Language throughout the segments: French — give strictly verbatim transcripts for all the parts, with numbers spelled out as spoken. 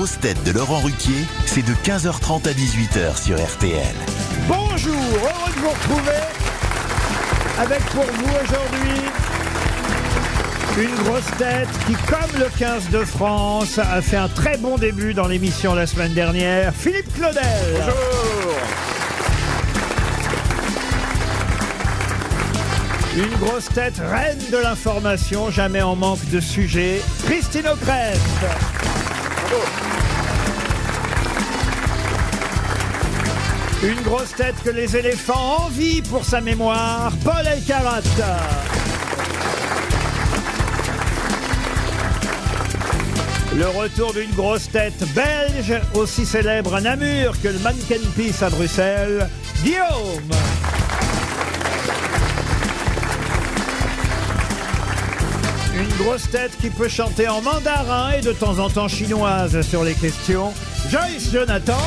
grosses têtes de Laurent Ruquier, c'est de quinze heures trente à dix-huit heures sur R T L. Bonjour, heureux de vous retrouver avec pour vous aujourd'hui une grosse tête qui, comme le quinze de France, a fait un très bon début dans l'émission la semaine dernière, Philippe Claudel. Bonjour. Une grosse tête reine de l'information, jamais en manque de sujets, Christine O'Krent. Une grosse tête que les éléphants envient pour sa mémoire, Paul Elkarat. Le retour d'une grosse tête belge, aussi célèbre à Namur que le Mannequin Peace à Bruxelles, Guillaume. Une grosse tête qui peut chanter en mandarin et de temps en temps chinoise sur les questions, Joyce Jonathan.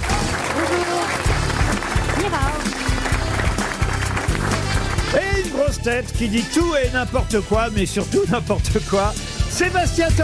Et une grosse tête qui dit tout et n'importe quoi, mais surtout n'importe quoi, Sébastien Toen.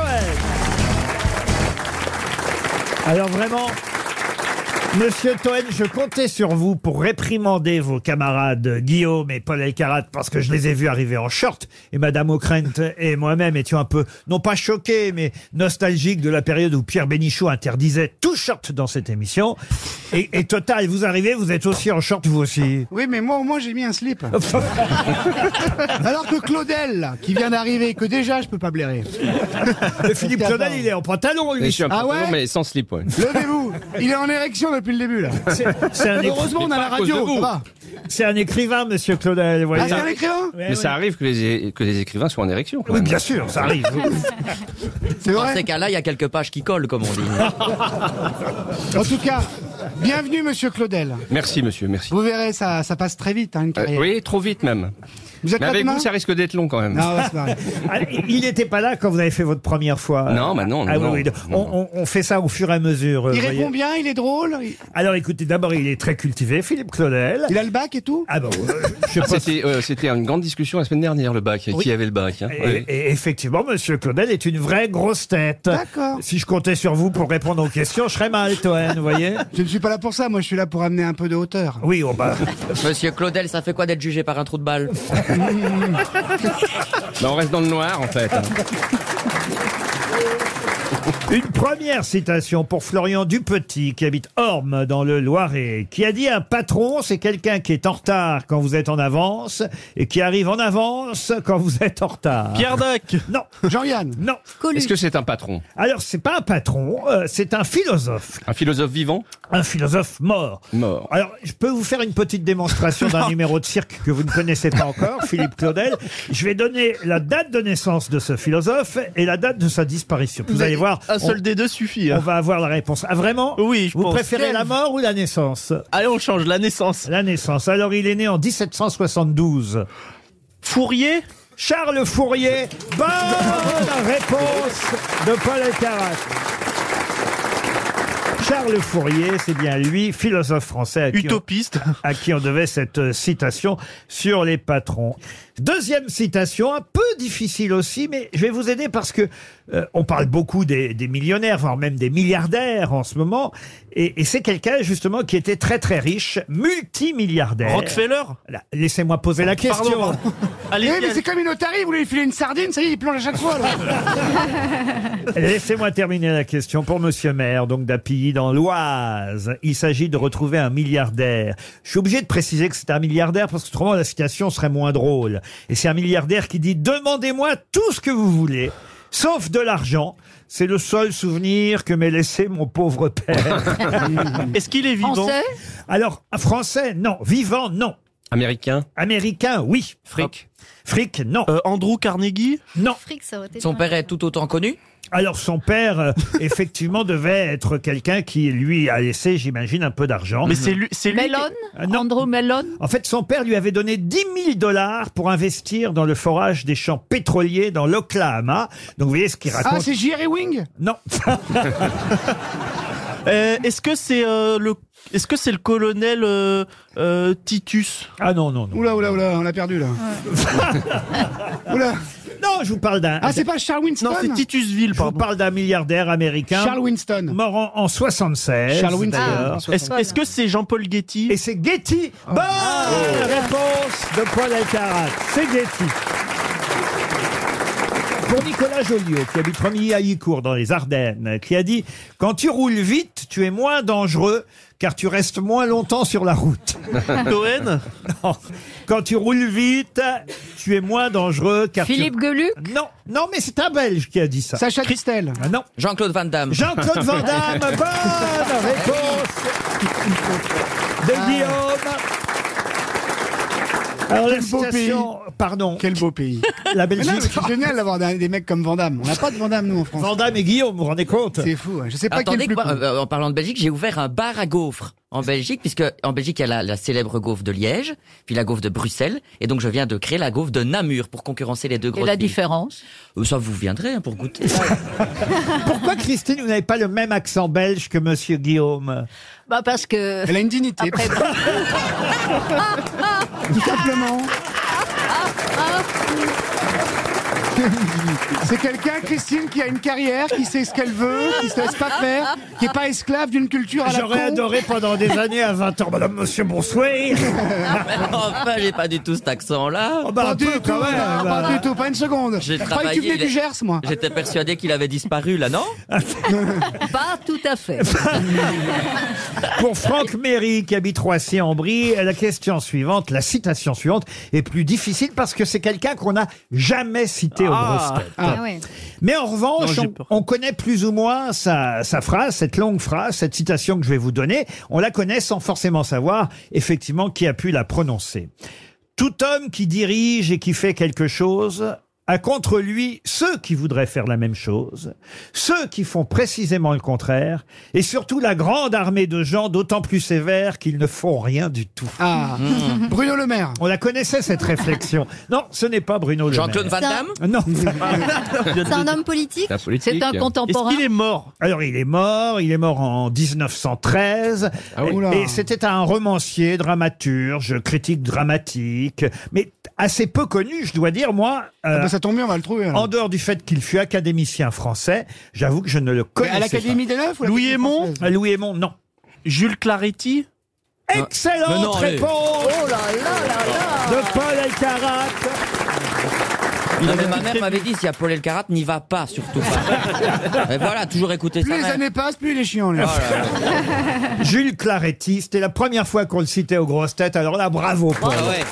Alors vraiment, Monsieur Toen, je comptais sur vous pour réprimander vos camarades Guillaume et Paul Elkarat parce que je les ai vus arriver en short et Madame O'Krent et moi-même étions un peu, non pas choqués, mais nostalgiques de la période où Pierre Bénichou interdisait tout short dans cette émission. Et, et total, vous arrivez, vous êtes aussi en short, vous aussi. Oui, mais moi au moins j'ai mis un slip. Alors que Claudel, là, qui vient d'arriver, que déjà je peux pas blairer. Le Philippe Claudel, il est en pantalon, lui. Je suis en Ah pantalon, ouais mais sans slip, ouais. Levez-vous, il est en érection depuis le début là. C'est, c'est un, écri- Heureusement on a la radio, ça va. c'est un écrivain, Monsieur Claudel, vous voyez. Ah, c'est un écrivain. Ouais, Mais ouais. ça arrive que les, que les écrivains soient en érection, quand Oui, même. bien sûr, ça arrive. C'est Dans vrai. ces cas-là, il y a quelques pages qui collent, comme on dit. En tout cas, bienvenue Monsieur Claudel. Merci, monsieur, merci. Vous verrez, ça, ça passe très vite, hein, une Euh, carrière. oui, trop vite, même. Vous êtes Mais là avec demain vous, ça risque d'être long, quand même. Non, ouais, c'est pareil. Ah, il n'était pas là quand vous avez fait votre première fois. Non, bah non, Ah non, oui, oui. non, On, on- on fait ça au fur et à mesure. Il vous répond voyez. bien, il est drôle. Il, Alors écoutez, d'abord, il est très cultivé, Philippe Claudel. il a le bac et tout. Ah bon, euh, je sais pas. C'était, euh, c'était une grande discussion la semaine dernière, le bac. Oui. Qui avait le bac, hein. Et, Ouais. et effectivement, Monsieur Claudel est une vraie grosse tête. D'accord. Si je comptais sur vous pour répondre aux questions, je serais mal, Toen, vous voyez. Je ne suis pas là pour ça, moi je suis là pour amener un peu de hauteur. Oui, oh bah. Monsieur Claudel, ça fait quoi d'être jugé par un trou de balle? Bah, on reste dans le noir, en fait. hein. Une première citation pour Florian Dupetit, qui habite Orme, dans le Loiret, qui a dit: un patron, c'est quelqu'un qui est en retard quand vous êtes en avance et qui arrive en avance quand vous êtes en retard. Pierre Dac. Non, Jean-Yann. non. Est-ce que c'est un patron? Alors, c'est pas un patron, euh, c'est un philosophe. Un philosophe vivant? Un philosophe mort. Mort. Alors, je peux vous faire une petite démonstration d'un numéro de cirque que vous ne connaissez pas encore, Philippe Claudel. Je vais donner la date de naissance de ce philosophe et la date de sa disparition. Vous allez voir, Un seul on, des deux suffit. on hein. va avoir la réponse. Ah, vraiment? Oui, je Vous pense. préférez la mort ou la naissance? Allez, on change la naissance. La naissance. Alors, il est né en dix-sept cent soixante-douze. Fourier. Charles Fourier. Bonne réponse de Paul Elkarat. Charles Fourier, c'est bien lui, philosophe français à qui, on, Utopiste. à qui on devait cette euh, citation sur les patrons. Deuxième citation, un peu difficile aussi, mais je vais vous aider parce que euh, on parle beaucoup des, des millionnaires, voire même des milliardaires en ce moment, et, et c'est quelqu'un justement qui était très très riche, multimilliardaire. Rockefeller. Là, laissez-moi poser la question. Pardon. Allez, Eh, mais c'est comme une otarie, vous lui filez une sardine, ça y est, il plonge à chaque fois. Là. Laissez-moi terminer la question pour Monsieur Maire, donc d'Appilly dans l'Oise. Il s'agit de retrouver un milliardaire. Je suis obligé de préciser que c'est un milliardaire parce que autrement la citation serait moins drôle. Et c'est un milliardaire qui dit: demandez-moi tout ce que vous voulez, sauf de l'argent. C'est le seul souvenir que m'ait laissé mon pauvre père. Est-ce qu'il est vivant? Français? Alors, un Français, non. Vivant, non. Américain? Américain, oui. Fric? Fric, non. Euh, Andrew Carnegie. Non. Fric, ça aurait été Son pas père mal. est tout autant connu? Alors son père, euh, effectivement, devait être quelqu'un qui, lui, a laissé, j'imagine, un peu d'argent. Mais c'est lui. C'est lui. Mellon? Ah, non. Andrew Mellon? En fait, son père lui avait donné dix mille dollars pour investir dans le forage des champs pétroliers dans l'Oklahoma. Donc, vous voyez ce qu'il Ah, raconte. c'est J R Wing. Non. Euh, Est-ce que c'est euh, le. Est-ce que c'est le colonel euh, euh, Titus? Ah non, non, non. Oula, oula, oula, on l'a perdu là. Oula. Non, je vous parle d'un... Ah, c'est pas Charles Winston? Non, c'est Titusville, Je vous pardon. parle d'un milliardaire américain. Charles Winston. Mort en, en soixante-seize. Charles Winston. d'ailleurs. Ah, Est-ce est-ce que c'est Jean-Paul Getty? Et c'est Getty. Bonne réponse de Paul Elkarat. C'est Getty. Pour Nicolas Joliot, qui habite Romilly-à-Illicourt dans les Ardennes, qui a dit « Quand tu roules vite, tu es moins dangereux, car tu restes moins longtemps sur la route. » Toen? Non. Quand tu roules vite, tu es moins dangereux, car Philippe tu... Geluc? Non, non, mais c'est un Belge qui a dit ça. Sacha Christel. Ah, non. Jean-Claude Van Damme. Jean-Claude Van Damme, bonne réponse de Guillaume. Alors la Quel beau citation, pardon, Quel beau pays. la Mais non, mais Belgique, c'est génial d'avoir des, des mecs comme Van Damme. On n'a pas de Van Damme, nous, en France. Van Damme et Guillaume, vous vous rendez compte? C'est fou. hein. Je sais pas Attendez, quel est que le plus moi, cool. euh, en parlant de Belgique, j'ai ouvert un bar à gaufres en Belgique, puisque en Belgique, il y a la, la célèbre gaufre de Liège, puis la gaufre de Bruxelles, et donc je viens de créer la gaufre de Namur pour concurrencer les deux Et grosses la villes. différence? Euh, Ça, vous viendrez hein, pour goûter. Pourquoi, Christine, vous n'avez pas le même accent belge que Monsieur Guillaume? Bah parce que... Elle a une dignité. Après, Tout simplement. C'est quelqu'un, Christine, qui a une carrière, qui sait ce qu'elle veut, qui se laisse pas faire, qui est pas esclave d'une culture à la J'aurais con. adoré pendant des années à vingt ans, Madame, Monsieur, bonsoir. Enfin, j'ai pas du tout cet accent-là. Oh, bah, Pas un du peu, tout, quand même. non, bah. pas du tout, pas une seconde. J'ai Je croyais que tu travaillé, venais du il est- Gers, moi. J'étais persuadé qu'il avait disparu, là, non? pas tout à fait. Pour Franck Méry, qui habite Roissy-en-Brie, la question suivante, la citation suivante est plus difficile parce que c'est quelqu'un qu'on n'a jamais cité aux Ah. grosses têtes. Ah ouais. Mais en revanche, Non, j'ai on, peur. on connaît plus ou moins sa, sa phrase, cette longue phrase, cette citation que je vais vous donner. On la connaît sans forcément savoir effectivement qui a pu la prononcer. Tout homme qui dirige et qui fait quelque chose a contre lui ceux qui voudraient faire la même chose, ceux qui font précisément le contraire, et surtout la grande armée de gens d'autant plus sévères qu'ils ne font rien du tout. Ah, Bruno Le Maire. On la connaissait cette réflexion. Non, ce n'est pas Bruno Le Jean-Claude Maire. Van Damme? Non. C'est un homme politique? La politique. C'est un Est-ce contemporain. qu'il est mort? Alors il est mort, il est mort en dix-neuf cent treize, Ah oui. et, Oula. et c'était un romancier, dramaturge, critique dramatique, mais assez peu connu, je dois dire, moi, euh, Ah bah, ça tombe bien, on va le trouver. alors. en dehors du fait qu'il fut académicien français, j'avoue que je ne le Mais connaissais à l'Académie des Neufs ou à Louis l'Académie Aymon française pas. Louis Aymon, non. Jules Claretti? Excellente Mais non, allez. réponse Oh là là là là. de Paul Elkarat. Non, mais ma mère m'avait dit, s'il y a Paul Elkarat, n'y va pas, surtout pas. Et voilà, toujours écouter Plus sa les mère. années passent, plus il est chiant, lui. Oh là là. Jules Claretti, c'était la première fois qu'on le citait aux grosses têtes, alors là, bravo Paul. Ah ouais.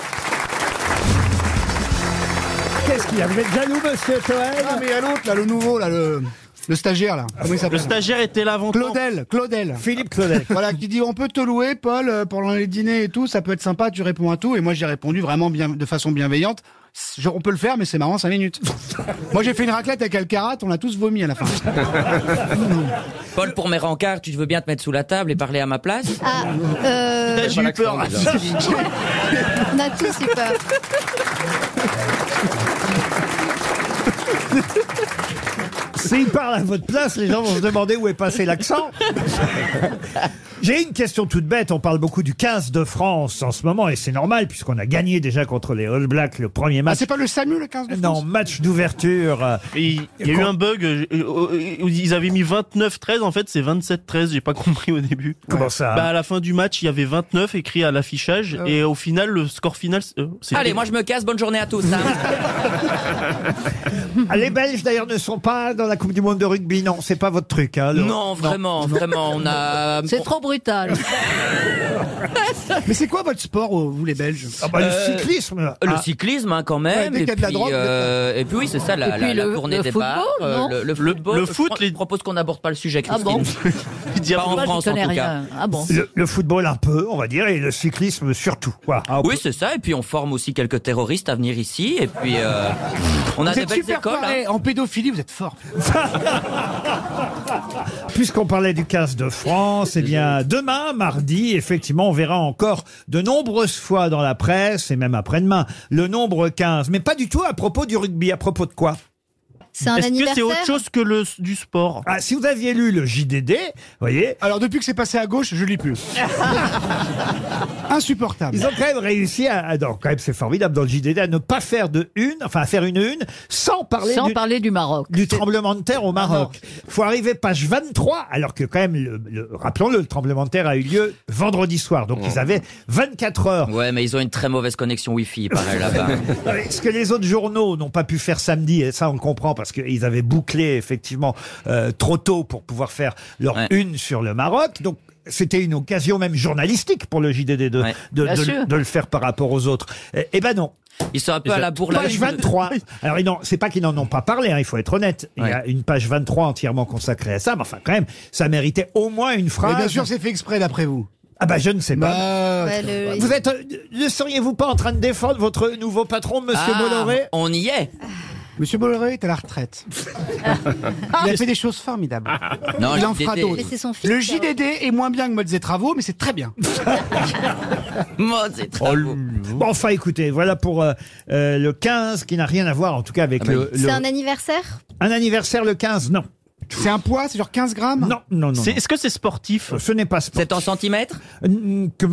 Qu'est-ce qu'il y a? Vous êtes jaloux, monsieur Toen? Ah, mais il y a l'autre, là, le nouveau, là, le, le stagiaire, là. Comment il Le s'appelle? stagiaire était là avant toi. Claudel, Claudel. Philippe Claudel. Voilà, qui dit on peut te louer, Paul, euh, pendant les dîners et tout, ça peut être sympa, tu réponds à tout. Et moi, j'ai répondu vraiment bien, de façon bienveillante. Je- on peut le faire, mais c'est marrant, cinq minutes. Moi, j'ai fait une raclette avec Alcarat, on a tous vomi à la fin. Paul, pour mes rencarts, tu veux bien te mettre sous la table et parler à ma place? Ah, euh, J'ai eu peur. on a tous eu peur. S'il parle à votre place, les gens vont se demander où est passé l'accent. J'ai une question toute bête. On parle beaucoup du quinze de France en ce moment, et c'est normal, puisqu'on a gagné déjà contre les All Blacks le premier Ah, match. c'est pas le SAMU, le quinze de France? non, match d'ouverture. euh, Et il y a eu un bug, euh, euh, où ils avaient mis vingt-neuf treize, en fait c'est vingt-sept treize, j'ai pas compris au début. Comment ça Bah à la fin du match, il y avait vingt-neuf écrit à l'affichage, Ah. et au final, le score final, euh, c'était... Allez, moi je me casse, bonne journée à tous. hein. Ah, les Belges, d'ailleurs, ne sont pas dans la Coupe du Monde de rugby. Non, c'est pas votre truc. Hein, le- Non, vraiment, vraiment, on a... C'est trop brutal. Mais c'est quoi votre sport, oh, vous les Belges? Ah bah, Euh, le cyclisme. Le Ah, cyclisme, hein, quand Ouais, même. dès et, qu'il y a de la puis, drogue, vous êtes euh, et puis oui, c'est ça, la, Et puis la, la le- tournée le départ. football, non le, le football. le foot, je les- propose qu'on n'aborde pas le sujet, Ah Christine. bon? Pas en Moi, France, je en connais tout cas. rien. Ah bon? le, le football un peu, on va dire, et le cyclisme surtout. Voilà. Ah, Oui, c'est ça. Et puis on forme aussi quelques terroristes à venir ici. Et puis euh, on a Vous des êtes belles super écoles. paré. hein. En pédophilie, vous êtes fort. Puisqu'on parlait du quinze de France, eh bien, demain, mardi, effectivement, on verra encore de nombreuses fois dans la presse, et même après-demain, le nombre quinze. Mais pas du tout à propos du rugby. À propos de quoi? C'est un Est-ce que anniversaire. c'est autre chose que le, du sport? Ah, si vous aviez lu le J D D, vous voyez, Alors depuis que c'est passé à gauche, je lis plus. Insupportable. ils ont quand même réussi à, à- non, quand même c'est formidable dans le J D D, à ne pas faire de une, enfin à faire une une, sans parler Sans du, parler du Maroc. du tremblement de terre au Maroc. Faut arriver page vingt-trois, alors que quand même, le, le- rappelons-le, le tremblement de terre a eu lieu vendredi soir, donc ils avaient vingt-quatre heures. Ouais, mais ils ont une très mauvaise connexion Wi-Fi, pareil là-bas. Ouais, ce que les autres journaux n'ont pas pu faire samedi, et ça on le comprend parce qu'ils avaient bouclé effectivement euh, trop tôt pour pouvoir faire leur Ouais. une sur le Maroc. Donc c'était une occasion même journalistique pour le J D D de, Ouais. de, Bien de- sûr. de le faire par rapport aux autres. Eh, eh ben non. Ils sont un peu à la bourre Page vingt-trois. Alors, ils n'ont- c'est pas qu'ils n'en ont pas parlé, hein, il faut être honnête. Il y a Ouais. une page vingt-trois entièrement consacrée à ça, mais enfin, quand même, ça méritait au moins une Mais phrase. bien sûr, c'est fait exprès d'après vous. Ah bah, je ne sais pas. Bah, Ouais, le- Vous êtes, euh, ne seriez-vous pas en train de défendre votre nouveau patron, Monsieur Ah, Bolloré? on y est. Monsieur Bolloré est à la retraite. Il a fait des choses formidables. Non, Il en le J D D. fera Mais d'autres. c'est son fils. Le J D D est moins bien que Modes et Travaux, mais c'est très bien. Moi, c'est très beau. Bon, enfin, écoutez, voilà pour euh, euh, le quinze, qui n'a rien à voir, en tout cas, avec Ah bah le, oui. le- C'est un anniversaire. un anniversaire le quinze, non. C'est un poids, c'est genre quinze grammes. Non, non, non. C'est- non. Est-ce que c'est sportif? Ce n'est pas sport. C'est en centimètres? Mm, que-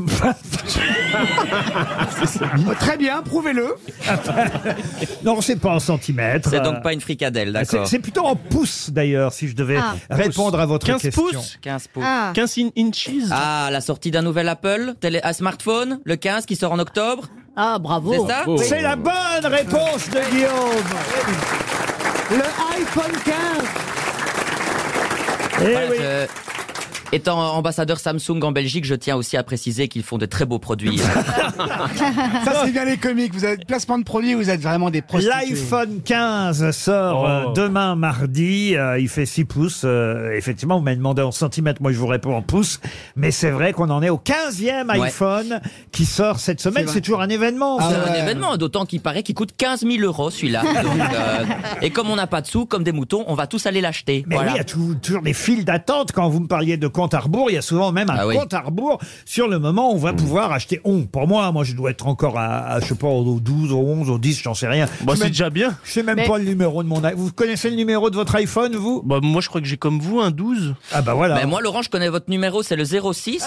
Oh, très bien, prouvez-le. non, c'est pas en centimètres. C'est Euh, donc pas une fricadelle, c'est d'accord. c'est plutôt en pouces, d'ailleurs, si je devais Ah. répondre à votre quinze question. pouces quinze pouces. Ah. quinze in- inches? Ah, la sortie d'un nouvel Apple, télé à smartphone, le quinze qui sort en octobre. Ah, bravo. C'est ça? C'est la bonne réponse de Guillaume. Le iPhone quinze. Eh Voilà, oui. je- Étant ambassadeur Samsung en Belgique, je tiens aussi à préciser qu'ils font de très beaux produits. Ça, c'est bien les comiques. Vous avez placement de produits, vous êtes vraiment des prostituées. L'iPhone quinze sort Oh. euh, demain mardi. Euh, il fait six pouces. Euh, effectivement, vous m'avez demandé en centimètres. Moi, je vous réponds en pouces. Mais c'est vrai qu'on en est au quinzième Ouais. iPhone qui sort cette semaine. vrai. C'est toujours un événement. Ah ça. C'est un ouais. événement, d'autant qu'il paraît qu'il coûte quinze mille euros celui-là. Donc, euh, et comme on n'a pas de sous, comme des moutons, on va tous aller l'acheter. Mais Voilà. oui, il y a tou- toujours des files d'attente. Quand vous me parliez de compte à rebours, il y a souvent même un Ah oui. compte à rebours sur le moment où on va pouvoir acheter. On, pour moi, moi, je dois être encore à, à, je sais pas, au douze, au onze, au dix, j'en sais rien. Bah, je c'est sais déjà bien. je sais même Mais- pas le numéro de mon iPhone. Vous connaissez le numéro de votre iPhone, vous? Bah, moi, je crois que j'ai comme vous un douze. Ah bah voilà. Mais moi, Laurent, je connais votre numéro, c'est le zéro six.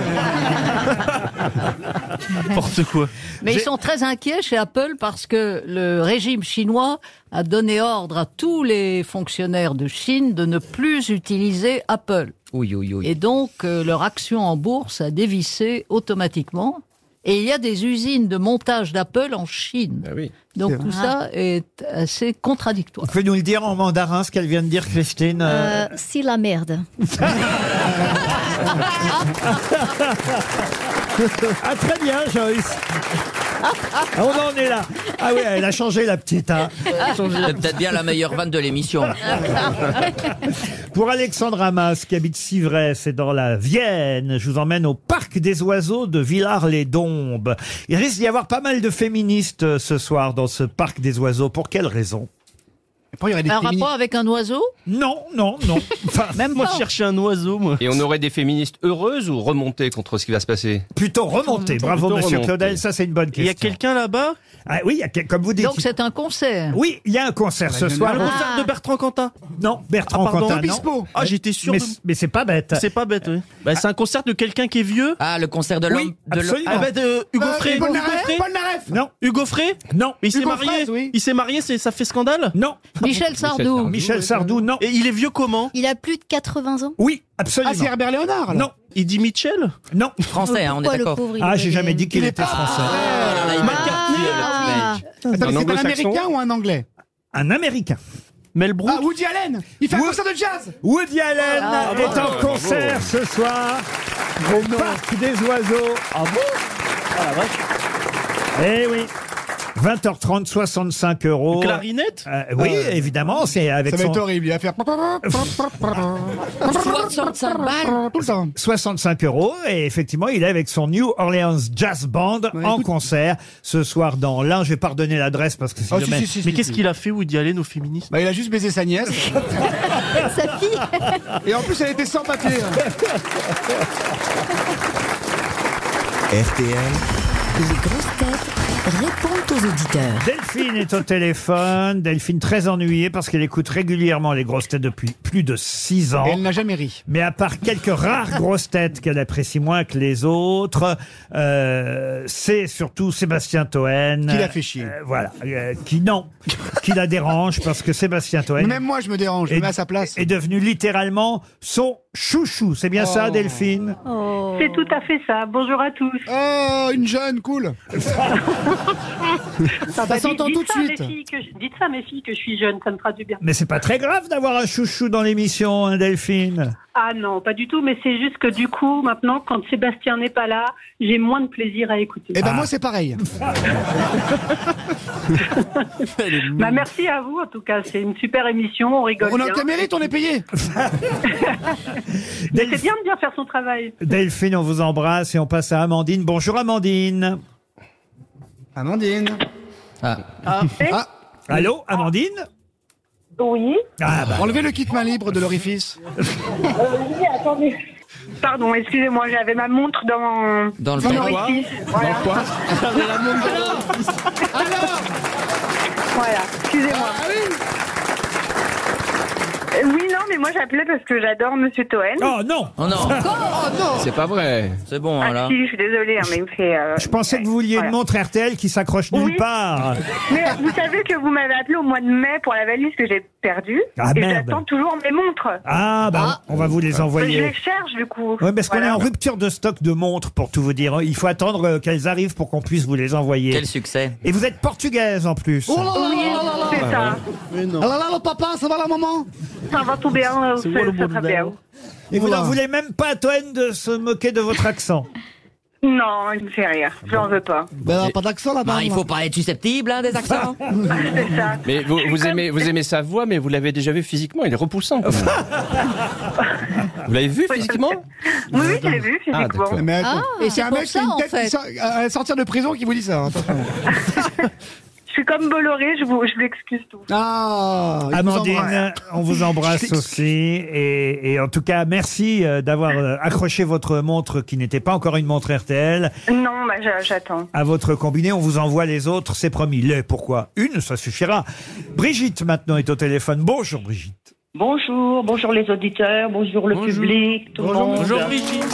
N'importe quoi. Mais J'ai- ils sont très inquiets chez Apple parce que le régime chinois a donné ordre à tous les fonctionnaires de Chine de ne plus utiliser Apple. Oui, oui, oui. Et donc, euh, leur action en bourse a dévissé automatiquement. Et il y a des usines de montage d'Apple en Chine. Ah oui. Donc tout ça est assez contradictoire. Vous pouvez nous le dire en mandarin, ce qu'elle vient de dire, Christine euh, Euh, si la merde. Ah, très bien, Joyce. Ah, on en est là. Ah oui, elle a changé, la petite. Hein. C'est peut-être bien la meilleure vanne de l'émission. Pour Alexandre Hamas, qui habite Civray, c'est dans la Vienne, je vous emmène au Parc des Oiseaux de Villars-les-Dombes. Il risque d'y avoir pas mal de féministes euh, ce soir dans ce Parc des Oiseaux. Pour quelle raison? Après, il y aurait des Un féministes. rapport avec un oiseau? Non, non, non. Enfin, Même Moi, pas. je cherchais un oiseau, moi. Et on aurait des féministes heureuses ou remontées contre ce qui va se passer? plutôt remonté. Bravo, Plutôt monsieur remonté. Claudel, ça c'est une bonne Il y a question. quelqu'un là-bas? Ah oui, il y a quel- comme vous dites. Donc c'est un concert. Oui, il y a un concert ce soir. Le Donc- concert de Bertrand Cantat. Non, Bertrand Ah, pardon. Cantat, non. Obispo. Ah, j'étais sûr. Mais, de- mais c'est pas bête. C'est pas bête, oui. Bah, c'est un concert de quelqu'un qui est vieux. Ah, le concert de Oui, l'homme. de l'homme- absolument. Ah, bah, de Hugo Euh, Frey. Paul Hugo Naref, Frey. Paul Naref. Non, Hugo Frey. non, Mais il s'est Hugo marié. Fraisse, oui. Il s'est marié, c'est- ça fait scandale. non. Michel Sardou. Michel Sardou, non. Et il est vieux comment? Il a plus de quatre-vingts ans. Oui, Ah, absolument. c'est Herbert Léonard, alors. Non, Il dit Mitchell. non. Français, hein, on est Pourquoi le d'accord. pauvre, il Ah, est j'ai jamais dit qu'il Il est était pas- français. Ah, là, là, il McCartney, m'a- Ah. Attendez, Un c'est un anglo-saxon américain ou un anglais? Un Américain. Mel Brooks. Ah, Woody Allen. Il fait un Wood- concert de jazz. Woody Allen Ah, est bravo. en concert ce soir au Parc des Oiseaux. Ah bon? Ah la vache. Eh oui. vingt heures trente, soixante-cinq euros. Clarinette. Euh, oui, évidemment, c'est avec Ça va son être horrible. Il va faire soixante-cinq balles. tout le temps. soixante-cinq euros. Et effectivement, il est avec son New Orleans Jazz Band Ouais, en écoute- concert ce soir dans l'Ain. Je vais pas redonner l'adresse parce que si Ah, jamais- si, si, si, Mais si, qu'est-ce si. qu'il a fait Woody Allen aux féministes? Bah, il a juste baisé sa nièce. Sa fille. Et en plus, elle était sans papier. hein. R T L, Les grosses têtes répondent aux auditeurs. Delphine est au téléphone. Delphine très ennuyée parce qu'elle écoute régulièrement les grosses têtes depuis plus de six ans. Et elle n'a jamais ri. Mais à part quelques rares grosses têtes qu'elle apprécie moins que les autres, euh, c'est surtout Sébastien Toen. Qui l'a fait chier. Euh, voilà. Euh, qui, non. Qui la dérange parce que Sébastien Toen Même moi, je me dérange, je me mets à sa place. est devenu littéralement son chouchou. C'est bien Oh. ça, Delphine? C'est tout à fait ça. Bonjour à tous. Oh, une jeune, cool. Ça Ça s'entend tout de ça à mes suite. filles que je- dites ça à mes filles que je suis jeune, ça me fera du bien. Mais c'est pas très grave d'avoir un chouchou dans l'émission, hein, Delphine. Ah non, pas du tout, mais c'est juste que du coup, maintenant, quand Sébastien n'est pas là, j'ai moins de plaisir à écouter. Eh ben Ah. moi, c'est pareil. Bah, merci à vous, en tout cas. C'est une super émission, on rigole On a bien. que mérite, on est payé. Mais c'est bien de bien faire son travail. Delphine, on vous embrasse et on passe à Amandine. Bonjour Amandine. Amandine. Ah. Ah. Allô, Amandine? Oui. Ah bah. Enlevez le kit main libre de l'orifice. oui, attendez. Pardon, excusez-moi, j'avais ma montre dans mon, Dans le mon quoi orifice. Voilà. quoi Voilà, excusez-moi. Ah oui. Euh, Oui, non, mais moi j'appelais parce que j'adore Monsieur Toen. Oh non. Oh non, C'est pas vrai. c'est bon, Ah hein, là. si, je suis désolée, hein, mais il me fait... euh, Je pensais que vous vouliez voilà. une montre R T L qui s'accroche nulle Oui. part. Mais vous savez que vous m'avez appelé au mois de mai pour la valise que j'ai perdue. Ah, et merde. j'attends toujours mes montres. Ah bah on va vous les Je envoyer. les cherche du coup. Oui, parce qu'on Voilà. est en rupture de stock de montres, pour tout vous dire. Il faut attendre euh, qu'elles arrivent pour qu'on puisse vous les envoyer. Quel succès. Et vous êtes portugaise en plus. Oh là là Oui, là là là. c'est ça. Ah là là, le papa, ça va la maman? Ça va tout bien, euh, C'est ça, où le ça va bordel bien. Et vous Oula. n'en voulez même pas à Toen de se moquer de votre accent. Non, il me fait rire. Je n'en veux pas. Ben, pas d'accent là-bas. Bah, il faut pas être susceptible, hein, des accents. C'est ça. Mais vous, vous aimez, vous aimez sa voix, mais vous l'avez déjà vu physiquement. Il est repoussant. quand même. Vous l'avez vu physiquement? Oui, oui, je l'ai vu Ah, physiquement. d'accord. Mais attends. Ah, Et c'est un pour mec ça, qui a une en tête fait. qui sort- à sortir de prison qui vous dit ça. hein, attention. Je suis comme Bolloré, je vous, je vous excuse tout. Ah, il vous embrasse. Amandine, on vous embrasse aussi. Et, et en tout cas, merci euh, d'avoir euh, accroché votre montre qui n'était pas encore une montre R T L Non, bah, j'a- j'attends. à votre combiné. On vous envoie les autres, c'est promis. Les, pourquoi? Une, ça suffira. Brigitte, maintenant, est au téléphone. Bonjour, Brigitte. Bonjour, bonjour les auditeurs, bonjour le Bonjour. public, tout le monde. Bonjour Brigitte.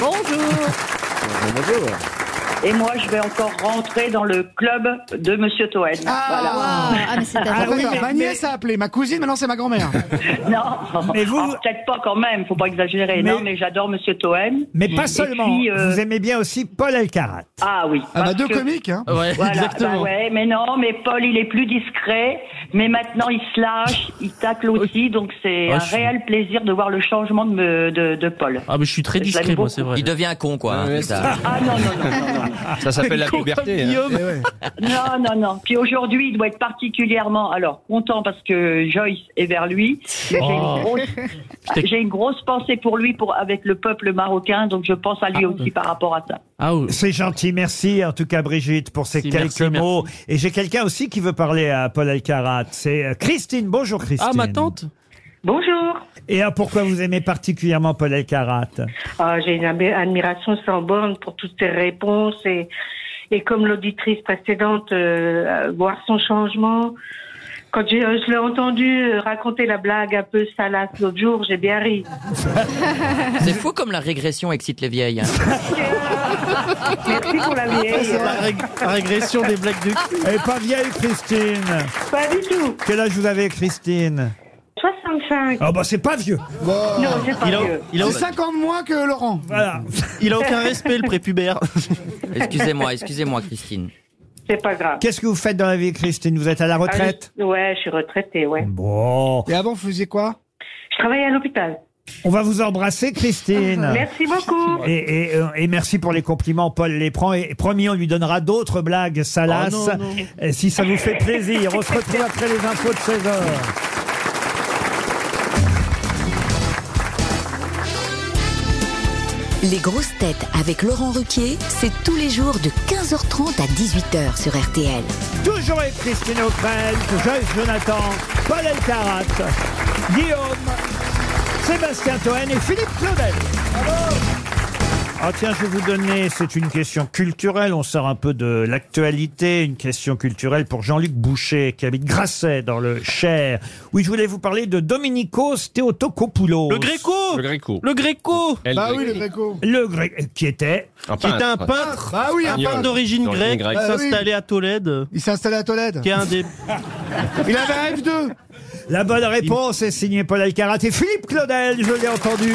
Et moi, je vais encore rentrer dans le club de Monsieur Toen. Ah, Voilà. Ah, ah, mais c'est Ah adorable. oui, D'accord, mais- ma nièce a appelé, ma cousine, maintenant c'est ma grand-mère. Non, Mais vous- Ah, peut-être pas quand même, faut pas exagérer. Mais- Non, mais j'adore Monsieur Toen. Mais pas Et seulement. puis, euh, Vous aimez bien aussi Paul Elkarat. Ah oui. Ah bah parce deux que- comiques, hein. Ouais, Voilà, exactement. bah ouais, mais non, mais Paul, il est plus discret, mais maintenant il se lâche, il tacle aussi, donc c'est Ah, un je suis- réel plaisir de voir le changement de, me- de, de Paul. Ah, mais je suis très Je discret, l'aime moi, beaucoup. c'est vrai. Il devient con, quoi. hein, Ouais, c'est ça. Ah non, non, non, non, non. Ça s'appelle la Con puberté. comme hein. Guillaume. Eh ouais. Non, non, non. Puis aujourd'hui, il doit être particulièrement, alors, content parce que Joyce est vers lui. Mais j'ai Oh. une grosse, j'ai une grosse pensée pour lui, pour, avec le peuple marocain, donc je pense à lui aussi par rapport à ça. Ah oui. C'est gentil, merci en tout cas Brigitte pour ces Si, quelques merci, mots. Et j'ai quelqu'un aussi qui veut parler à Paul Elkarat. C'est euh, Christine. Bonjour Christine. Ah, ma tante. Bonjour. Et ah, pourquoi vous aimez particulièrement Paul Elkarat? Ah, j'ai une admi- admiration sans borne pour toutes ses réponses et, et comme l'auditrice précédente, euh, voir son changement. Quand j'ai, euh, je l'ai entendu euh, raconter la blague un peu salace l'autre jour, j'ai bien ri. C'est fou comme la régression excite les vieilles. hein. Merci pour la vieille. C'est la, rég- la régression des blagues de cul. Elle est pas vieille Christine. Pas du tout. Quel âge vous avez Christine? soixante-cinq. Ah bah c'est pas vieux. Bon. Non, c'est pas Il a, vieux. il a, C'est cinq ans de moins que Laurent. Voilà. il a aucun respect, le prépubère. Excusez-moi, excusez-moi, Christine. C'est pas grave. Qu'est-ce que vous faites dans la vie Christine? Vous êtes à la retraite? Ah, je- Ouais, je suis retraitée, ouais. Bon. Et avant, vous faisiez quoi? Je travaille à l'hôpital. On va vous embrasser Christine. Merci beaucoup. Et, et, euh, et merci pour les compliments, Paul les prend. Et promis, on lui donnera d'autres blagues salaces. Oh non, non. Et si ça vous fait plaisir, on se retrouve après les infos de seize heures. Les grosses têtes avec Laurent Ruquier, c'est tous les jours de quinze heures trente à dix-huit heures sur R T L. Toujours avec Christine O'Krent, Joyce Jonathan, Paul Elkarat, Guillaume, Sébastien Toen et Philippe Claudel. Ah tiens, je vais vous donner, c'est une question culturelle, on sort un peu de l'actualité, une question culturelle pour Jean-Luc Boucher, qui habite Grasset, dans le Cher. Oui, je voulais vous parler de Dominikos Theotokopoulos. Le Gréco Le Gréco. Le Gréco El Bah Gréco. oui, le Gréco. Le grec, qui était... Un Qui était un peintre. peintre, Bah oui, un un Espagnol. peintre d'origine D'origine grecque, grecque. qui s'est Bah oui. installé à Tolède, Il s'est installé à Tolède. qui est un des... Il avait un F deux. La bonne réponse est signée Paul Alcarat et Philippe Claudel, je l'ai entendu.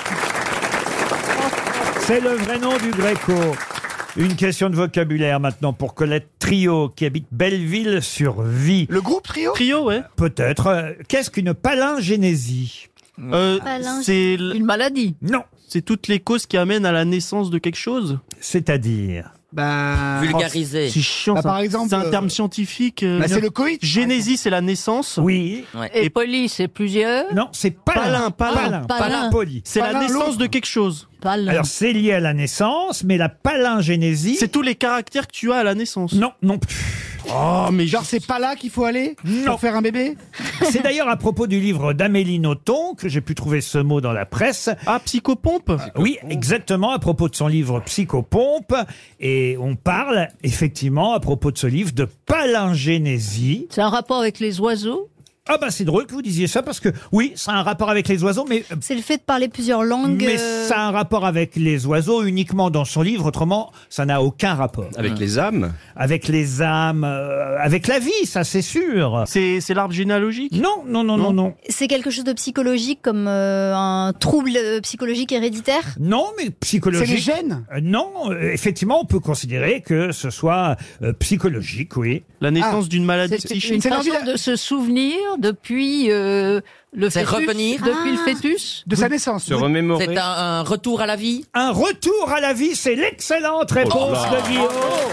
C'est le vrai nom du Gréco. Une question de vocabulaire maintenant pour Colette Trio, qui habite Belleville-sur-Vie. Le groupe Trio. Trio, ouais. Peut-être. Euh, Qu'est-ce qu'une palingénésie? Euh, Palingé- c'est l- Une maladie. Non. c'est toutes les causes qui amènent à la naissance de quelque chose. C'est-à-dire? Bah, Vulgarisé. C'est chiant, Bah, ça. par exemple, C'est un euh, terme scientifique. euh, bah, c'est le coït. Génésie, c'est la naissance. Oui. Ouais. Et poli, c'est plusieurs. Non, c'est palin. Palin, palin. Palin. Palin. Palin poli. C'est la Palin, naissance l'autre. de quelque chose. Pas le- Alors, c'est lié à la naissance, mais la palingénésie... C'est tous les caractères que tu as à la naissance. Non, non plus. Oh, mais Genre, c'est pas là qu'il faut aller Non. pour faire un bébé. C'est d'ailleurs à propos du livre d'Amélie Nothomb que j'ai pu trouver ce mot dans la presse. Ah, psychopompe. Oui, exactement, à propos de son livre Psychopompe. Et on parle, effectivement, à propos de ce livre, de palingénésie. C'est un rapport avec les oiseaux. Ah bah c'est drôle que vous disiez ça, parce que oui, ça a un rapport avec les oiseaux, mais... C'est le fait de parler plusieurs langues. Mais euh, ça a un rapport avec les oiseaux uniquement dans son livre, autrement, ça n'a aucun rapport. Avec les âmes. Avec les âmes, euh, avec la vie, ça c'est sûr. C'est c'est l'arbre généalogique. Non, non, non, non, non. C'est quelque chose de psychologique, comme euh, un trouble euh, psychologique héréditaire. Non, mais C'est les psychologique. gènes. Euh, non, euh, effectivement, on peut considérer que ce soit euh, psychologique, oui. La naissance Ah. d'une maladie C'est psychique. une C'est façon l'envie de- de se souvenir depuis euh, le C'est fœtus. revenir. Depuis le Ah. fœtus. De sa naissance. Se remémorer. C'est un, un retour à la vie. Un retour à la vie, c'est l'excellente réponse là. de Guillaume.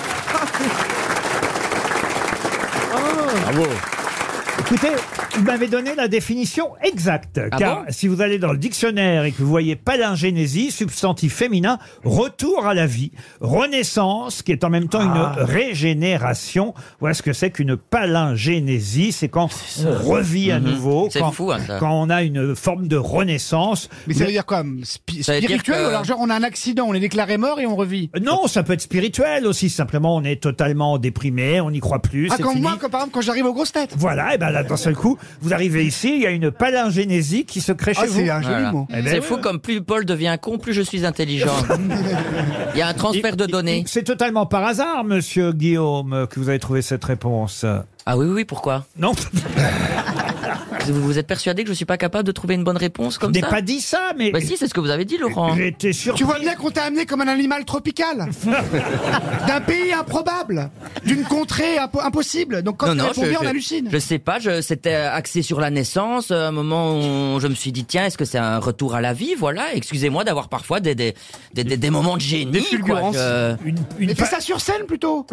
Bravo. Écoutez, vous m'avez donné la définition exacte. Ah car bon si vous allez dans le dictionnaire et que vous voyez palingénésie, substantif féminin, retour à la vie, renaissance, qui est en même temps Ah. une régénération. Voilà ce que c'est qu'une palingénésie. C'est quand on revit à nouveau, C'est quand, fou, hein, ça. quand on a une forme de renaissance. Mais ça veut dire quoi spi- Ça veut dire Spirituel que- ou alors genre on a un accident, on est déclaré mort et on revit. Non, ça peut être spirituel aussi. Simplement, on est totalement déprimé, on n'y croit plus, Ah, c'est comme fini. moi, comme par exemple quand j'arrive aux grosses têtes. Voilà, et ben là, d'un seul coup, vous arrivez ici, il y a une palingénésie qui se crée Ah, chez vous. c'est un joli Voilà. mot. Eh ben, C'est ouais. fou comme plus Paul devient con, plus je suis intelligent. Il y a un transfert de données. C'est totalement par hasard, monsieur Guillaume, que vous avez trouvé cette réponse. Ah oui, oui, oui, pourquoi Non, vous, vous êtes persuadé que je suis pas capable de trouver une bonne réponse je comme n'ai ça pas dit ça, mais Bah si, c'est ce que vous avez dit, Laurent. j'ai été surpris. Tu vois bien qu'on t'a amené comme un animal tropical. D'un pays improbable. D'une contrée impo- impossible. Donc quand tu réponds bien, on hallucine. je sais pas, je, c'était axé sur la naissance, à un moment où je me suis dit, tiens, est-ce que c'est un retour à la vie? Voilà, excusez-moi d'avoir parfois des, des, des, des, des moments de génie. Des quoi, fulgurances. je- Une, une Mais fais pa- ça sur scène plutôt.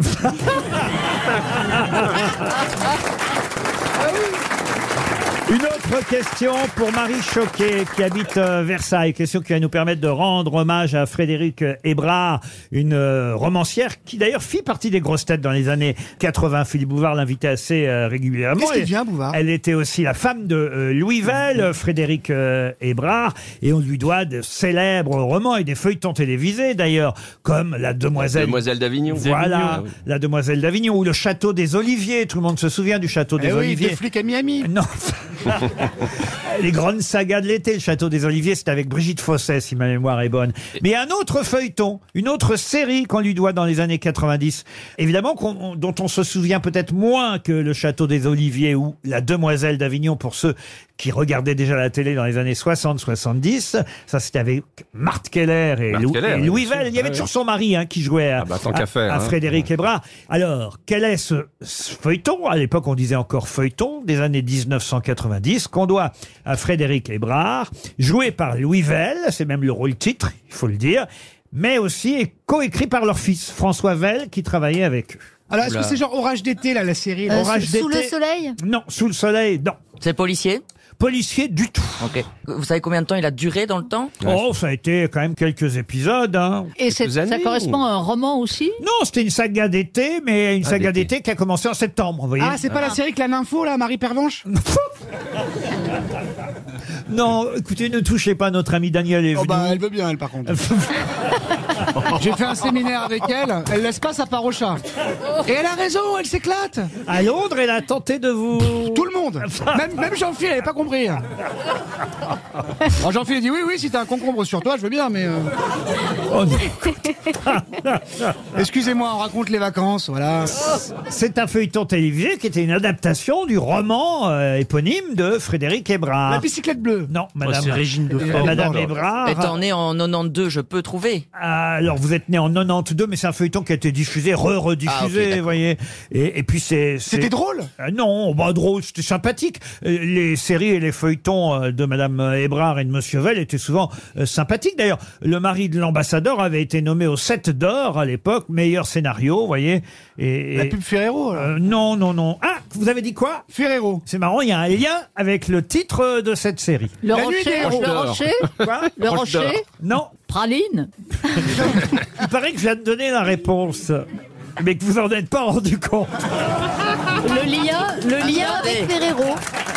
Une autre question pour Marie Choquet qui habite euh, Versailles. Question qui va nous permettre de rendre hommage à Frédéric Hébrard, une euh, romancière qui d'ailleurs fit partie des grosses têtes dans les années quatre-vingts. Philippe Bouvard l'invitait assez euh, régulièrement. Qu'est-ce qu'il Et devient, Bouvard? Elle était aussi la femme de euh, Louis Vell, euh, Frédéric euh, Hébrard, et on lui doit de célèbres romans et des feuilletons télévisés d'ailleurs, comme La Demoiselle. Demoiselle d'Avignon. Voilà, Ah oui. La Demoiselle d'Avignon ou Le Château des Oliviers. Tout le monde se souvient du Château Eh des oui, Oliviers. des flics à Miami. Non. Les grandes sagas de l'été, le Château des Oliviers, c'est avec Brigitte Fosset, si ma mémoire est bonne. Mais il y a un autre feuilleton, une autre série qu'on lui doit dans les années quatre-vingt-dix. Évidemment, qu'on- on- dont on se souvient peut-être moins que le Château des Oliviers ou La Demoiselle d'Avignon pour ceux qui regardaient déjà la télé dans les années soixante soixante-dix. Ça, c'était avec Marthe Keller et, Marthe Lou- Keller, et oui, Louis bien sûr. Vell. Il y avait Ah, toujours oui. son mari hein, qui jouait à, Ah bah, tant à- qu'à faire, à hein. Frédéric Hébrard. Alors, quel est ce, ce feuilleton? À l'époque, on disait encore feuilleton, des années dix-neuf cent quatre-vingt-dix, qu'on doit à Frédéric Hébrard, joué par Louis Vell, c'est même le rôle-titre, il faut le dire, mais aussi coécrit par leur fils, François Vell, qui travaillait avec eux. Alors est-ce que Oula. c'est genre Orage d'été là, la série là Euh, Orage sous, sous le d'été. soleil. Non, sous le soleil, non. C'est policier? Policier du tout. Ok. Vous savez combien de temps il a duré dans le temps? Oh, ça a été quand même quelques épisodes. Hein. Et c'est- Quelques ça années. correspond à un roman aussi. Non, c'était une saga d'été, mais une Ah, saga d'été. d'été qui a commencé en septembre, vous voyez. Ah, c'est pas la série que la nympho là, Marie Pervenche. Non, écoutez, ne touchez pas notre ami Daniel est Oh venu. bah elle veut bien elle par contre. J'ai fait un séminaire avec elle, elle laisse pas sa part au chat. Et elle a raison, elle s'éclate. À Londres, elle a tenté de vous... Tout le monde. Même, même Jean-Phil, elle avait pas compris. Alors Jean-Phil a dit oui, oui, si t'as un concombre sur toi, je veux bien, mais... Euh... Oh, excusez-moi, on raconte les vacances, voilà. C'est un feuilleton télévisé qui était une adaptation du roman euh, éponyme de Frédéric Hébrard. La bicyclette bleue. Non, madame. Oh, c'est Régine de Euh, Madame Hébrard. Étant né en quatre-vingt-douze, je peux trouver. Ah, alors vous êtes né en quatre-vingt-douze, mais c'est un feuilleton qui a été diffusé, re-rediffusé, Ah, ok, d'accord. vous voyez. Et, et puis c'est... c'est- C'était drôle. Euh, non, bah drôle, c'était sympathique. Euh, Les séries et les feuilletons euh, de Madame Hébrard et de Monsieur Vell étaient souvent euh, sympathiques. D'ailleurs, le mari de l'ambassadeur avait été nommé au sept d'or à l'époque, meilleur scénario, vous voyez. Et, La et- pub Ferrero, là. euh, non, non, non. Ah, vous avez dit quoi? Ferrero. C'est marrant, il y a un lien avec le titre de cette série. Le La nuit rocher, des héros. le rocher, Quoi? le Roche d'or. rocher, Non, praline. il paraît que je viens de donner la réponse, mais que vous en êtes pas rendu compte. Le lien, le lien Avec Ferrero.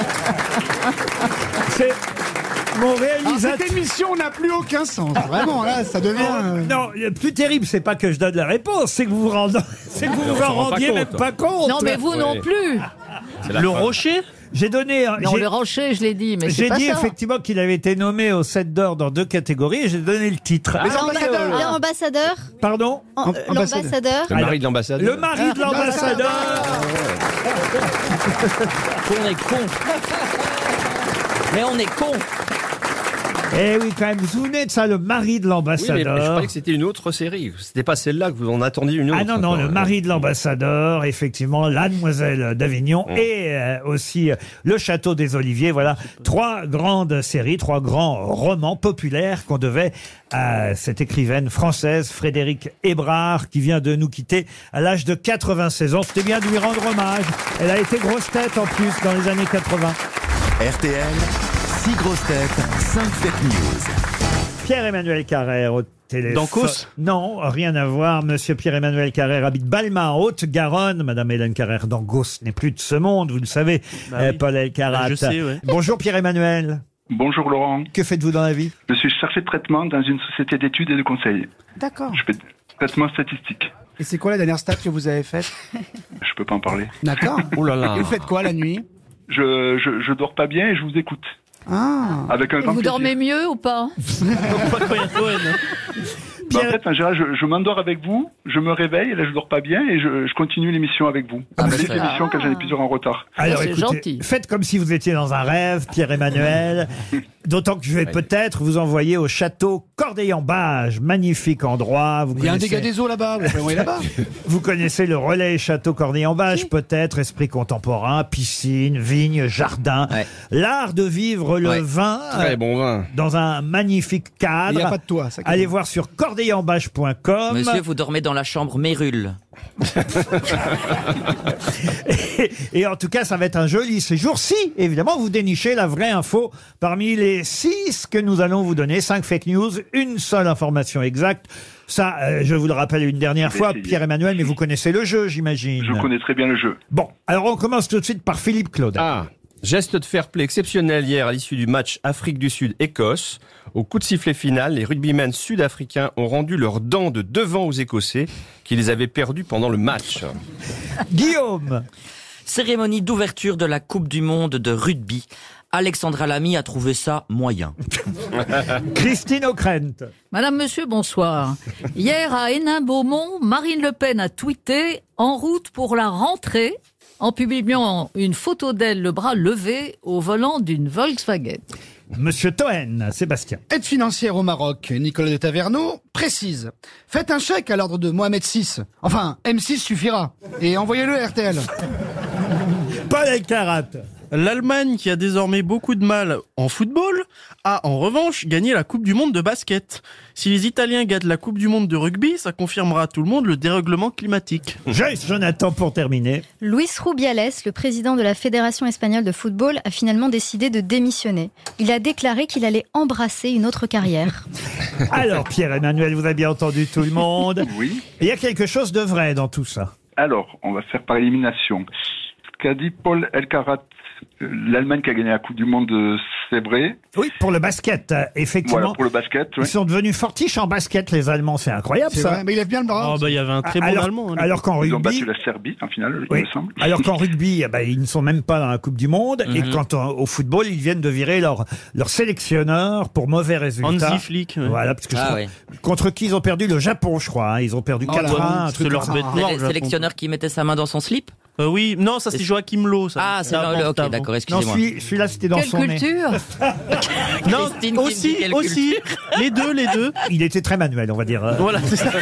C'est mon Alors, réalisateur. cette émission n'a plus aucun sens. Vraiment, là, ça devient... euh, Non, le plus terrible, c'est pas que je donne la réponse, c'est que vous vous rendez, c'est que vous vous s'en en rend pas rendiez compte. même pas compte. Non, mais vous Ouais. non plus. C'est la Le fin. rocher? J'ai donné, un- Non, j'ai- le rocher, je l'ai dit, mais c'est j'ai pas dit ça. effectivement qu'il avait été nommé au sept d'or dans deux catégories et j'ai donné le titre. Les ambassadeurs. L'ambassadeur. Pardon? en- Amb- euh, ambassadeur. L'ambassadeur. Le mari de l'ambassadeur. Le mari de l'ambassadeur. On est con. Mais on est con. Eh oui, quand même, vous vous souvenez de ça, le mari de Oui, mais l'ambassadeur. je croyais que c'était une autre série. C'était pas celle-là que vous en attendiez une autre. Ah non, non, le mari de l'ambassadeur, effectivement, la demoiselle d'Avignon Mm. et euh, aussi euh, le château des Oliviers. Voilà, trois grandes séries, trois grands romans populaires qu'on devait à cette écrivaine française, Frédéric Hébrard, qui vient de nous quitter à l'âge de quatre-vingt-seize ans. C'était bien de lui rendre hommage. Elle a été grosse tête en plus dans les années quatre-vingts. R T L, six grosses têtes, cinq fake news. Pierre-Emmanuel Carrère au téléphone. Dancos ? Non, rien à voir. Monsieur Pierre-Emmanuel Carrère habite Balma, en Haute-Garonne. Madame Hélène Carrère d'Angos n'est plus de ce monde, vous le savez, Bah euh, oui. Paul Elkarat. Bah, je sais, ouais. Bonjour Pierre-Emmanuel. Bonjour Laurent, Que faites-vous dans la vie? je suis chargé de traitement dans une société d'études et de conseil. D'accord. Je fais du traitement statistique. Et c'est quoi la dernière stat que vous avez faite? Je peux pas en parler. D'accord. Oh là là. Et vous faites quoi la nuit? Je, je, je dors pas bien et je vous écoute. Ah. Avec un Et grand vous plaisir. dormez mieux ou pas? Pas quand il y a Toen, hein. Bah, en Pierre- fait, en général, je, je m'endors avec vous, je me réveille, et là je dors pas bien et je, je continue l'émission avec vous. Ah, Vous bah, savez c'est- l'émission quand j'en ai plusieurs en retard. Alors c'est écoutez, gentil. faites comme si vous étiez dans un rêve, Pierre-Emmanuel. D'autant que je vais peut-être vous envoyer au château Corday-en-Bage, magnifique endroit. Vous Il y a un connaissez- dégât des eaux là-bas, vous pouvez envoyer là-bas. Vous connaissez le relais château Corday-en-Bage, peut-être, esprit contemporain, piscine, vigne, jardin. Ouais. L'art de vivre le Ouais. vin Très euh, bon vin. dans un magnifique Il n'y cadre. a pas de toit. Ça, Allez voir sur corday-en-bage point com. Monsieur, vous dormez dans la chambre Mérule. Et, et en tout cas, ça va être un joli séjour. Si, évidemment, vous dénichez la vraie info parmi les six que nous allons vous donner. Cinq fake news, une seule information exacte. Ça, euh, je vous le rappelle une dernière Je vais fois, essayer. Pierre-Emmanuel, mais vous connaissez le jeu, j'imagine. Je connais très bien le jeu. Bon, alors on commence tout de suite par Philippe Claude. Ah, geste de fair play exceptionnel hier à l'issue du match Afrique du Sud-Écosse. Au coup de sifflet final, les rugbymen sud-africains ont rendu leurs dents de devant aux Écossais qui les avaient perdus pendant le match. Guillaume. Cérémonie d'ouverture de la Coupe du Monde de rugby. Alexandra Lamy a trouvé ça moyen. Christine O'Krent. Madame, monsieur, bonsoir. Hier à Hénin-Beaumont, Marine Le Pen a tweeté « En route pour la rentrée » en publiant une photo d'elle, le bras levé, au volant d'une Volkswagen. Monsieur Toen, Sébastien. Aide financière au Maroc, Nicolas de Taverneau précise. Faites un chèque à l'ordre de Mohamed six. Enfin, M six suffira. Et envoyez-le à R T L. Paul Elkarat. L'Allemagne, qui a désormais beaucoup de mal en football, a en revanche gagné la Coupe du Monde de basket. Si les Italiens gagnent la Coupe du Monde de rugby, ça confirmera à tout le monde le dérèglement climatique. Joyce Jonathan pour terminer. Luis Rubiales, le président de la Fédération espagnole de football, a finalement décidé de démissionner. Il a déclaré qu'il allait embrasser une autre carrière. Alors, Pierre-Emmanuel, vous avez bien entendu tout le monde. Oui. Il y a quelque chose de vrai dans tout ça. Alors, on va faire par élimination. Ce qu'a dit Paul Elkarat, euh, l'Allemagne qui a gagné la Coupe du Monde, euh, c'est vrai. Oui, pour le basket, euh, effectivement. Voilà, pour le basket, oui. Ils sont devenus fortiches en basket, les Allemands. C'est incroyable, C'est ça. vrai, mais il lève bien le bras. Oh, bah, il y avait un très bon alors, Allemand. hein. alors qu'en Ils ont rugby, battu la Serbie, en finale, oui. il me semble. Alors qu'en rugby, eh ben, ils ne sont même pas dans la Coupe du Monde. Et Mhm. quand on- au football, ils viennent de virer leur, leur sélectionneur pour mauvais résultats. Hansi Flick. ouais. Voilà, parce que je Ah crois- ouais. contre qui ils ont perdu le Japon, je crois. hein. Ils ont perdu Oh quatre là à un, là, un c'est truc leur comme ça. bête C'est noire, le Japon. sélectionneur qui mettait sa main dans son slip. Euh, oui, non, ça c'est Joachim Low. Ça. Ah, c'est avant, le. Ok, c'était avant. d'accord, Non, excusez-moi. celui- celui-là, c'était dans Quelle son nez. culture Non, Christine qui me aussi, dit quelle aussi, les deux, les deux. Il était très manuel, on va dire. Voilà, c'est ça.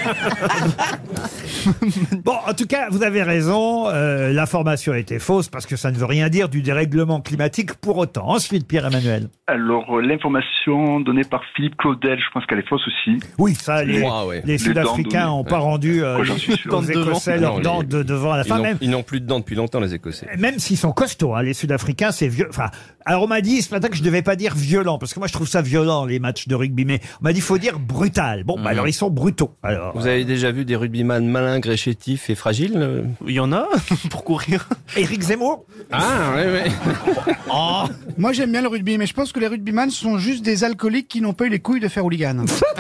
Bon, en tout cas, vous avez raison. euh, L'information était fausse parce que ça ne veut rien dire du dérèglement climatique pour autant. Ensuite, Pierre-Emmanuel. Alors, euh, l'information donnée par Philippe Claudel, je pense qu'elle est fausse aussi. Oui, ça, les, Moi, ouais. les Les Sud-Africains dents n'ont pas rendu euh, Moi, j'en suis sûr. aux Dents de devant. Écossais leurs Non, dents les- de devant à la Ils fin. n'ont- Même, Ils n'ont plus de dents depuis longtemps, les Écossais. même s'ils sont costauds, hein, les Sud-Africains, c'est vieux. Enfin, alors on m'a dit ce matin que je devais pas dire violent, parce que moi je trouve ça violent les matchs de rugby, mais on m'a dit faut dire brutal. Bon, bah Mhm. alors ils sont brutaux. Alors, Vous avez déjà vu des rugbyman malingres et chétifs et fragiles euh Il y en a pour courir. Éric Zemmour. Ah, oui, oui. Oh, Moi, j'aime bien le rugby, mais je pense que les rugbyman sont juste des alcooliques qui n'ont pas eu les couilles de faire hooligan.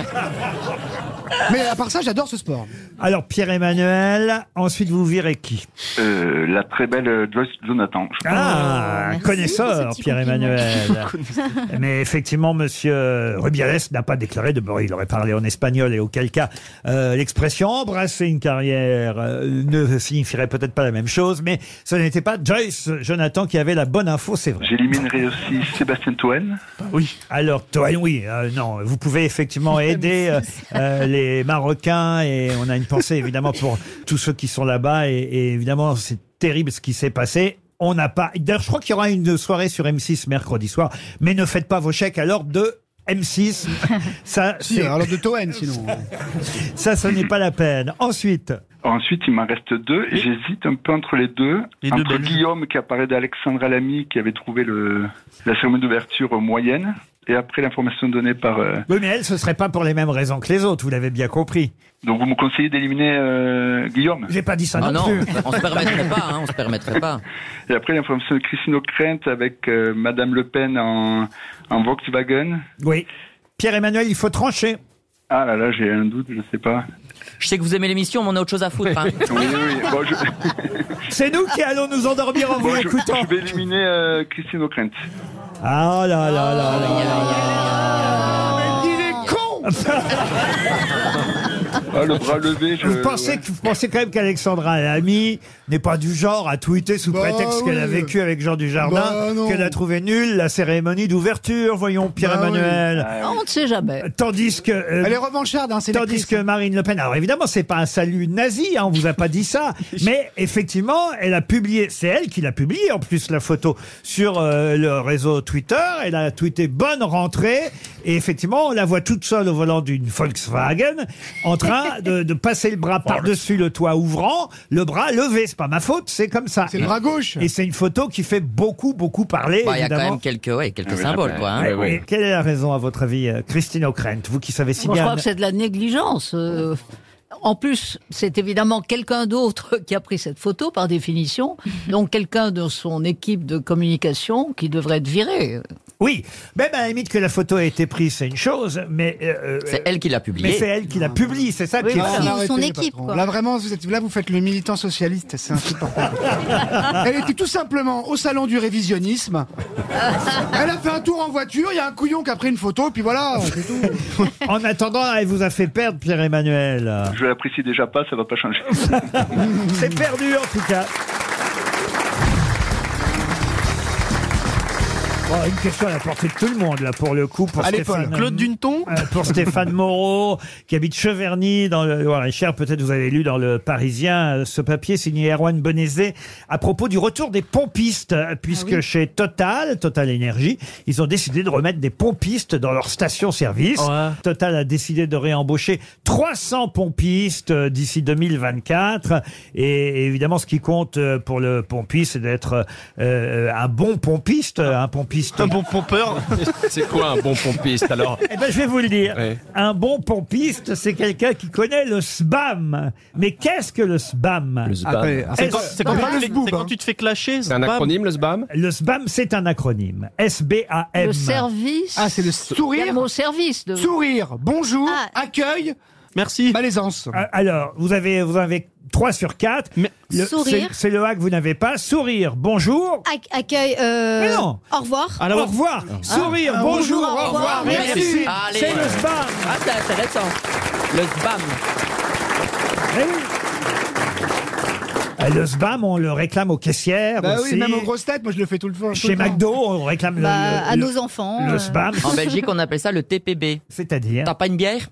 Mais à part ça, j'adore ce sport. alors Pierre-Emmanuel. Ensuite, vous virez qui? Euh, la très belle euh, Joyce Jonathan. je Ah, merci connaisseur, pour ce petit Pierre-Emmanuel. Mais effectivement, Monsieur Rubiales n'a pas déclaré de bon, il aurait parlé en espagnol et auquel cas euh, l'expression embrasser une carrière euh, ne signifierait peut-être pas la même chose, mais ce n'était pas Joyce Jonathan qui avait la bonne info, c'est vrai. J'éliminerai aussi Sébastien Toen. Oui. Alors, toi, oui, euh, non, vous pouvez effectivement aider euh, euh, les Marocains et on a une pensée évidemment pour tous ceux qui sont là-bas et, et évidemment c'est terrible ce qui s'est passé. On n'a pas. D'ailleurs, je crois qu'il y aura une soirée sur M six mercredi soir, mais ne faites pas vos chèques à l'ordre de M six. Ça, Si, c'est- alors de Toen, sinon. ça, ce n'est pas la peine. Ensuite, Ensuite, il m'en reste deux. Et j'hésite un peu entre les deux. Les deux entre Belges. Guillaume, qui apparaît d'Alexandre Lamy, qui avait trouvé le, la cérémonie d'ouverture moyenne. Et après, l'information donnée par... euh, oui, mais elle, ce serait pas pour les mêmes raisons que les autres. Vous l'avez bien compris. Donc, vous me conseillez d'éliminer euh, Guillaume. J'ai pas dit ça Ah non, non, plus. on se permettrait pas, hein, on se permettrait pas. Et après, l'information de Christine O'Krent avec euh, Madame Le Pen en, en Volkswagen. Oui, Pierre-Emmanuel, il faut trancher. Ah là là, j'ai un doute, je sais pas. Je sais que vous aimez l'émission, mais on a autre chose à foutre. Hein. Oui, oui, oui. Bon, je... C'est nous qui allons nous endormir en bon, vous je, écoutant. je vais éliminer euh, Christine O'Krent. Ah là là là là. Il est con. Ah, le bras levé, je... Vous pensez, ouais. que, vous pensez quand même qu'Alexandra Lamy n'est pas du genre à tweeter sous Bah prétexte qu'elle a oui. vécu avec Jean Dujardin, Bah non. qu'elle a trouvé nulle la cérémonie d'ouverture, voyons Pierre-Emmanuel. Ah, Ah, on ne sait jamais. Tandis que... euh, Elle est revancharde, hein, c'est Tandis l'actrice. que Marine Le Pen, alors évidemment, c'est pas un salut nazi, hein, on vous a pas dit ça, mais effectivement, elle a publié, c'est elle qui l'a publié en plus la photo sur euh, le réseau Twitter. Elle a tweeté bonne rentrée et effectivement, on la voit toute seule au volant d'une Volkswagen, en train de, de passer le bras par-dessus le toit ouvrant, le bras levé. C'est pas ma faute, c'est comme ça. C'est le bras gauche. Et c'est une photo qui fait beaucoup, beaucoup parler. Bah, il y a quand évidemment. même quelques, ouais, quelques Ah oui, symboles, ça, quoi. Hein. ouais, Et ouais. quelle est la raison, à votre avis, euh, Christine O'Krent, vous qui savez si Moi, je bien... crois que c'est de la négligence. euh. En plus, c'est évidemment quelqu'un d'autre qui a pris cette photo, par définition. Donc, quelqu'un de son équipe de communication qui devrait être viré. Oui, même à la limite que la photo a été prise, c'est une chose, mais euh, C'est elle qui l'a publié. mais c'est elle qui la publie, c'est ça Oui, qui est voilà. fou. Ou Arrêtez, son le équipe, patron. quoi. Là, vraiment, vous êtes, là, vous faites le militant socialiste, c'est insupportable. Elle était tout simplement au salon du révisionnisme. Elle a fait un tour en voiture, il y a un couillon qui a pris une photo, puis voilà, c'est tout. En attendant, elle vous a fait perdre, Pierre-Emmanuel. Je l'apprécie déjà pas, ça va pas changer. C'est perdu, en tout cas. Bon, une question à la portée de tout le monde, là, pour le coup. Pour Allez, Stéphane, Paul. Claude Duneton. Euh, pour Stéphane Moreau, qui habite Cheverny, dans le Loir-et-Cher. Peut-être vous avez lu dans le Parisien euh, ce papier signé Erwan Bonezé à propos du retour des pompistes, euh, puisque chez Total, Total Énergie, ils ont décidé de remettre des pompistes dans leur station-service. Ouais. Total a décidé de réembaucher trois cents pompistes euh, d'ici deux mille vingt-quatre. Et évidemment, ce qui compte euh, pour le pompiste, c'est d'être euh, un bon pompiste, un pompiste pompiste. Un bon pompeur. C'est quoi un bon pompiste alors? Eh ben, je vais vous le dire. Ouais. Un bon pompiste, c'est quelqu'un qui connaît le S B A M. Mais qu'est-ce que le S B A M? Le S B A M. Après, C'est quand, c'est quand pas tu le te fais- sboob, c'est quand hein. tu te fais clasher. C'est un acronyme, le S B A M? Le S B A M, c'est un acronyme. S B A M. Le service. Ah, c'est le Il y a sourire. le mot service. De... Sourire, bonjour, Ah. accueil, Merci. malaisance. Euh, Alors, vous avez, vous avez trois sur quatre. Mais- Le- Sourire. c'est- C'est le A que vous n'avez pas. Sourire, bonjour. Ac- accueil. Euh... Mais non. Au revoir. À la Au revoir. Sourire, bonjour, bonjour, au revoir. merci. Merci. Allez. C'est le S B A M. Ah, c'est intéressant. Le S B A M. Eh oui. Euh, Le S B A M, on le réclame aux caissières Bah aussi. oui, même aux grosses têtes, moi je le fais tout le temps. Chez McDo, on réclame le- Bah, le, à le- nos enfants. le euh, S B A M. En Belgique, on appelle ça le T P B. C'est-à-dire T'as pas une bière?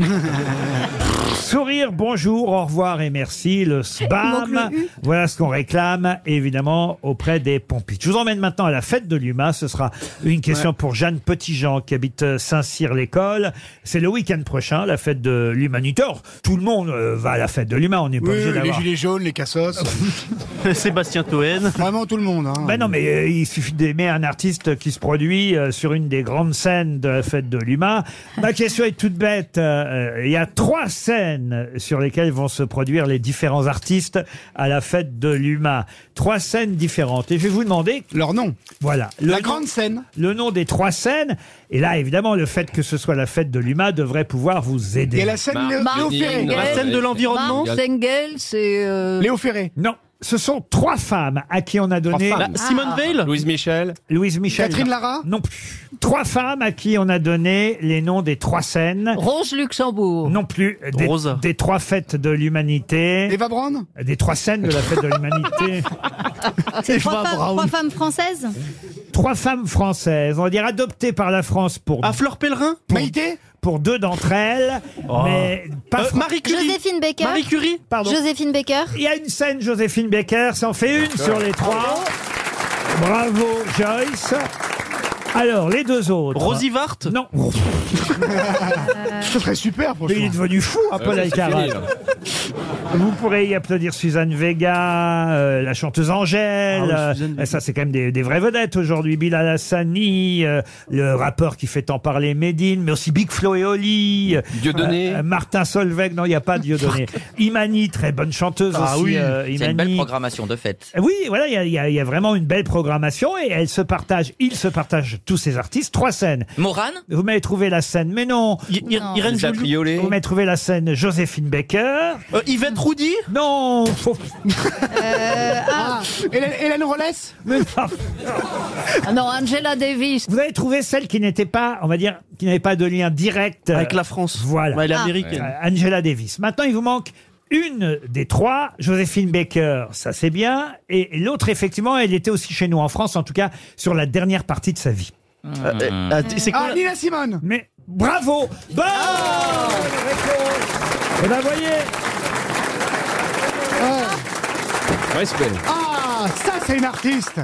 sourire, bonjour, au revoir et merci, le S B A manque M. le U. Voilà ce qu'on réclame, évidemment, auprès des pompistes. Je vous emmène maintenant à la fête de l'U M A. Ce sera une question pour Jeanne Petitjean, qui habite Saint-Cyr-l'École. C'est le week-end prochain, la fête de l'Humanité. Or, tout le monde euh, va à la fête de l'U M A. On n'est pas Oui, obligé les d'avoir... gilets jaunes, les cassos, Sébastien Toen. vraiment tout le monde. Hein. Ben non, mais euh, il suffit d'aimer un artiste qui se produit euh, sur une des grandes scènes de la fête de l'U M A. Ma question est toute bête. Euh, Il y a trois scènes sur lesquelles vont se produire les différents artistes à la fête de l'U M A. Trois scènes différentes. Et je vais vous demander... Leur nom. Voilà. Le La nom- grande scène. Le nom des trois scènes. Et là, évidemment, le fait que ce soit la fête de l'U M A devrait pouvoir vous aider. Et la scène Mar- Léo, Mar- Léo Ferré. Mar- La scène de l'environnement. Marc Sengel, c'est... euh, Léo Ferré. Non. Ce sont trois femmes à qui on a donné... Trois La- femmes. Simone Veil. Louise Michel. Louise Michel. Catherine non. Lara. Non plus. Trois femmes à qui on a donné les noms des trois scènes. Rose Luxembourg. Non plus. Des, Rosa. des trois fêtes de l'humanité. Eva Braun. Des trois scènes de la fête de l'humanité. C'est Eva trois, femmes- Braun. trois femmes françaises. Trois femmes françaises, on va dire adoptées par la France pour, À Fleur Pellerin. Maïté. pour deux d'entre elles. Mais pas Euh, fran- Marie Curie. Joséphine Baker. Marie Curie. Pardon. Joséphine Baker. Il y a une scène, Joséphine Baker, ça en fait une sur les trois. Bravo, Joyce. Alors, les deux autres. Rosie Vart. Non. Ce serait super, Mais il est franchement. devenu fou, un peu Euh, c'est Alcaraz. fini, là. Vous pourrez y applaudir Suzanne Vega, euh, la chanteuse Angèle. Ah oui, euh, Suzanne Vega. ça, c'est quand même des, des vraies vedettes aujourd'hui. Bilal Hassani, euh, le rappeur qui fait tant parler Médine, mais aussi Big Flo et Oli. euh, Dieudonné. euh, Martin Solveig, non, il n'y a pas de Dieudonné. Imani, très bonne chanteuse Ah aussi. oui. euh, C'est une belle Imani. programmation de fête. Oui, voilà, il y a, il y a- il y a vraiment une belle programmation et elle se partage, ils se partagent, tous ces artistes, trois scènes. Morane. Vous m'avez trouvé la scène, mais non. I- I- Non. Irène Lisa Joliot. Triolet. Vous m'avez trouvé la scène Joséphine Baker. Euh, Yvette Roudy. Non, faut... Ah, Hélène, Hélène Rollès. mais non. Ah non, Angela Davis. Vous avez trouvé celle qui n'était pas, on va dire, qui n'avait pas de lien direct euh, Avec la France. Voilà. Ouais, elle est Ah. américaine. euh, Angela Davis. Maintenant, il vous manque une des trois, Joséphine Baker, ça c'est bien, et l'autre, effectivement, elle était aussi chez nous en France, en tout cas sur la dernière partie de sa vie. Euh, euh, euh, c'est quoi Ah, la- Nina Simone. Mais bravo, bonne réponse. Et ben voyez, Ouais, c'est belle. Ah, ça c'est une artiste.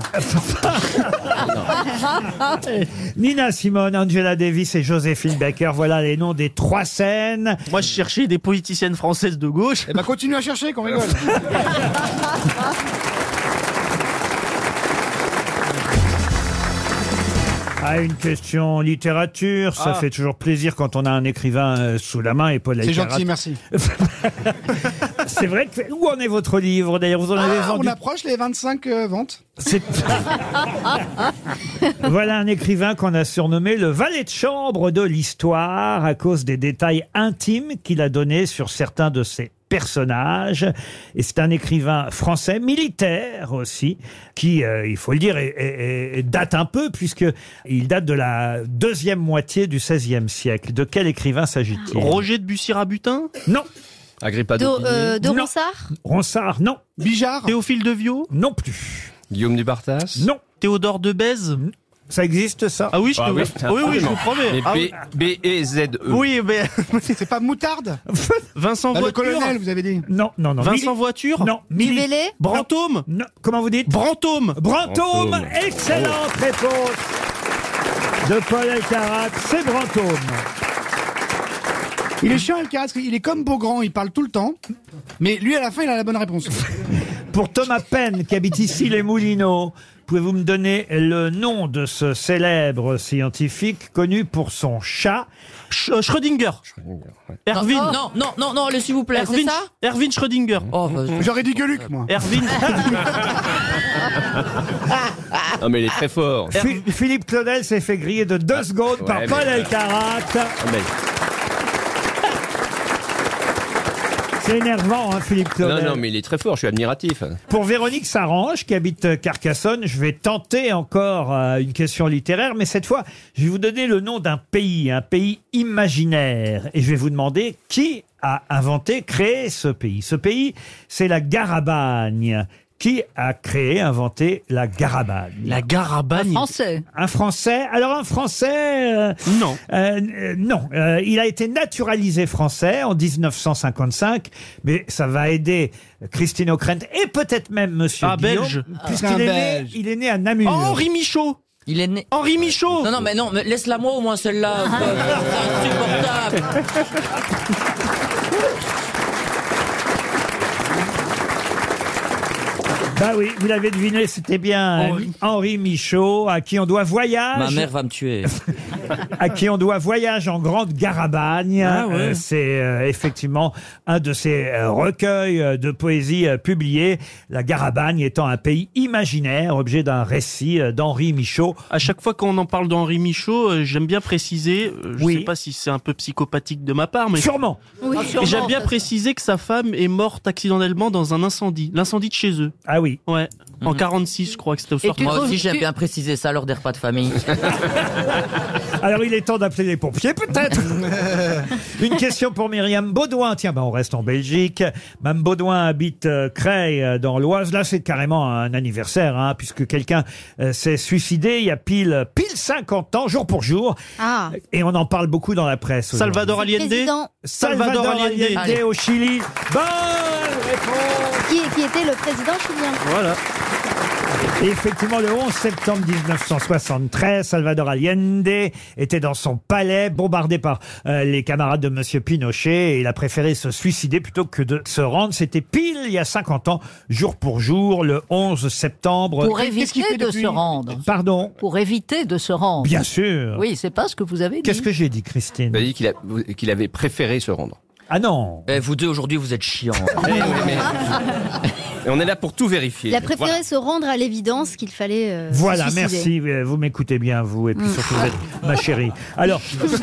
Nina Simone, Angela Davis et Joséphine Baker, voilà les noms des trois scènes. Moi, je cherchais des politiciennes françaises de gauche. Eh ben continue à chercher qu'on rigole. Ah, une question littérature, ça Ah. fait toujours plaisir quand on a un écrivain euh, sous la main et Paul C'est Alcarat. gentil, merci. C'est vrai que où en est votre livre d'ailleurs, vous en avez Ah, on vendu. approche les vingt-cinq euh, ventes. C'est- Voilà un écrivain qu'on a surnommé le valet de chambre de l'histoire à cause des détails intimes qu'il a donnés sur certains de ses personnages. Et c'est un écrivain français, militaire aussi, qui, euh, il faut le dire, est- est- est- date un peu puisque il date de la deuxième moitié du seizième siècle. De quel écrivain s'agit-il? Roger de Bussy-Rabutin. Non. Agrippa De, d'Aubigné. euh, de Non. Ronsard. Ronsard, non. Bijard. Théophile de Viau. Non plus. Guillaume du Bartas. Non. Théodore de Bèze. Ça existe, ça? Ah oui, je Ah te oui, oui, oui, je vous absolument. promets. Mais Ah oui. B, B, E, Z, E. Oui, mais C'est pas Moutarde. Vincent Bah, le Voiture. colonel, vous avez dit. Non, non, non. Vincent Mili- Voiture. Non. Mili- Duvélé. Brantôme. Non. Comment vous dites? Brantôme. Brantôme. Brantôme. Excellente réponse de Paul Alcarat. C'est Brantôme. Il est chiant, Alcaraz, parce qu'il est comme Beaugrand, il parle tout le temps. Mais lui, à la fin, il a la bonne réponse. Pour Thomas Penn, qui habite ici les Moulineaux, Pouvez-vous me donner le nom de ce célèbre scientifique connu pour son chat? Sch- euh, Schrödinger. Erwin. Non, non, non, non, allez, s'il vous plaît, c'est Erwin, ça? Erwin Schrödinger. Oh, vas-y. J'aurais dit Gueuluc, moi. Erwin. Non, mais il est très fort. Phi- Philippe Claudel s'est fait griller de deux secondes par ouais, Paul mais- Elkarat. Ah, mais- C'est énervant, hein, Philippe Claudel. Non, non, mais il est très fort, je suis admiratif. Pour Véronique Sarange, qui habite euh, Carcassonne, je vais tenter encore euh, une question littéraire, mais cette fois, je vais vous donner le nom d'un pays, un pays imaginaire. Et je vais vous demander qui a inventé, créé ce pays. Ce pays, c'est la Garabagne. Qui a créé, inventé la Garabagne? La Garabagne. Français. Un Français. Alors un Français. euh, Non. euh, euh, non. Euh, il a été naturalisé français en dix-neuf cent cinquante-cinq, mais ça va aider Christine O'Krent et peut-être même Monsieur Ah, Guillaume, belge. puisqu'il Un est né, Belge. il est né à Namur. Oh, Henri Michaud. Il est né. Henri Michaud. Non, non, mais non, mais laisse-la moi au moins celle-là. C'est insupportable. Bah oui, vous l'avez deviné, c'était bien Henri. Henri Michaud, à qui on doit voyage. Ma mère va me tuer. À qui on doit Voyage en Grande Garabagne. Ah ouais. Euh, c'est euh, effectivement un de ces euh, recueils euh, de poésie euh, publiés. La Garabagne étant un pays imaginaire, objet d'un récit euh, d'Henri Michaud. À chaque fois qu'on en parle d'Henri Michaud, euh, j'aime bien préciser, euh, je Oui. sais pas si c'est un peu psychopathique de ma part, mais Sûrement. Oui, mais j'aime bien préciser que sa femme est morte accidentellement dans un incendie, l'incendie de chez eux. Ah oui. Ouais, en quarante-six, je crois que c'était au Et tu Moi trouves- aussi, j'aime tu- bien préciser ça lors des repas de famille. Alors il est temps d'appeler les pompiers, peut-être. Une question pour Myriam Baudouin. Tiens, ben on reste en Belgique. Mme Baudouin habite euh, Creil, euh, dans l'Oise. Là, c'est carrément un anniversaire, hein, puisque quelqu'un euh, s'est suicidé il y a pile pile cinquante ans, jour pour jour. Ah, Et on en parle beaucoup dans la presse. aujourd'hui. Salvador c'est le Allende. président Salvador Allende. Allez. au Chili. Bonne réponse. qui, qui était le président chilien. Voilà. Et effectivement, le onze septembre mille neuf cent soixante-treize, Salvador Allende était dans son palais, bombardé par euh, les camarades de Monsieur Pinochet, et il a préféré se suicider plutôt que de se rendre. C'était pile il y a cinquante ans, jour pour jour, le onze septembre. Pour Qu'est-ce qu'il éviter fait de depuis se rendre. Pardon. Pour éviter de se rendre. Bien sûr. Oui, c'est pas ce que vous avez dit. Qu'est-ce que j'ai dit, Christine? Il a dit qu'il a- qu'il avait préféré se rendre. Ah non. Eh, vous deux, aujourd'hui, vous êtes chiants. Eh oui, mais- Et on est là pour tout vérifier. Il a préféré Voilà. se rendre à l'évidence qu'il fallait. euh, se Voilà, suicider. merci. Euh, Vous m'écoutez bien, vous, et puis surtout, vous êtes ma chérie. Alors,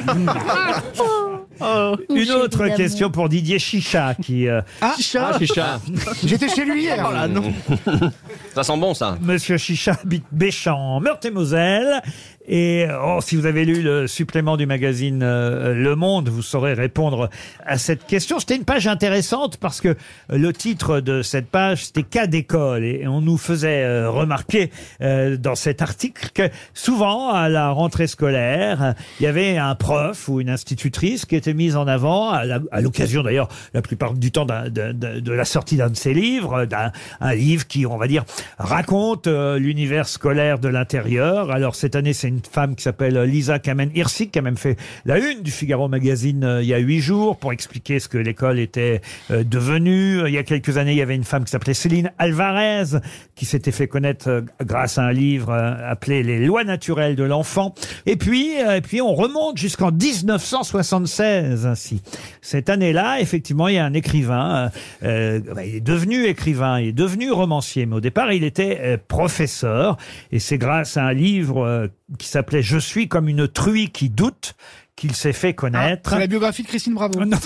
une Chérie autre d'amour. question pour Didier Chicha, qui... euh, Ah, Ah, chicha. j'étais chez lui hier. Oh là, non. Ça sent bon, ça. Monsieur Chicha habite Béchamp, en Meurthe-et-Moselle. Et oh, si vous avez lu le supplément du magazine euh, Le Monde, vous saurez répondre à cette question. C'était une page intéressante parce que le titre de cette page, c'était cas d'école. Et on nous faisait euh, remarquer euh, dans cet article que souvent, à la rentrée scolaire, il y avait un prof ou une institutrice qui était mise en avant, à la- à l'occasion d'ailleurs, la plupart du temps, d'un- de, de- de la sortie d'un de ses livres, d'un un livre qui, on va dire, raconte euh, l'univers scolaire de l'intérieur. Alors cette année, c'est une femme qui s'appelle Lisa Kamen-Hirsig, qui a même fait la une du Figaro Magazine euh, il y a huit jours pour expliquer ce que l'école était euh, devenue. Il y a quelques années, il y avait une femme qui s'appelait Céline Alvarez, qui s'était fait connaître euh, grâce à un livre euh, appelé Les lois naturelles de l'enfant. Et puis, euh, et puis on remonte jusqu'en dix-neuf cent soixante-seize ainsi. Cette année-là, effectivement, il y a un écrivain, euh, euh, bah, il est devenu écrivain, il est devenu romancier, mais au départ, il était euh, professeur, et c'est grâce à un livre euh, qui s'appelait « Je suis comme une truie qui doute » qu'il s'est fait connaître. C'est la biographie de Christine Bravo. Non.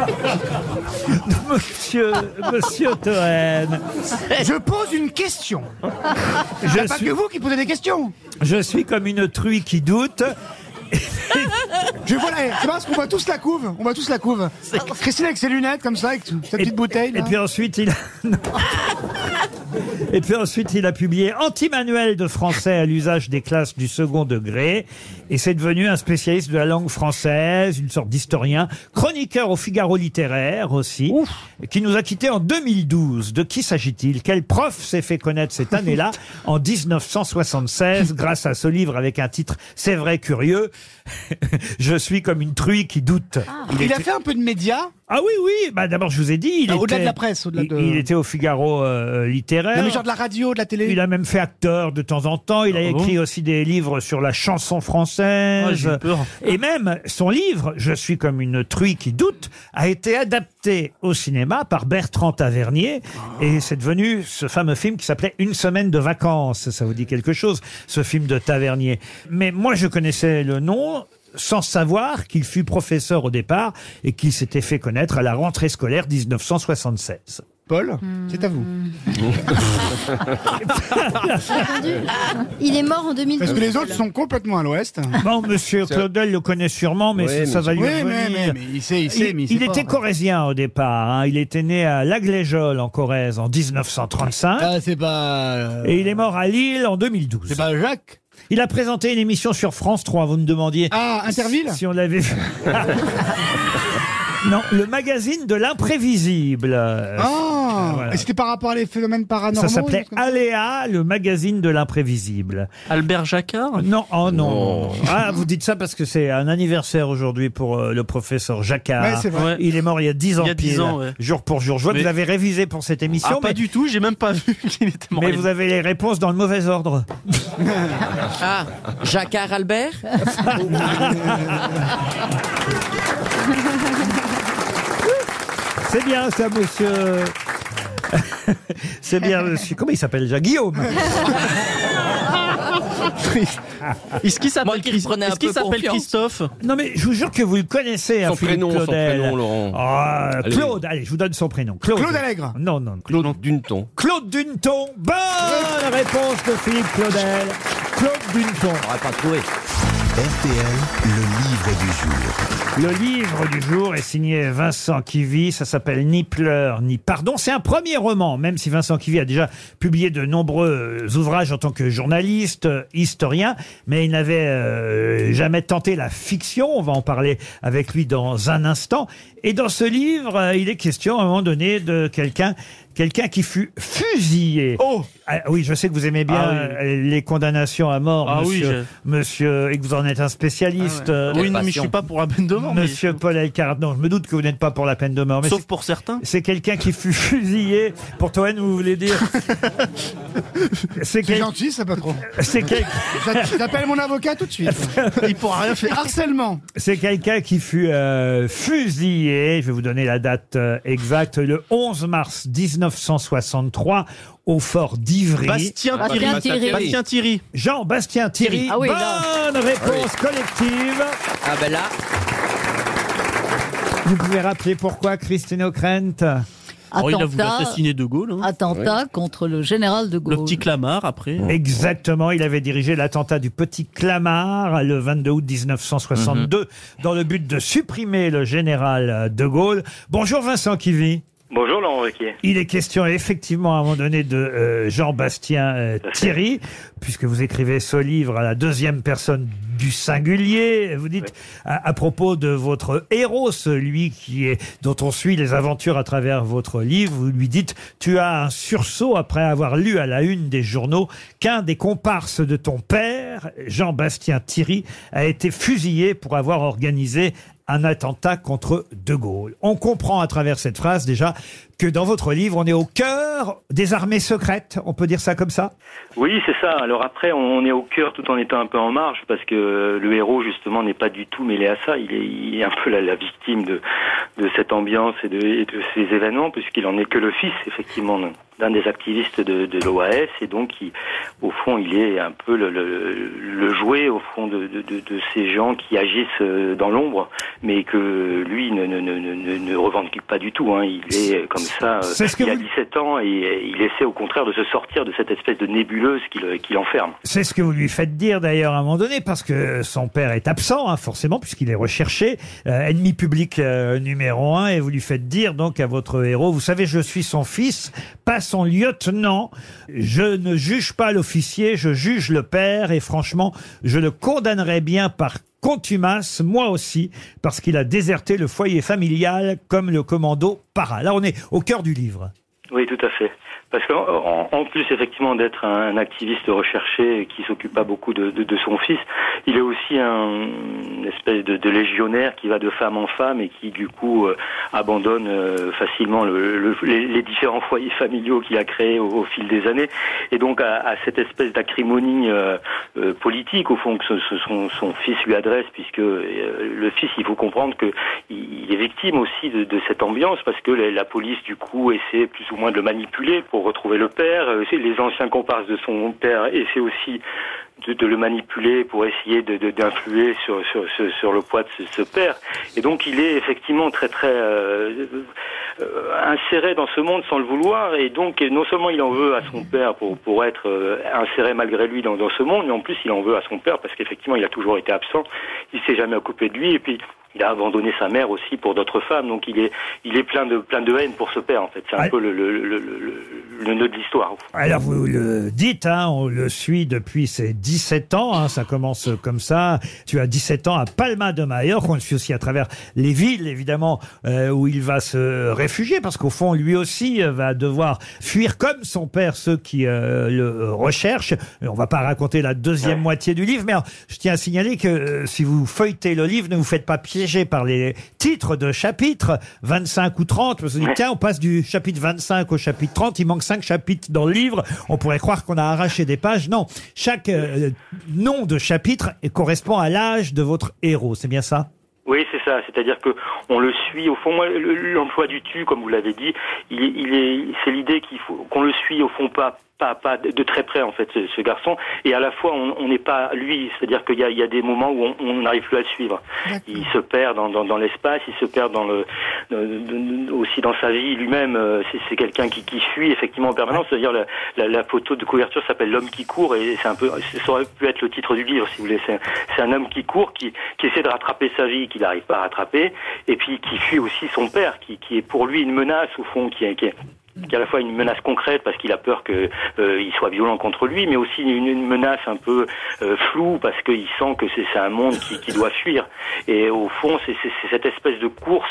Monsieur, monsieur Toen, Je pose une question. Il je n'y a pas suis, que vous qui posez des questions. je suis comme une truie qui doute. Je vois la, c'est parce qu'on voit tous la couve. On voit tous la couve. Christine avec ses lunettes comme ça, avec sa petite bouteille. Et là. puis ensuite, il a... Non. Et puis ensuite, il a publié Anti-manuel de français à l'usage des classes du second degré. Et c'est devenu un spécialiste de la langue française, une sorte d'historien, chroniqueur au Figaro littéraire aussi, qui nous a quittés en deux mille douze. De qui s'agit-il? Quel prof s'est fait connaître cette année-là, en dix-neuf cent soixante-seize, grâce à ce livre avec un titre « C'est vrai curieux ». Je suis comme une truie qui doute. Il a fait un peu de médias. Ah oui, oui. Bah, d'abord, je vous ai dit, il Ah, était... au-delà de la presse, au-delà il, de- il était au Figaro euh, littéraire. Non, mais genre de la radio, de la télé. Il a même fait acteur de temps en temps. Il a Ah écrit bon aussi des livres sur la chanson française. Ah, j'ai eu peur. Et même son livre, Je suis comme une truie qui doute, a été adapté au cinéma par Bertrand Tavernier. Et c'est devenu ce fameux film qui s'appelait Une semaine de vacances. Ça vous dit quelque chose, ce film de Tavernier. Mais moi, je connaissais le nom sans savoir qu'il fut professeur au départ et qu'il s'était fait connaître à la rentrée scolaire dix-neuf cent soixante-seize. Paul, c'est à vous. Il est mort en deux mille douze. Parce que les autres sont complètement à l'ouest. Bon, monsieur Claudel le connaît sûrement, mais Oui, ça, ça mais- va lui Oui, revenir. mais- mais- mais il sait, il sait, mais il sait il pas. était corrézien au départ. Hein. Il était né à Lagléjol, en Corrèze, en dix-neuf cent trente-cinq. Ah, c'est pas... euh, Et il est mort à Lille en deux mille douze. C'est pas Jacques? Il a présenté une émission sur France trois, vous me demandiez. Ah, Interville? Si on l'avait vu. Non, le magazine de l'imprévisible. Euh, Ah, voilà. et c'était par rapport à les phénomènes paranormaux? Ça s'appelait des choses comme ça Aléa, le magazine de l'imprévisible. Albert Jacquard? Non, oh non. Ah, vous dites ça parce que c'est un anniversaire aujourd'hui pour euh, le professeur Jacquard. Ouais, c'est vrai. Ouais. Il est mort il y a dix ans Il y a dix pile, ans, ouais. jour pour jour. Je vois que Mais- vous avez révisé pour cette émission, Ah, pas mais, du tout, j'ai même pas vu qu'il était mort. mais vous avez les réponses dans le mauvais ordre. Ah, Jacquard Albert C'est bien ça, monsieur. C'est bien, monsieur. Comment il s'appelle déjà? Guillaume. Est-ce qu'il Moi s'appelle qui Chris- prenais un est-ce qu'il peu s'appelle confiance. Christophe? Non mais je vous jure que vous le connaissez, hein, Son Philippe prénom, son Claudel. prénom, Laurent. Ah, Allez. Claude, allez, je vous donne son prénom. Claude. Claude Allègre. Non, non. Claude Duneton. Claude Duneton. Bonne réponse de Philippe Claudel. Claude Duneton. On va pas trouvé. R T L, le livre du jour. Le livre du jour est signé Vincent Quivy. Ça s'appelle Ni pleurs ni pardon. C'est un premier roman, même si Vincent Quivy a déjà publié de nombreux ouvrages en tant que journaliste, euh, historien, mais il n'avait euh, jamais tenté la fiction. On va en parler avec lui dans un instant. Et dans ce livre, euh, il est question à un moment donné de quelqu'un quelqu'un qui fut fusillé. Oh Ah, oui, je sais que vous aimez bien Ah oui. euh, les condamnations à mort, Ah oui, monsieur, monsieur, et que vous en êtes un spécialiste. euh, Oui, non, mais je passion. suis pas pour la peine de mort. mais- Monsieur Paul Elkarat, non, je me doute que vous n'êtes pas pour la peine de mort. Mais Sauf c'est- pour certains. c'est quelqu'un qui fut fusillé. Pour Toen, vous voulez dire C'est C'est quel- gentil, ça, pas trop. c'est quel- J'a- J'appelle mon avocat tout de suite. Il pourra rien faire. Harcèlement. c'est quelqu'un qui fut euh, fusillé. Je vais vous donner la date euh, exacte. Le onze mars mille neuf cent soixante-trois au fort d'Ivry. Bastien Bastien Thierry. Thierry. Bastien Thierry. Jean-Bastien Thierry. Ah oui, Bonne là. réponse collective. Ah ben là, Vous pouvez rappeler pourquoi, Christine O'Krent? Oh, il a voulu Attentat, assassiner De Gaulle. hein. attentat contre le général de Gaulle. Le petit Clamart, après. Exactement, il avait dirigé l'attentat du Petit Clamart le vingt-deux août mille neuf cent soixante-deux dans le but de supprimer le général de Gaulle. Bonjour Vincent Quivy. Bonjour Laurent Ruquier. Il est question effectivement à un moment donné de euh, Jean-Bastien euh, Thierry, puisque vous écrivez ce livre à la deuxième personne du singulier. Vous dites à, à propos de votre héros, celui qui est dont on suit les aventures à travers votre livre, vous lui dites tu as un sursaut après avoir lu à la une des journaux qu'un des comparses de ton père, Jean-Bastien Thierry, a été fusillé pour avoir organisé un attentat contre De Gaulle. On comprend à travers cette phrase déjà que dans votre livre, on est au cœur des armées secrètes, on peut dire ça comme ça? Oui, c'est ça. Alors après, on est au cœur tout en étant un peu en marge parce que le héros, justement, n'est pas du tout mêlé à ça. Il est, il est un peu la, la victime de, de cette ambiance et de, et de ces événements puisqu'il en est que le fils, effectivement, d'un des activistes de, de l'O A S et donc, il, au fond, il est un peu le, le, le jouet, au fond, de, de, de, de ces gens qui agissent dans l'ombre, mais que lui ne, ne, ne, ne, ne revendique pas du tout. Hein. Il est comme ça, C'est ce que il a vous- dix-sept ans et il essaie au contraire de se sortir de cette espèce de nébuleuse qui, le, qui l'enferme. C'est ce que vous lui faites dire d'ailleurs à un moment donné, parce que son père est absent, hein, forcément, puisqu'il est recherché, euh, ennemi public euh, numéro un, et vous lui faites dire donc à votre héros, vous savez, je suis son fils, pas son lieutenant, je ne juge pas l'officier, je juge le père, et franchement, je le condamnerais bien par contumace, moi aussi, parce qu'il a déserté le foyer familial comme le commando para. Là, on est au cœur du livre. Oui, tout à fait. Parce qu'en en plus, effectivement, d'être un, un activiste recherché qui s'occupe pas beaucoup de, de, de son fils, il est aussi un, une espèce de, de légionnaire qui va de femme en femme et qui, du coup, euh, abandonne euh, facilement le, le, les, les différents foyers familiaux qu'il a créés au, au fil des années. Et donc, à, à cette espèce d'acrimonie euh, euh, politique, au fond, que ce, ce, son, son fils lui adresse, puisque euh, le fils, il faut comprendre que il est victime aussi de, de cette ambiance, parce que la, la police, du coup, essaie plus ou moins de le manipuler pour retrouver le père. Les anciens comparses de son père essaient aussi de, de le manipuler pour essayer de, de, d'influer sur, sur, sur, sur le poids de ce, ce père. Et donc il est effectivement très très euh, euh, inséré dans ce monde sans le vouloir. Et donc non seulement il en veut à son père pour, pour être euh, inséré malgré lui dans, dans ce monde, mais en plus il en veut à son père parce qu'effectivement il a toujours été absent. Il s'est jamais occupé de lui. Et puis il a abandonné sa mère aussi pour d'autres femmes, donc il est, il est plein de, plein de haine pour ce père, en fait. C'est un ah. peu le, le, le, le, le nœud de l'histoire. Alors, vous le dites, hein, on le suit depuis ses dix-sept ans, hein, ça commence comme ça. Tu as dix-sept ans à Palma de Majorque, on le suit aussi à travers les villes, évidemment, euh, où il va se réfugier, parce qu'au fond, lui aussi euh, va devoir fuir comme son père, ceux qui euh, le recherchent. On va pas raconter la deuxième ouais. moitié du livre, mais alors, je tiens à signaler que euh, si vous feuilletez le livre, ne vous faites pas piéger par les titres de chapitres, vingt-cinq ou trente. Vous vous dites, tiens, on passe du chapitre vingt-cinq au chapitre trente, il manque cinq chapitres dans le livre, on pourrait croire qu'on a arraché des pages. Non, chaque euh, nom de chapitre correspond à l'âge de votre héros, c'est bien ça ? Oui, c'est ça. C'est-à-dire que on le suit. Au fond, moi, l'emploi du tu, comme vous l'avez dit, il est, il est, c'est l'idée qu'il faut qu'on le suit au fond pas. Pas, pas de très près en fait ce, ce garçon, et à la fois on n'est pas lui, c'est-à-dire qu'il y a, il y a des moments où on n'arrive plus à le suivre. D'accord. Il se perd dans, dans, dans l'espace, il se perd dans le, dans, aussi dans sa vie lui-même. C'est, c'est quelqu'un qui, qui fuit effectivement en permanence. C'est-à-dire la, la, la photo de couverture s'appelle L'homme qui court, et c'est un peu, ça aurait pu être le titre du livre si vous voulez. C'est, c'est un homme qui court, qui, qui essaie de rattraper sa vie, qu'il n'arrive pas à rattraper, et puis qui fuit aussi son père, qui, qui est pour lui une menace au fond, qui est, qui est qui est à la fois une menace concrète parce qu'il a peur que euh, il soit violent contre lui, mais aussi une, une menace un peu euh, floue parce qu'il sent que c'est, c'est un monde qui, qui doit fuir. Et au fond, c'est, c'est, c'est cette espèce de course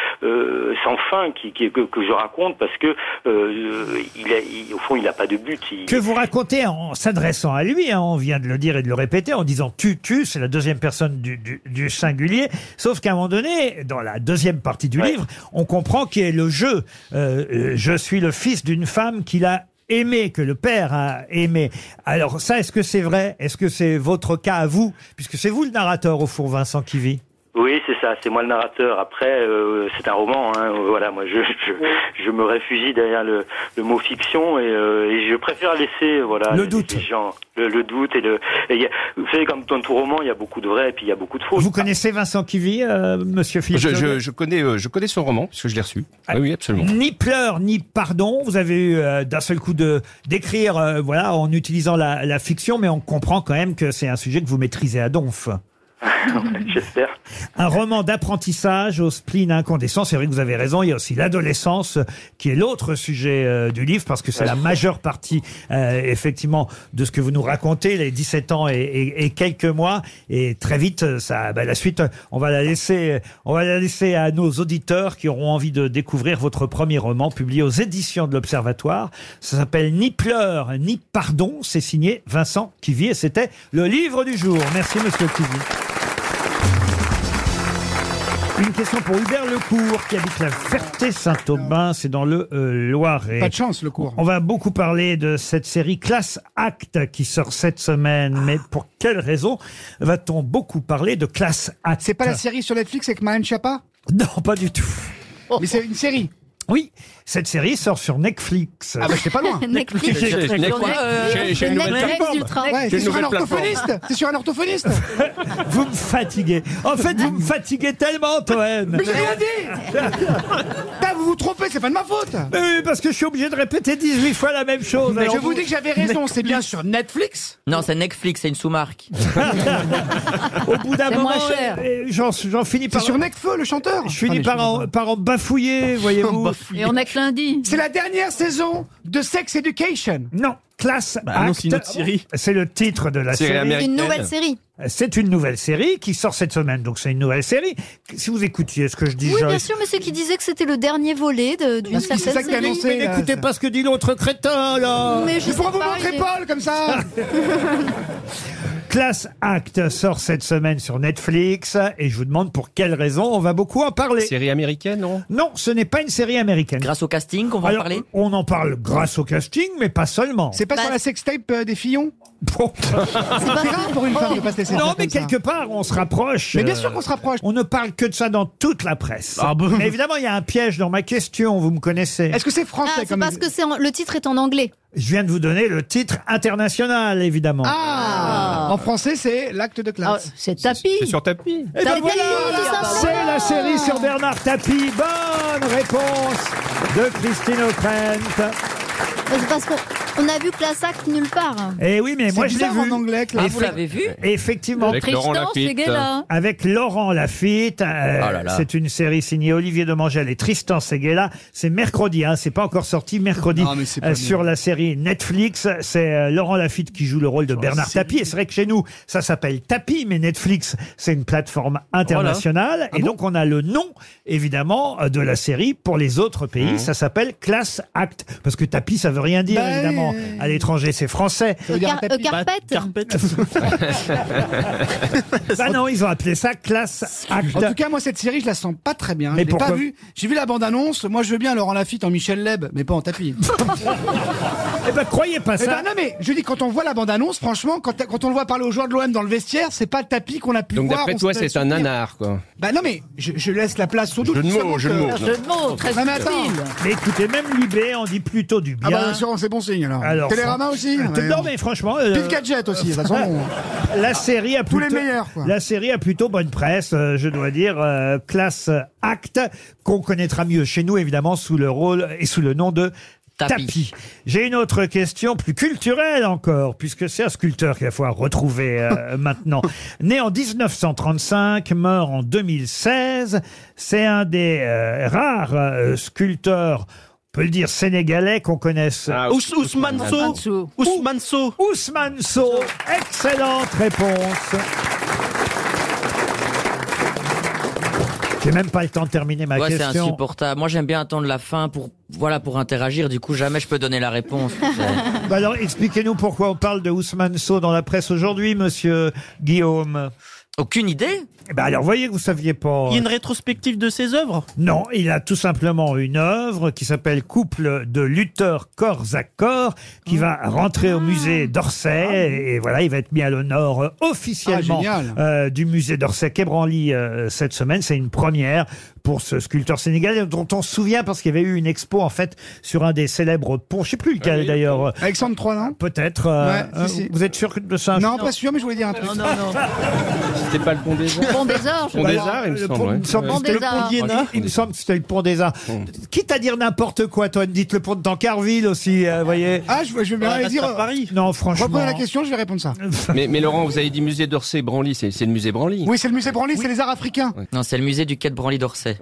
euh, sans fin qui, qui, que, que je raconte parce que euh, il, a, il au fond, il n'a pas de but. Il... Que vous racontez en s'adressant à lui, hein, on vient de le dire et de le répéter, en disant tu, tu, c'est la deuxième personne du, du, du singulier. Sauf qu'à un moment donné, dans la deuxième partie du ouais. livre, on comprend qu'il y a le jeu. Euh, je suis le fils d'une femme qu'il a aimé, que le père a aimé. Alors ça, est-ce que c'est vrai ? Est-ce que c'est votre cas à vous ? Puisque c'est vous le narrateur, au fond, Vincent Quivy. Oui, c'est ça, c'est moi le narrateur. Après, euh, c'est un roman, hein. Voilà, moi je, je je me réfugie derrière le, le mot fiction et, euh, et je préfère laisser voilà le doute, les gens, le, le doute et le. Et y a, vous savez, comme dans tout roman, il y a beaucoup de vrai et puis il y a beaucoup de faux. Vous connaissez Vincent Quivy, euh, Monsieur Philippe ? Je, je, je connais, euh, je connais son roman puisque je l'ai reçu. Ah, oui, oui, absolument. Ni pleurs ni pardon. Vous avez eu euh, d'un seul coup de d'écrire, euh, voilà, en utilisant la, la fiction, mais on comprend quand même que c'est un sujet que vous maîtrisez à donf. J'espère. Un roman d'apprentissage au spleen incandescent. C'est vrai que vous avez raison. Il y a aussi l'adolescence qui est l'autre sujet euh, du livre parce que c'est la majeure partie euh, effectivement de ce que vous nous racontez, les dix-sept ans et, et, et quelques mois. Et très vite, ça, bah, la suite, on va la laisser, on va la laisser à nos auditeurs qui auront envie de découvrir votre premier roman publié aux éditions de l'Observatoire. Ça s'appelle Ni pleurs ni pardon. C'est signé Vincent Quivy et c'était le livre du jour. Merci Monsieur Quivy. Une question pour Hubert Lecourt qui habite la Ferté-Saint-Aubin, c'est dans le euh, Loiret. Pas de chance, Lecourt. On va beaucoup parler de cette série Class Act qui sort cette semaine, mais pour quelle raison va-t-on beaucoup parler de Class Act ? C'est pas la série sur Netflix avec Marlène Schiappa ? Non, pas du tout. Mais c'est une série. Oui, cette série sort sur Netflix. Ah bah c'est pas loin. Netflix. J'ai une nouvelle plateforme. Ouais, c'est sur un orthophoniste. C'est sur un orthophoniste. Vous me fatiguez. En fait, vous me fatiguez tellement, Toen. Mais j'ai rien dit. Putain, vous vous trompez, c'est pas de ma faute. Mais oui, parce que je suis obligé de répéter dix-huit fois la même chose. Mais je vous dis que j'avais raison, c'est bien sur Netflix. Non, c'est Netflix, c'est une sous-marque. Au bout d'un C'est moment, moins cher. euh, j'en, j'en finis par... C'est sur Necfeu, le chanteur. Je finis par en, par en bafouiller, voyez-vous. Et on est que lundi. C'est la dernière saison de Sex Education. Non, Class Bah non, Act. c'est une autre série. C'est le titre de la Série série. américaine. Une nouvelle série. C'est une nouvelle série qui sort cette semaine, donc c'est une nouvelle série. Si vous écoutiez ce que je dis, Oui, bien Joyce- sûr, mais c'est qui disait que c'était le dernier volet de- d'une Parce que c'est certaine ça que t'as série. annoncé. Mais là, n'écoutez ça. pas ce que dit l'autre crétin, là. Mais je Je sais pourrais vous pas, montrer il est- Paul comme ça. Class Act sort cette semaine sur Netflix et je vous demande pour quelle raison on va beaucoup en parler. Série américaine, non? Non, ce n'est pas une série américaine. Grâce au casting, on va Alors, en parler. on en parle grâce au casting, mais pas seulement. C'est pas Bah, sur la sextape euh, des Fillons. Bon. C'est rare pour une femme de pas se laisser Non, faire mais comme ça. quelque part, on se rapproche. Mais bien euh, sûr qu'on se rapproche. On ne parle que de ça dans toute la presse. Ah bon Mais évidemment, il y a un piège dans ma question, vous me connaissez. Est-ce que c'est français Ah, c'est comme parce que c'est en- le titre est en anglais. Je viens de vous donner le titre international, évidemment. Ah, En français, c'est l'acte de Ah, classe. c'est tapis. C'est sur tapis. Et ben Tapis, voilà, tout simplement. c'est la série sur Bernard Tapie. Bonne réponse de Christine O'Krent. C'est parce qu'on on a vu Class Act nulle part. Eh oui, mais moi je l'ai bizarre vu. en anglais, Ah, classe. vous l'avez vu? Effectivement. Avec Laurent Tristan Lafitte. Seguela. Avec Laurent Lafitte, euh, Oh là là. c'est une série signée Olivier Demangel et Tristan Seguela. C'est mercredi, hein, c'est pas encore sorti mercredi Non, mais c'est pas euh, bien. sur la série Netflix. C'est euh, Laurent Lafitte qui joue le rôle de Bernard Tapie. Et c'est vrai que chez nous, ça s'appelle Tapie, mais Netflix, c'est une plateforme internationale. Ah et donc on a le nom, évidemment, euh, de la série pour les autres pays. Mmh. Ça s'appelle Class Act, parce que Tapie, ça veut rien dire Bah, évidemment. euh, À l'étranger, c'est français. Ça veut dire un Car- tapis. euh, carpette. Carpette. Bah non, ils ont appelé ça Class Act. En tout cas, moi, cette série, je la sens pas très bien. Mais je l'ai pas pourquoi vue. J'ai vu la bande-annonce. Moi, je veux bien Laurent Lafitte en Michel Leb, mais pas en tapis. Eh ben, croyez pas Eh ça. ben non, mais je dis, quand on voit la bande-annonce, franchement, quand, quand on le voit parler aux joueurs de l'O M dans le vestiaire, c'est pas le tapis qu'on a pu Donc voir. d'après on toi, se fait c'est un souvenir. nanar, quoi. Bah non, mais je, je laisse la place au doute. Jeu de tout mots, simplement jeu de que- mots. Un jeu de mots, très Non, mais attends. subtil. Mais écoutez, même Libé en dit plutôt du Ah bien. bah bien sûr, c'est bon signe alors. Alors, Télérama aussi. Euh, Ouais, non, bon. mais franchement, euh, Pif Gadget aussi, de toute façon. on- la série a Tous plutôt, les meilleurs, quoi. la série a plutôt bonne presse, euh, je dois dire. euh, Class Act, qu'on connaîtra mieux chez nous, évidemment, sous le rôle et sous le nom de Tapis. Tapis. J'ai une autre question plus culturelle encore, puisque c'est un sculpteur qu'il va falloir retrouver euh, maintenant. Né en dix-neuf cent trente-cinq, mort en deux mille seize, c'est un des euh, rares euh, sculpteurs, on peut le dire, sénégalais qu'on connaisse. Ah, Ous- Ousmane So. Mansour. Ousmane So. Ousmane So, excellente réponse. J'ai même pas le temps de terminer ma Ouais, c'est question. insupportable. Moi, j'aime bien attendre la fin pour, voilà, pour interagir. Du coup, jamais je peux donner la réponse. C'est- Bah alors, expliquez-nous pourquoi on parle de Ousmane So dans la presse aujourd'hui, monsieur Guillaume. Aucune idée? Eh ben alors, voyez que vous saviez pas. Il y a une rétrospective de ses œuvres. Non, il a tout simplement une œuvre qui s'appelle Couple de lutteurs corps à corps, qui va rentrer au musée d'Orsay. Et voilà, il va être mis à l'honneur euh, officiellement Ah, génial. euh, du musée d'Orsay quai Branly euh, cette semaine. C'est une première pour ce sculpteur sénégalais dont on se souvient parce qu'il y avait eu une expo en fait sur un des célèbres ponts. Je sais plus lequel d'ailleurs. euh, Alexandre trois, non Peut-être. euh, Ouais, euh, si, si. Vous êtes sûr de ça? Non, pas sûr, mais je voulais dire un truc. Non, non, non. C'était pas le pont des Arts. Pont des Arts. je Pont crois. des Arts, il me Le semble. pont- ouais. il me semble Pont que c'était des le Arts. d'Iéna. Il me semble que c'était le pont des Arts. Quitte à dire n'importe quoi, toi, dites le pont de Tancarville aussi, euh, voyez. Ah, je, je vais bien Ouais, aller reste dire. à Paris. Non, franchement. Reprenez la question, je vais répondre ça. Mais, mais Laurent, vous avez dit musée d'Orsay, Branly, c'est c'est le musée Branly. Oui, c'est le musée Branly, c'est les arts africains. Non, c'est le musée du quai de Branly d'Orsay.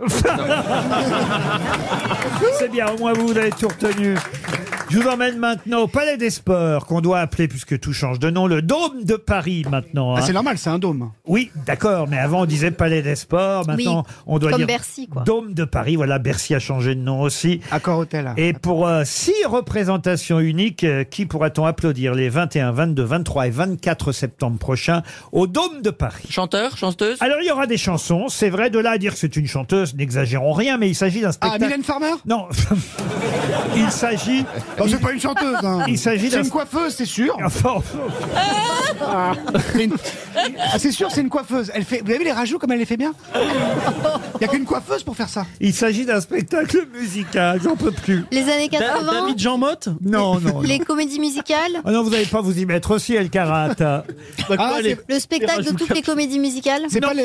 C'est bien, au moins vous, vous avez tout retenu. Je vous emmène maintenant au Palais des Sports, qu'on doit appeler, puisque tout change de nom, le Dôme de Paris maintenant. Ah, hein. c'est normal, c'est un dôme. Oui, d'accord, mais avant on disait Palais des Sports, maintenant Oui, on doit comme dire Bercy, quoi. Dôme de Paris. Voilà, Bercy a changé de nom aussi. Accord hôtel. Et pour euh, six représentations uniques, euh, qui pourra-t-on applaudir les vingt et un, vingt-deux, vingt-trois et vingt-quatre septembre prochains au Dôme de Paris? Chanteur, chanteuse? Alors il y aura des chansons, c'est vrai, de là à dire que c'est une chanteuse, n'exagérons rien, mais il s'agit d'un Ah, spectacle. Mylène Farmer. Non, il s'agit. Oh, c'est pas une chanteuse. Hein. Il s'agit C'est d'un- une coiffeuse, c'est sûr. Enfin, C'est une- Ah, c'est sûr, c'est une coiffeuse. Elle fait. Vous avez vu les rajouts comme elle les fait bien. Il y a qu'une coiffeuse pour faire ça. il s'agit d'un spectacle musical, j'en peux plus. Les années Da- quatre-vingts, David Jean Motte. Non, non. non. les comédies musicales, Ah non, vous n'allez pas vous y mettre aussi, El Karat. Bah, quoi, Ah, les- c'est- le spectacle de rajoute toutes les comédies musicales. C'est pas les.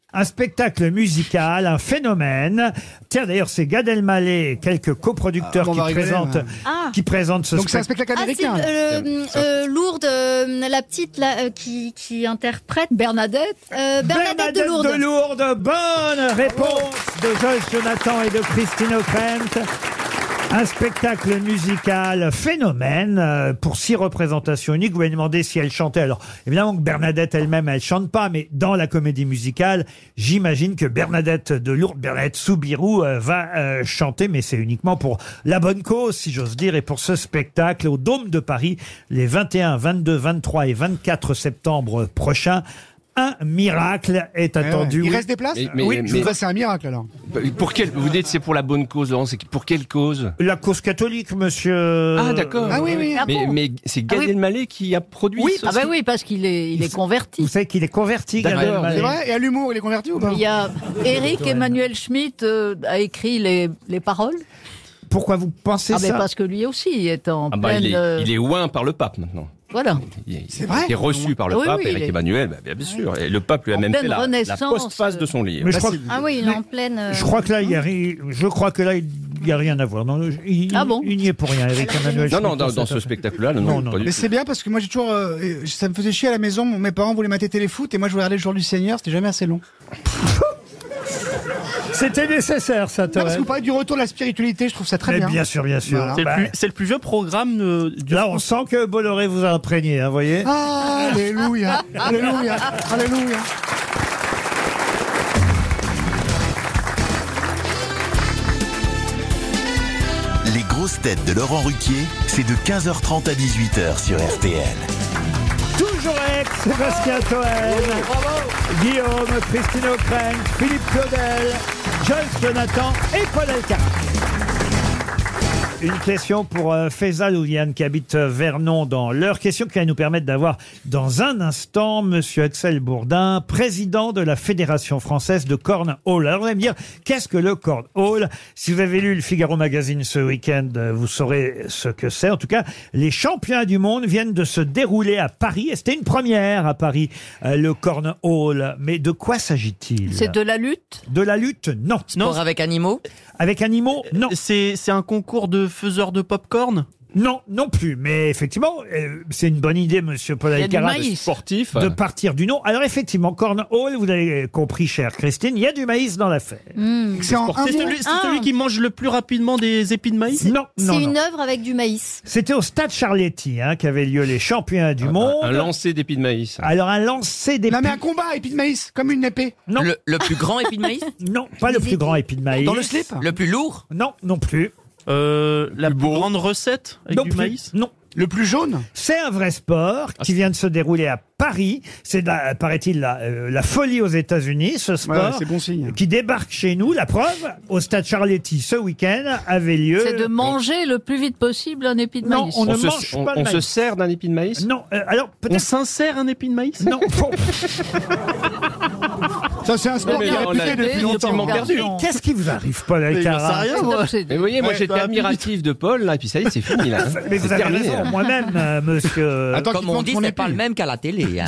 Un spectacle musical, un phénomène. Tiens, d'ailleurs, c'est Gad Elmaleh et quelques coproducteurs Ah, on qui, va rigoler, présentent, ouais. Ah. qui présentent ce Donc c'est un spectacle. spectacle Ah, c'est américain. euh, euh, Lourdes, euh, la petite là, euh, qui, qui interprète Bernadette. euh, Bernadette, de Lourdes. de Lourdes. Bonne réponse de Joyce Jonathan et de Christine O'Krent. Un spectacle musical phénomène euh, pour six représentations uniques. Vous m'avez demandé si elle chantait. Alors, évidemment que Bernadette elle-même, elle chante pas, mais dans la comédie musicale, j'imagine que Bernadette de Lourdes, Bernadette Soubirous, euh, va euh, chanter, mais c'est uniquement pour la bonne cause, si j'ose dire, et pour ce spectacle au Dôme de Paris, les vingt et un, vingt-deux, vingt-trois et vingt-quatre septembre prochains. Un miracle est Eh ouais. attendu. Il Oui. reste des places Mais- mais- Oui, mais- je trouve que c'est un miracle alors. Pour quel, vous dites c'est pour la bonne cause, Laurent, c'est pour quelle cause? La cause catholique, monsieur. Ah d'accord. Ah oui, oui. Ah Mais, bon mais c'est Gad Ah oui. Elmaleh qui a produit Oui, ce ah bah oui, parce qu'il est, il est converti. Vous savez qu'il est converti, Gad D'accord. Elmaleh. C'est vrai. Et à l'humour, il est converti ou pas Il y a Eric Emmanuel Schmitt euh, a écrit les, les paroles. Pourquoi vous pensez Ah ben ça parce que lui aussi est en Ah bah, pleine. il, est, euh, il est oint par le pape maintenant. Voilà. Il est, C'est vrai il est reçu par le Oui, pape, oui, il Eric est- Emmanuel, bah, bien, bien sûr. Et le pape lui a En même pleine fait la, la renaissance, postface de son livre. Mais je crois, Ah oui, il est en pleine. euh, je crois que là, il y a, ri- je crois que là, il n'y a rien à voir. Non, il, Ah bon il n'y est pour rien, Eric Emmanuel. Non, non, Schmitt, dans, cette dans ce affaire. spectacle-là, non, Non, non, non. pas du Mais tout. c'est bien parce que moi j'ai toujours, euh, euh, ça me faisait chier à la maison. Mes parents voulaient mater téléfoot et moi je regardais le jour du Seigneur. C'était jamais assez long. C'était nécessaire, ça, Non, parce Toen. que vous parlez du retour de la spiritualité, je trouve ça très Mais bien. bien sûr, bien sûr. Voilà. C'est Bah, le, plus- c'est le plus vieux programme euh, du là, on sent que Bolloré vous a imprégné, hein, vous voyez. Alléluia, alléluia, alléluia. Les grosses têtes de Laurent Ruquier, c'est de quinze heures trente à dix-huit heures sur R T L. Toujours avec Sébastien Toen, Guillaume, Christine O'Krent, Philippe Claudel, Joyce Jonathan et Paul Elkarat. Une question pour euh, Faisal Ouliane qui habite euh, Vernon dans l'Eure. Question qui va nous permettre d'avoir dans un instant Monsieur Axel Bourdin, président de la Fédération française de Cornhole. Alors vous allez me dire, qu'est-ce que le Cornhole? Si vous avez lu le Figaro Magazine ce week-end, euh, vous saurez ce que c'est. En tout cas, les championnats du monde viennent de se dérouler à Paris. Et c'était une première à Paris, euh, le Cornhole. Mais de quoi s'agit-il? C'est de la lutte. De la lutte? Non. Sport avec animaux. Avec animaux? Non. C'est c'est un concours de faiseurs de popcorn. Non, non plus. Mais effectivement, euh, c'est une bonne idée, Monsieur Paul Il y a du Elkarat, maïs. Sportif. de partir du nom. Alors effectivement, Cornhole, vous avez compris, chère Christine, il y a du maïs dans l'affaire. hmm. C'est en un C'est mot. celui, c'est Ah. celui qui mange le plus rapidement des épis de maïs. Non, non, C'est non. une œuvre avec du maïs. C'était au Stade Charletti hein, qu'avaient lieu les championnats du monde. Un lancer d'épis de maïs. Alors un lancer des Non mais un combat, épi de maïs, comme une épée. non, Le, le plus grand épi de maïs. non, pas le plus grand épi de maïs. Dans le slip. Le plus lourd. Non, non plus. Euh, la plus grande recette avec non du plus. maïs. Non. Le plus jaune. C'est un vrai sport qui vient de se dérouler à Paris. C'est, la- paraît-il, la, euh, la folie aux États-Unis, ce Ouais, sport. c'est bon signe. Qui débarque chez nous. La preuve, au Stade Charletti ce week-end avait lieu. C'est de manger le plus vite possible un épi de Non, maïs. on ne On, se, mange on- pas le on maïs. se sert d'un épi de maïs. Non, euh, alors On peut-être. s'insère un épi de maïs. Non, bon, Ça c'est un sport Mais qui est on l'a réputé depuis définitivement longtemps. perdu. qu'est-ce qui vous arrive, Paul Mais j'en sais Elkarat rien, C'est moi. obsédé. Mais vous voyez, moi Ouais, j'étais bah, admiratif de Paul, là, et puis ça y est, c'est fini, là. Mais vous C'est avez terminé, raison, là. moi-même, euh, monsieur. Attends, Comme qu'il on plante dit, son c'est épi. pas le même qu'à la télé. Hein.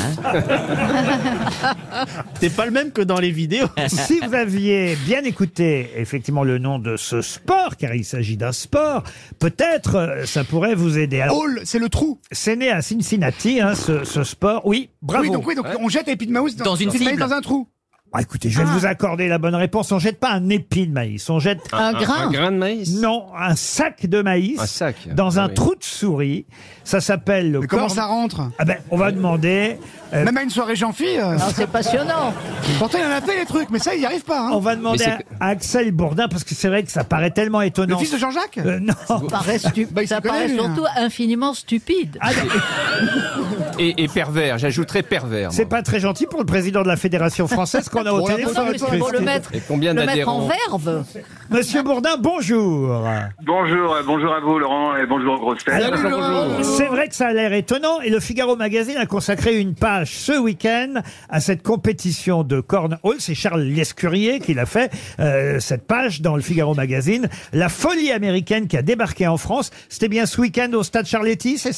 C'est pas le même que dans les vidéos. Si vous aviez bien écouté effectivement le nom de ce sport, car il s'agit d'un sport, peut-être euh, ça pourrait vous aider. Alors, Hall, c'est le trou. c'est né à Cincinnati, hein, ce, ce sport. Oui, bravo. Oui, donc oui, donc on jette épi de maïs dans, Dans une épi de maïs cible. dans un trou. Ah, écoutez, je vais vous accorder la bonne réponse. On jette pas un épi de maïs, on jette Un grain. Un grain de maïs. non un sac de maïs Un sac. dans Ah un oui. trou de souris. Ça s'appelle le Mais comment corn- ça rentre Ah ben, on va demander. euh, Même à une soirée Jean-Phi, euh, Ah, c'est passionnant. pourtant il en a fait les trucs, mais ça il n'y arrive pas. on Hein. va demander Mais à, c'est- à Axel Bourdin parce que c'est vrai que ça paraît tellement Le étonnant. fils de Jean-Jacques. Euh, non. Ça paraît, stu- Bah, il ça s'y connaît, paraît lui, hein. surtout infiniment stupide. Ah, non, Et, et pervers, j'ajouterais pervers. c'est moi. pas très gentil pour le président de la Fédération française qu'on a au Pour la téléphone. Non, mais c'est pour le Christine. mettre, Et combien le mettre en d'adhérents verve. Monsieur Bourdin, bonjour. Bonjour, euh, bonjour à vous Laurent et bonjour aux grosses têtes. Alors, c'est vrai que ça a l'air étonnant et le Figaro Magazine a consacré une page ce week-end à cette compétition de cornhole. C'est Charles Lescurier qui l'a fait, euh, cette page dans le Figaro Magazine. La folie américaine qui a débarqué en France. C'était bien ce week-end au Stade Charletti, c'est ça?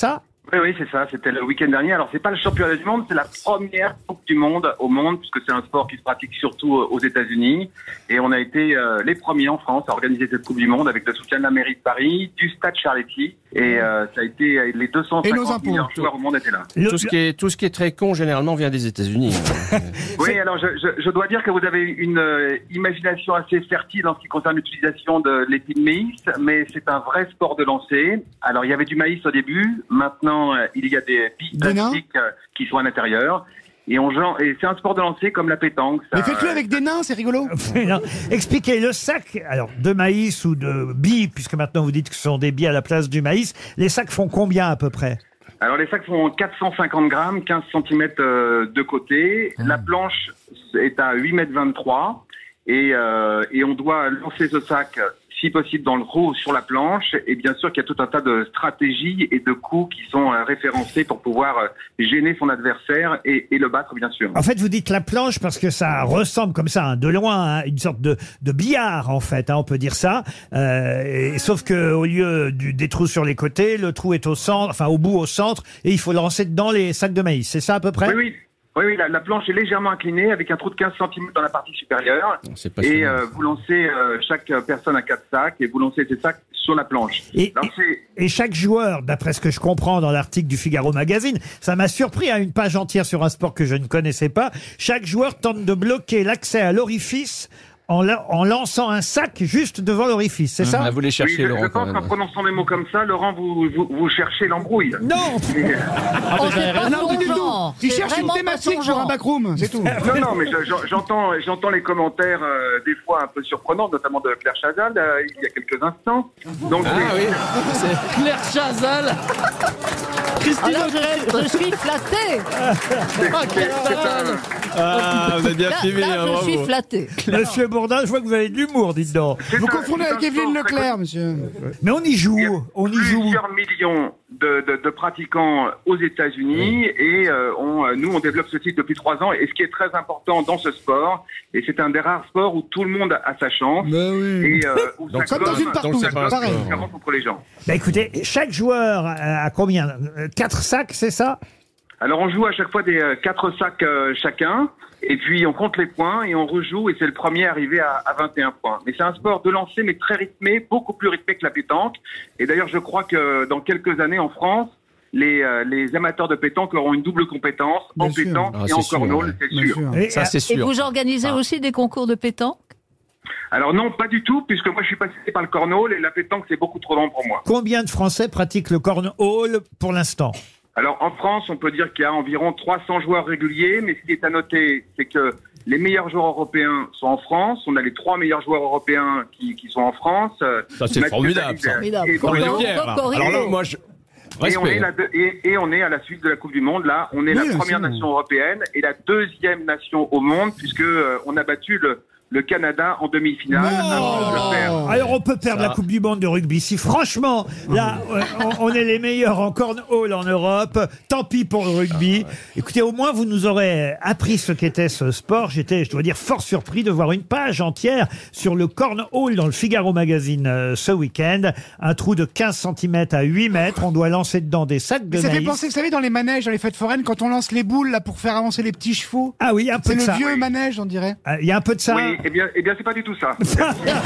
Oui, oui, c'est ça. C'était le week-end dernier. Alors, c'est pas le championnat du monde, c'est la première Coupe du monde au monde, puisque c'est un sport qui se pratique surtout aux États-Unis. Et on a été euh, les premiers en France à organiser cette Coupe du monde avec le soutien de la mairie de Paris, du Stade Charletti. Et euh, ça a été les deux cent cinquante meilleurs joueurs au monde étaient là. Tout ce qui est tout ce qui est très con généralement vient des États-Unis. Oui, alors je, je, je dois dire que vous avez une euh, imagination assez fertile en ce qui concerne l'utilisation de l'épi de maïs, mais c'est un vrai sport de lancer. Alors il y avait du maïs au début, maintenant euh, il y a des billes plastiques euh, qui sont à l'intérieur. Et, on, et c'est un sport de lancer comme la pétanque. Ça, Mais faites-le avec des nains, c'est rigolo. Non. Expliquez le sac, alors de maïs ou de billes, puisque maintenant vous dites que ce sont des billes à la place du maïs. Les sacs font combien à peu près? Alors les sacs font quatre cent cinquante grammes, quinze centimètres euh, de côté. Mmh. La planche est à huit mètres vingt-trois et, euh, et on doit lancer ce sac si possible dans le trou sur la planche. Et bien sûr qu'il y a tout un tas de stratégies et de coups qui sont euh, référencés pour pouvoir euh, gêner son adversaire et, et le battre, bien sûr. En fait, vous dites la planche parce que ça ressemble comme ça, hein, de loin, hein, une sorte de, de billard, en fait, hein, on peut dire ça. Euh, et, sauf que au lieu du, des trous sur les côtés, le trou est au centre, enfin au bout, au centre, et il faut lancer dedans les sacs de maïs. C'est ça à peu près? Oui, oui. Oui, oui, la, la planche est légèrement inclinée avec un trou de quinze centimètres dans la partie supérieure. Et euh, vous lancez euh, chaque personne à quatre sacs et vous lancez ces sacs sur la planche. Et, et, et chaque joueur, d'après ce que je comprends dans l'article du Figaro Magazine, ça m'a surpris à une page entière sur un sport que je ne connaissais pas, chaque joueur tente de bloquer l'accès à l'orifice en, la, en lançant un sac juste devant l'orifice, c'est mmh, ça? Vous les cherchez, oui, je, Laurent. Je pense qu'en prononçant des mots comme ça, Laurent, vous, vous, vous cherchez l'embrouille. Non Et... ah, oh, c'est pas non, son du tout. genre. Il cherche une thématique sur un backroom, c'est tout. Non, non, mais je, j'entends, j'entends les commentaires euh, des fois un peu surprenants, notamment de Claire Chazal, euh, il y a quelques instants. Donc, ah c'est... oui, c'est Claire Chazal. Christine, alors je, je suis flattée. C'est, c'est, c'est un... Ah, vous avez bien là, suivi, là, hein, je bravo. suis flattée. Monsieur Bourdin, je vois que vous avez de l'humour, dites donc. Vous confondez avec Evelyne Leclerc, monsieur. Mais on y joue, on y joue. Plusieurs millions de, de, de pratiquants aux États-Unis oui. et euh, on, nous, on développe ce titre depuis trois ans. Et ce qui est très important dans ce sport, et c'est un des rares sports où tout le monde a sa chance. Mais oui. Et euh, où donc, ça comme dans une partout, c'est pareil. entre les gens. Bah écoutez, chaque joueur a combien? Quatre sacs, c'est ça? Alors on joue à chaque fois des euh, quatre sacs euh, chacun, et puis on compte les points et on rejoue, et c'est le premier arrivé à, à vingt et un points. Mais c'est un sport de lancer, mais très rythmé, beaucoup plus rythmé que la pétanque. Et d'ailleurs, je crois que dans quelques années en France, les, euh, les amateurs de pétanque auront une double compétence Bien en sûr. pétanque Ah, et c'est en sûr, cornhole, ouais. c'est Bien sûr. sûr. Et, Ça, c'est sûr. Et vous organisez Ah. aussi des concours de pétanque? Alors non, pas du tout, puisque moi je suis passé par le cornhole et la pétanque c'est beaucoup trop long pour moi. Combien de Français pratiquent le cornhole pour l'instant? Alors en France, on peut dire qu'il y a environ trois cents joueurs réguliers, mais ce qui est à noter, c'est que les meilleurs joueurs européens sont en France. On a les trois meilleurs joueurs européens qui, qui sont en France. Ça c'est Mathieu formidable. Ça. Formidable. Et, On est Cocorico. fiers, là. Alors là, moi, je... et, on est Respect. la deux- et, et on est à la suite de la Coupe du Monde. Là, on est Oui, la première c'est nation européenne et la deuxième nation au monde, puisque euh, on a battu le, le Canada en demi-finale. avant de le perdre. Alors on peut perdre Ça. la Coupe du Monde de rugby. Si franchement, là, euh, on, on est les meilleurs en cornhole en Europe, tant pis pour le rugby. Écoutez, au moins vous nous aurez appris ce qu'était ce sport. J'étais, je dois dire, fort surpris de voir une page entière sur le cornhole dans le Figaro Magazine euh, ce week-end. Un trou de quinze centimètres à huit mètres. On doit lancer dedans des sacs de Mais ça fait maïs. penser, vous savez, dans les manèges, dans les fêtes foraines, quand on lance les boules là pour faire avancer les petits chevaux. Ah oui, un peu C'est de le ça. vieux manège, on dirait. Ah, il y a un peu de ça. Oui, eh bien, eh bien, c'est pas du tout ça. Je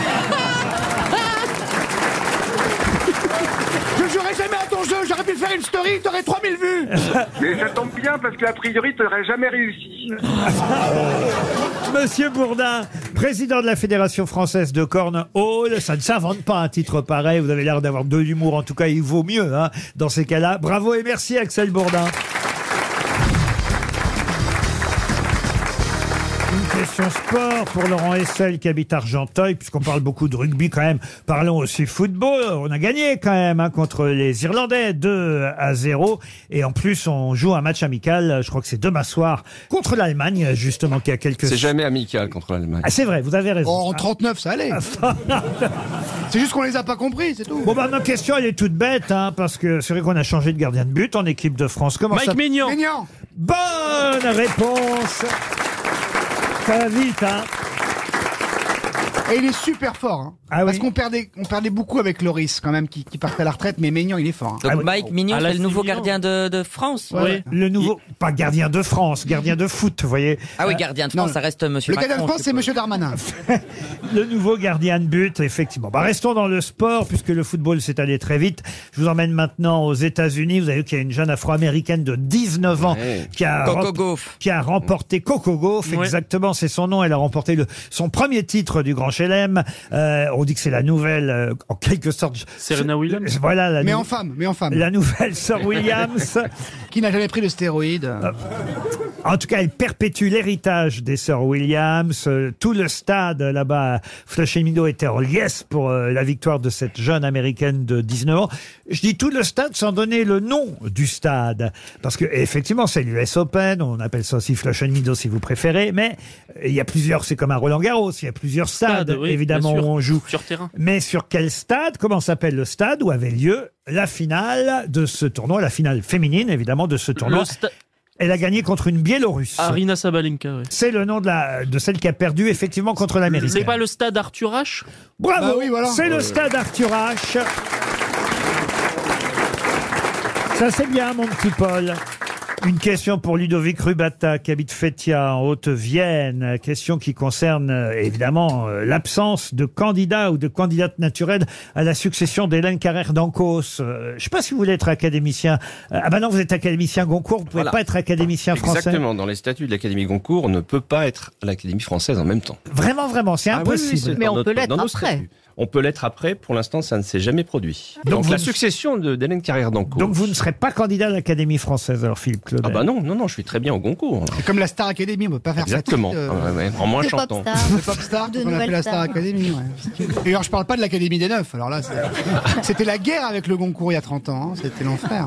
jouerai jamais à ton jeu, j'aurais pu faire une story, t'aurais trois mille vues. Mais ça tombe bien parce qu'a priori, tu n'aurais jamais réussi. Monsieur Bourdin, président de la Fédération française de cornhole, ça ne s'invente pas un titre pareil. Vous avez l'air d'avoir de l'humour, en tout cas, il vaut mieux hein, dans ces cas-là. Bravo et merci Axel Bourdin. Une question sport pour Laurent Hessel qui habite Argenteuil, puisqu'on parle beaucoup de rugby quand même. Parlons aussi football. On a gagné quand même hein, contre les Irlandais deux à zéro. Et en plus, on joue un match amical, je crois que c'est demain soir, contre l'Allemagne, justement, qui a quelques... C'est jamais amical contre l'Allemagne. Ah, c'est vrai, vous avez raison. Oh, en trente-neuf, ça allait. C'est juste qu'on les a pas compris, c'est tout. Bon, bah, ma question, elle est toute bête, hein, parce que c'est vrai qu'on a changé de gardien de but en équipe de France. Comment Mike ça... Maignan. Maignan. Bonne réponse. Ça va vite, hein. Et il est super fort. Hein. Ah Parce oui. qu'on perdait, on perdait beaucoup avec Loris quand même, qui, qui partait à la retraite, mais Maignan, il est fort. hein. Donc Mike Mignon, Ah, là, c'est le c'est nouveau Milan. gardien de, de France. Ouais. Le nouveau, pas gardien de France, gardien de foot, vous voyez. Ah oui, gardien de Non, France, ça reste Monsieur Le Macron. gardien de France, je c'est suppose. Monsieur Darmanin. Le nouveau gardien de but, effectivement. Bah, restons dans le sport, puisque le football s'est allé très vite. Je vous emmène maintenant aux États-Unis. Vous avez vu qu'il y a une jeune afro-américaine de dix-neuf ans Ouais. qui a, Coco rem- Gauff. qui a remporté Coco Gauff, Ouais. exactement, c'est son nom. Elle a remporté le, son premier titre du Grand Chelem. Euh, on dit que c'est la nouvelle, euh, en quelque sorte. Serena Williams. Voilà la, Mais nou- en femme, mais en femme. la nouvelle Sir Williams. Qui n'a jamais pris de stéroïdes. En tout cas, elle perpétue l'héritage des sœurs Williams. Euh, tout le stade euh, là-bas, à Flushing Meadow, était en liesse pour euh, la victoire de cette jeune américaine de dix-neuf ans. Je dis tout le stade sans donner le nom du stade. Parce que, effectivement, c'est l'U S Open. On appelle ça aussi Flushing Meadow si vous préférez. Mais euh, il y a plusieurs, c'est comme un Roland Garros. Il y a plusieurs stades, Stade, oui, évidemment, bien sûr. où on joue. Sur terrain. Mais sur quel stade? Comment s'appelle le stade où avait lieu la finale de ce tournoi, la finale féminine, évidemment, de ce tournoi? Le sta- Elle a gagné contre une Biélorusse. Arina Sabalenka, ouais. C'est le nom de, la, de celle qui a perdu effectivement contre l'Américaine. C'est pas le stade Arthur H? Bravo, Bah oui, voilà. c'est le stade Arthur H. Ça c'est bien mon petit Paul. Une question pour Ludovic Rubata qui habite Fétia en Haute-Vienne. Question qui concerne euh, évidemment euh, l'absence de candidat ou de candidate naturelle à la succession d'Hélène Carrère d'Ancos. Euh, je ne sais pas si vous voulez être académicien. Euh, ah bah non, vous êtes académicien Goncourt, vous pouvez Voilà. pas être académicien français. Exactement, dans les statuts de l'Académie Goncourt, on ne peut pas être à l'Académie française en même temps. Vraiment, vraiment, c'est Ah oui, oui, impossible. c'est Mais dans on notre- peut l'être dans nos après. statuts. On peut l'être après, pour l'instant ça ne s'est jamais produit. Donc Donc, vous la ne- succession de- d'Hélène Carrère d'Ancos. Donc vous ne serez pas candidat à l'Académie française alors Philippe Claudel. Ah bah non, non, non, je suis très bien au Goncourt. C'est comme la Star Academy, on peut pas faire Exactement, ça. Ah ouais, ouais, en moins Le chantant. Popstar. Le pop star, De qu'on appelle nouvelles la Star stars. Academy. Ouais. Et alors, je parle pas de l'Académie des Neufs. Alors là, c'est- c'était la guerre avec le Goncourt il y a trente ans. hein. C'était l'enfer.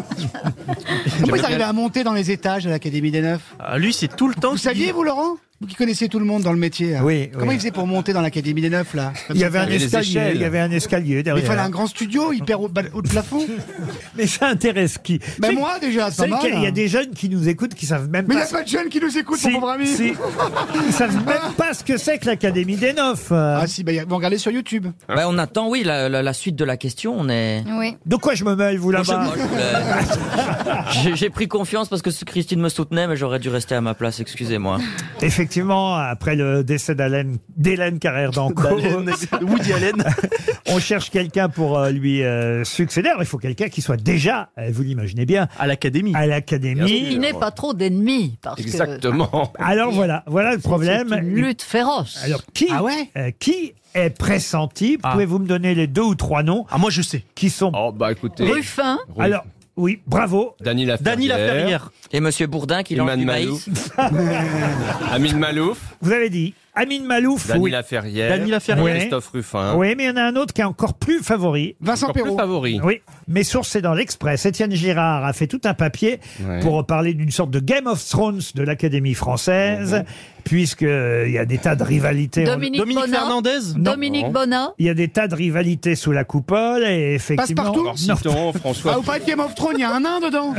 Comment ils arrivaient à monter dans les étages à l'Académie des Neufs? Ah, lui, c'est tout le temps. Vous qu'il- saviez, vous, Laurent? Vous qui connaissez tout le monde dans le métier. hein. Oui, Comment oui. ils faisaient pour monter dans l'Académie des Neufs, là? Comme Il y ça, avait un ça- les escalier, échelles. il y avait un escalier Mais derrière. il fallait un grand studio hyper haut, haut de plafond. Mais ça intéresse qui? Ben C'est- moi, déjà, c'est c'est pas mal. qu'il y a hein. des jeunes qui nous écoutent qui savent même Mais il n'y pas. a pas de jeunes qui nous écoutent, Si, mon pauvre ami. si. Ils savent même pas ce que c'est que l'Académie des Neufs. euh. Ah si, bah, y a- vous regardez sur YouTube. Bah, on attend, oui, la, la, la suite de la question. On est. Oui. De quoi je me mêle, vous Moi, je- là-bas? moi, je voulais- J'ai j'ai pris confiance parce que Christine me soutenait, mais j'aurais dû rester à ma place. Excusez-moi. Effectivement, après le décès d'Hélène d'Hélène Carrère d'Ancos, D'Allen, Woody Allen. on cherche quelqu'un pour euh, lui euh, succéder. Alors, il faut quelqu'un qui soit déjà, euh, vous l'imaginez bien, À l'Académie. à l'Académie. Il n'est pas trop d'ennemis. Parce Exactement. Alors voilà, voilà le que problème. c'est une lutte féroce. Alors qui, Ah ouais euh, qui est pressenti? Ah. Pouvez-vous me donner les deux ou trois noms Ah, moi, je sais. qui sont? Oh bah écoutez. Ruffin, Ruff- Alors oui, bravo. Dany Laferrière. Dany Laferrière. Et Monsieur Bourdin qui lance Iman du Malouf. maïs. Amine Malouf. Vous avez dit Amine Malouf. Dany oui. Laferrière. Dany Laferrière. Oui. Christophe Ruffin. Oui, mais il y en a un autre qui est encore plus favori. Vincent Encore plus Perrault. favori. Oui, mais sourcé dans l'Express. Étienne Girard a fait tout un papier Ouais. pour parler d'une sorte de Game of Thrones de l'Académie française, puisqu'il y a des tas de rivalités. On- Dominique, Dominique Bonnat, Fernandez. Non. Dominique Non. Bonnat, Il y a des tas de rivalités sous la coupole et effectivement. Passe-partout Non. Citons François, Ah, vous parlez de Game of Thrones, il y a un nain dedans.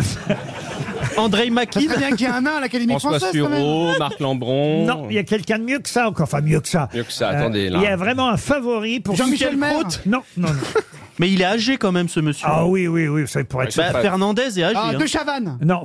André Ça Makin. serait bien qu'il y ait un nain à l'Académie François française, quand même. Sureau, Marc Lambron. Non, il y a quelqu'un de mieux que ça, encore. Enfin, mieux que ça. Mieux que ça, Euh, attendez là. Il y a vraiment un favori pour Jean-Michel Maire. Non, non, non. Mais il est âgé quand même, ce monsieur. Ah oui, oui, oui, ça pourrait être. Ouais, Bah, pas- Fernandez est âgé. Ah, hein. De Chavannes. Non.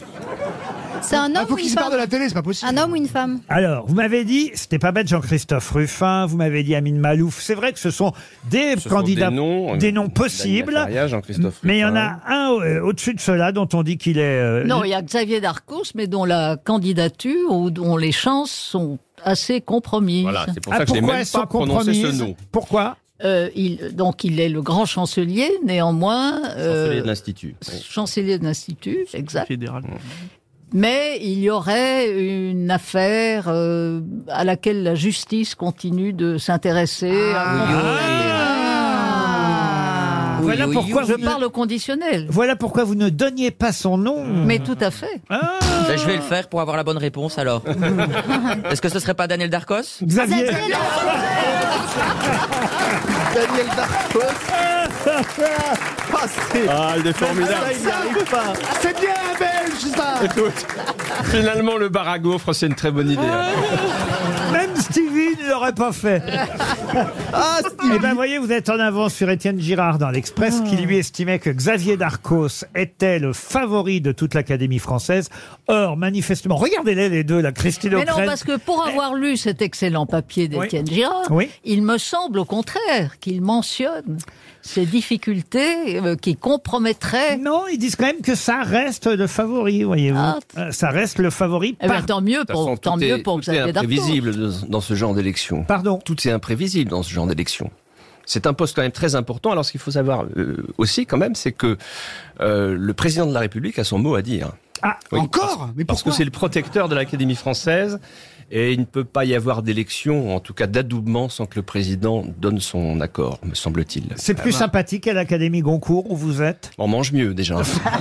C'est un Ah, homme faut ou qu'il une se barre de femme la télé, c'est pas possible. Un homme ou une femme Alors, vous m'avez dit, c'était pas bête Jean-Christophe Ruffin, vous m'avez dit Amine Malouf. C'est vrai que ce sont des Ce sont candidats, des noms, des euh, noms Dany possibles. Laferrière, Jean-Christophe Mais il y en Ruffin. a un euh, au-dessus de cela dont on dit qu'il est. euh, non, il y a Xavier Darcos, mais dont la candidature ou dont les chances sont assez compromises. Voilà, c'est pour Ah, ça que je n'ai pourquoi même elles sont pas prononcé ce compromises nom. Pourquoi Euh, il, donc il est le grand chancelier, néanmoins. euh, Chancelier de l'Institut. Oui. chancelier de l'Institut, exact. Fédéral. Mais il y aurait une affaire euh, à laquelle la justice continue de s'intéresser. Ah. Ah. Voilà oui, pourquoi Je vous ne- parle au conditionnel. Voilà pourquoi vous ne donniez pas son nom. Mais tout à fait. Ah. Ben, je vais le faire pour avoir la bonne réponse alors. Est-ce que ce serait pas Daniel Darcos? Xavier. Daniel Darcos. Ah, c'est... Ah, il est formidable. Ça, il n'y arrive pas. C'est bien un Belge, ça. Écoute, finalement, le bar à gaufres, c'est une très bonne idée. hein. Même Stevie ne l'aurais pas fait. Ah, Eh ben, voyez, vous êtes en avance sur Étienne Girard dans l'Express, qui lui estimait que Xavier Darcos était le favori de toute l'Académie française. Or, manifestement, regardez-les les deux, la Christine Mais non, O'Krent. parce que pour avoir lu cet excellent papier d'Étienne Girard, Oui. il me semble au contraire qu'il mentionne ces difficultés euh, qui compromettraient... Non, ils disent quand même que ça reste le favori, voyez-vous. Ah. Euh, Ça reste le favori. Eh ben, par- tant mieux De toute pour, façon, tant tout mieux est- pour tout est Xavier Darcos. imprévisible de- dans ce genre d'élection. Pardon. Tout est imprévisible dans ce genre d'élection. C'est un poste quand même très important. Alors, ce qu'il faut savoir euh, aussi, quand même, c'est que euh, le président de la République a son mot à dire. Ah, Oui, encore parce, Mais parce que pourquoi c'est le protecteur de l'Académie française et il ne peut pas y avoir d'élection, en tout cas d'adoubement, sans que le président donne son accord, me semble-t-il. C'est plus sympathique à l'Académie Goncourt où vous êtes. On mange mieux déjà.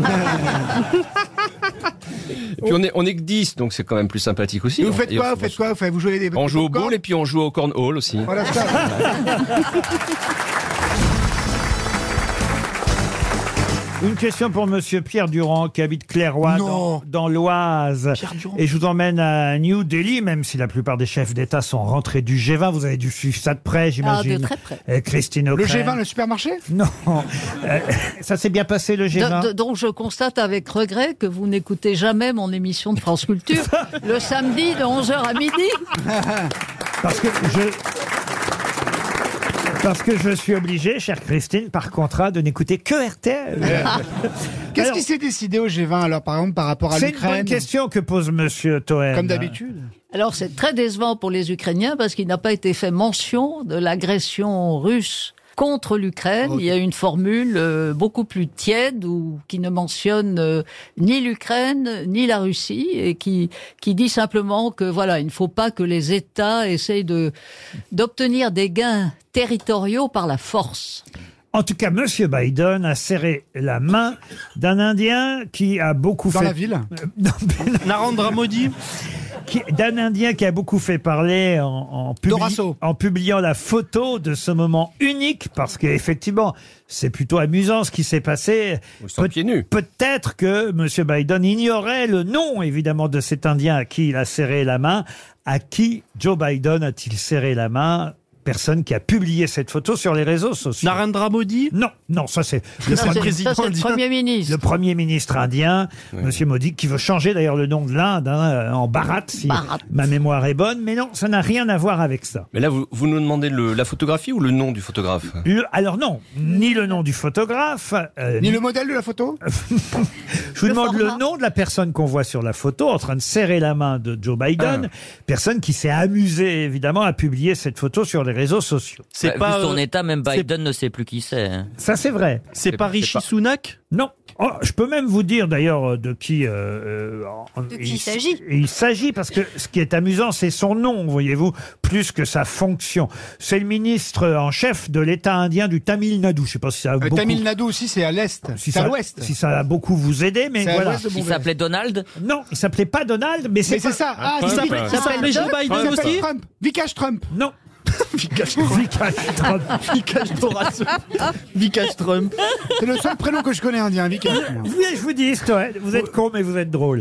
Et puis on est, on est que dix, donc c'est quand même plus sympathique aussi. Et vous faites Et quoi on- Vous faites quoi Vous faites- vous jouez des On joue au popcorn ball et puis on joue au cornhole aussi. Voilà ça. Une question pour Monsieur Pierre Durand qui habite Clairoy dans, dans l'Oise. Et je vous emmène à New Delhi, même si la plupart des chefs d'État sont rentrés du G vingt. Vous avez dû suivre ça de près, j'imagine. Ah, de très près. Euh, Christine Le O'Krent. G vingt, le supermarché Non. Euh, ça s'est bien passé le G vingt. De- de- donc je constate avec regret que vous n'écoutez jamais mon émission de France Culture le samedi de onze heures à midi. Parce que je... Parce que je suis obligé, chère Christine, par contrat, de n'écouter que R T L. Qu'est-ce Alors, qui s'est décidé au G vingt alors par exemple par rapport à c'est une bonne l'Ukraine question que pose Monsieur Toen. Comme d'habitude. Alors c'est très décevant pour les Ukrainiens parce qu'il n'a pas été fait mention de l'agression russe contre l'Ukraine. Ok. Il y a une formule euh, beaucoup plus tiède ou qui ne mentionne euh, ni l'Ukraine ni la Russie et qui qui dit simplement que voilà, il ne faut pas que les États essayent de d'obtenir des gains territoriaux par la force. En tout cas, Monsieur Biden a serré la main d'un Indien qui a beaucoup Dans fait... la ville Euh, non, mais non. Narendra Modi. Qui- d'un Indien qui a beaucoup fait parler en, en, publi- Dorasso. en publiant la photo de ce moment unique, parce qu'effectivement, c'est plutôt amusant ce qui s'est passé. Ils sont pieds nus. Peut-être que M. Biden ignorait le nom, évidemment, de cet Indien à qui il a serré la main. À qui Joe Biden a-t-il serré la main ? Personne qui a publié cette photo sur les réseaux sociaux. Narendra Modi. Non, non, ça c'est le, Ça, pre- c'est- président ça, c'est le indien. Premier ministre. le Premier ministre indien, Monsieur Modi, qui veut changer d'ailleurs le nom de l'Inde hein, en Bharat, si Bharat. ma mémoire est bonne. Mais non, ça n'a rien à voir avec ça. Mais là, vous, vous nous demandez le, la photographie ou le nom du photographe? Le- alors non, ni le nom du photographe, euh, Ni le modèle de la photo je vous le demande le format. nom de la personne qu'on voit sur la photo en train de serrer la main de Joe Biden, personne qui s'est amusée évidemment à publier cette photo sur les réseaux sociaux. C'est Bah, pas. vu son euh, état, même c'est- Biden ne sait plus qui c'est. hein. Ça c'est vrai. C'est pas Rishi pas- Sunak. Non. Oh, je peux même vous dire d'ailleurs euh, de qui, euh, euh, en- De qui il s'agit. Il s'agit parce que ce qui est amusant, c'est son nom, voyez-vous, plus que sa fonction. C'est le ministre en chef de l'État indien du Tamil Nadu. Je sais pas si ça a Le beaucoup, Tamil Nadu aussi, c'est à l'est. si c'est à ça, l'ouest. si ça a beaucoup vous aider, mais C'est à voilà. l'ouest de Il Bombay. s'appelait Donald. Non, il s'appelait pas Donald, mais c'est Mais c'est pas- ça. Ah, Il c'est s'appelait Vic- il s'appelait Joe il Biden s'appelle aussi. Trump. Vikash Trump. Non. Vikash Vikash Trump. Vikash Dorasso. Vikash Trump. C'est le seul prénom que je connais indien, Vikash. Vous voulez, je vous dis, Stoën, vous êtes con, mais vous êtes drôle.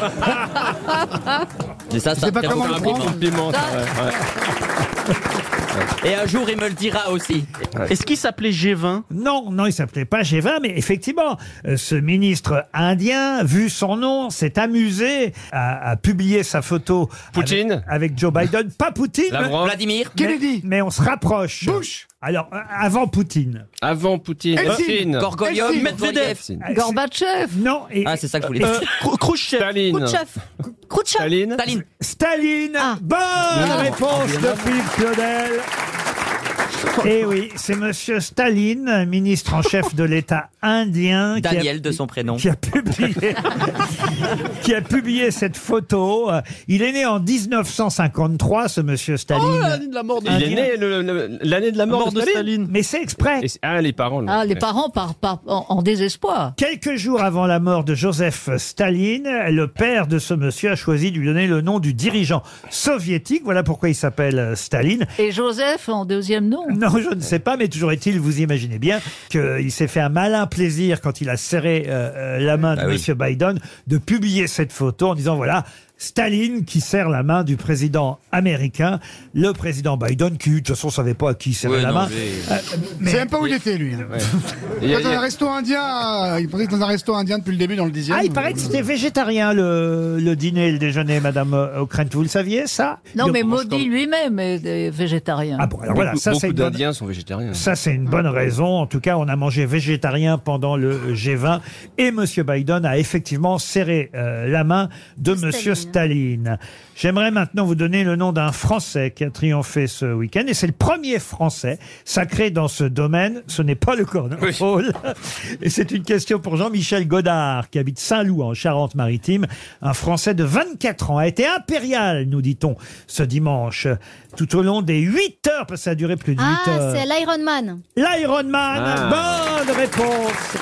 Mais ça, ça sais pas me fait comment un le prendre. compliment. Compliment, c'est vrai, ouais. Et un jour, il me le dira aussi. Est-ce qu'il s'appelait G vingt? Non, non, il s'appelait pas G vingt, mais effectivement, euh, ce ministre indien, vu son nom, s'est amusé à, à publier sa photo Poutine avec, avec Joe Biden. Pas Poutine, Lavrov. Vladimir. mais, Kennedy. mais on se rapproche. Bush. Alors, euh, avant Poutine. Avant Poutine. Eltsine. Poutine. Gorgoliov. Eltsine. Medvedev. Euh, Gorbatchev. Non, et, Ah, c'est ça que je voulais Euh, dire. Khru- Khrouchtchev. Staline. Khrouchtchev. Staline. Staline. Staline. Ah. Bonne réponse de Philippe Claudel. Eh oui, c'est Monsieur Staline, ministre en chef de l'État indien, qui a- Daniel de son prénom. qui a publié qui a publié cette photo. Il est né en dix-neuf cent cinquante-trois, ce Monsieur Staline. Oh, l'année de la mort de Il est né le- le- l'année de la mort, mort de Staline. Mais c'est exprès. Et c'est- ah, les parents. là. Ah, les parents par, par, en, en désespoir. Quelques jours avant la mort de Joseph Staline, le père de ce monsieur a choisi de lui donner le nom du dirigeant soviétique. Voilà pourquoi il s'appelle euh, Staline. Et Joseph en deuxième nom. Non, je ne sais pas, mais toujours est-il, vous imaginez bien qu'il s'est fait un malin plaisir quand il a serré euh, euh, la main de Ah oui. Monsieur Biden de publier cette photo en disant voilà, Staline qui serre la main du président américain, le président Biden, qui de toute façon savait pas à qui serrer Ouais, la non, main. mais- Euh, C'est même pas où il était, lui. hein. Ouais. Il Et- est dans et- un resto indien, euh, il paraît que dans un resto indien depuis le début, dans le dixième. Ah, il paraît que c'était végétarien le, le dîner et le déjeuner, Madame O'Krent. Vous le saviez, ça? Non, Il- mais on mange Maudit lui-même est est végétarien. Ah bon, alors voilà, beaucoup ça, c'est beaucoup une bonne- d'Indiens sont végétariens. Ça, c'est une bonne raison. En tout cas, on a mangé végétarien pendant le G vingt et Monsieur Biden a effectivement serré euh, la main de Monsieur Staline. J'aimerais maintenant vous donner le nom d'un Français qui a triomphé ce week-end et c'est le premier Français sacré dans ce domaine. Ce n'est pas le cornhole. Et c'est une question pour Jean-Michel Godard qui habite Saint-Loup en Charente-Maritime. Un Français de vingt-quatre ans a été impérial, nous dit-on, ce dimanche, tout au long des huit heures, parce que ça a duré plus de huit Ah, heures. c'est l'Ironman. L'Ironman, Ah. bonne réponse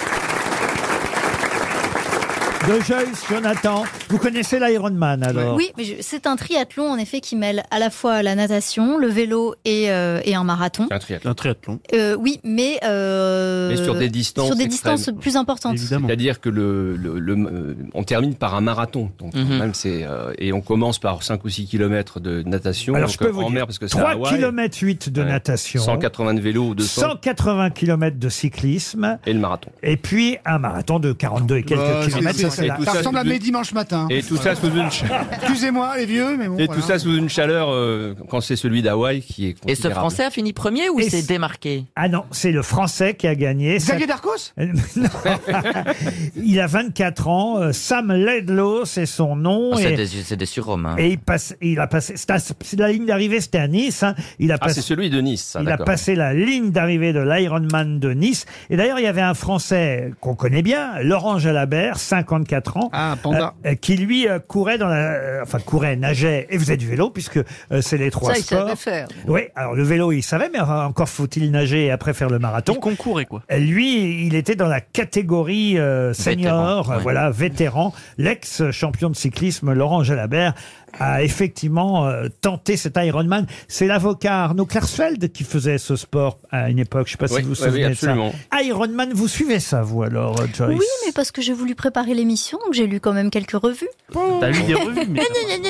de Joyce Jonathan. Vous connaissez l'Ironman alors? Oui, mais je- c'est un triathlon en effet qui mêle à la fois la natation, le vélo et, euh, et un marathon. Un triathlon. Un triathlon. Euh, oui, mais, euh, Mais sur des distances sur des extrêmes. distances plus importantes. C'est-à-dire que le, le, le- euh, on termine par un marathon. Donc quand même c'est euh, et on commence par cinq ou six kilomètres de natation. Alors donc, je peux euh, vous en dire, mer parce que c'est à trois Hawaï. kilomètres huit de Ouais. natation, cent quatre-vingts de vélo ou deux cents cent quatre-vingts kilomètres de cyclisme, et le marathon. et puis un marathon de quarante-deux et quelques Euh, kilomètres. c'est- Ça, c'est c'est- la- ça ressemble à mes dimanches matin. Et tout ça sous une ch- Excusez-moi, les vieux, mais bon. et voilà. tout ça sous une chaleur euh, quand c'est celui d'Hawaï qui est Et ce considérable. Français a fini premier ou Et s'est c- démarqué? Ah non, c'est le Français qui a gagné. Xavier Ça- Darcos Non. Il a vingt-quatre ans. euh, Sam Laidlaw, c'est son nom. Oh, c'est et, des, c'est des surhommes. Hein. et il passe, il a passé. C'est à- c'est la ligne d'arrivée, c'était à Nice. hein. Il a Ah, passé. c'est celui de Nice, ça, Il a d'accord. passé la ligne d'arrivée de l'Ironman de Nice. Et d'ailleurs, il y avait un Français qu'on connaît bien, Laurent Jalabert, cinquante-quatre ans, Ah, Panda. euh, qui lui euh, courait dans la, euh, enfin courait, nageait et faisait du vélo puisque euh, c'est les trois Ça, il sports. savait faire. Oui, alors le vélo, il savait, mais euh, encore faut-il nager et après faire le marathon. Il concourait, quoi. Euh, Lui, il était dans la catégorie euh, senior, Vétéran, euh, ouais. voilà, vétéran. L'ex-champion de cyclisme Laurent Jalabert a effectivement euh, tenté cet Ironman. C'est l'avocat Arnaud Klarsfeld qui faisait ce sport à une époque. Je ne sais pas Oui, si vous vous oui, souvenez oui, de ça. absolument. Ironman, vous suivez ça, vous alors, euh, Joyce? Oui, mais parce que j'ai voulu préparer l'émission, donc j'ai lu quand même quelques revues. T'as lu des revues, mais...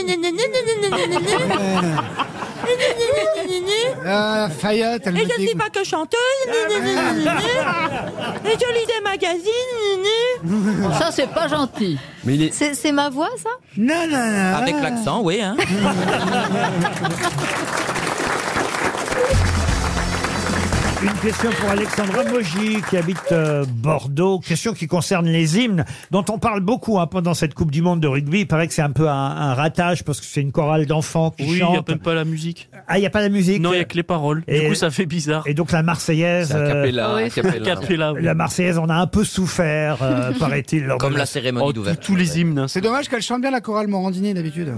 Ah, Fayette, elle me dit. pas que chanteuse. Et je lis des magazines. Ça, c'est pas gentil. Mais il est... C'est c'est ma voix, ça? Non, non, non. Avec l'accent, oui. Hein. Une question pour Alexandra Mogi qui habite euh, Bordeaux. Question qui concerne les hymnes dont on parle beaucoup hein, pendant cette Coupe du Monde de rugby. Il paraît que c'est un peu un, un ratage parce que c'est une chorale d'enfants qui Oui, il n'y a chantent. même pas la musique. Ah, il n'y a pas la musique. Non, il n'y a que les paroles. Et- Du coup, ça fait bizarre. Et donc la Marseillaise. C'est a euh, cappella, oui. a cappella. Capella, oui. La Marseillaise, on a un peu souffert, euh, paraît-il. lors de Comme la cérémonie Oh, tous- d'ouverture. tous les hymnes. hein. C'est dommage qu'elle chante bien la chorale Morandini d'habitude.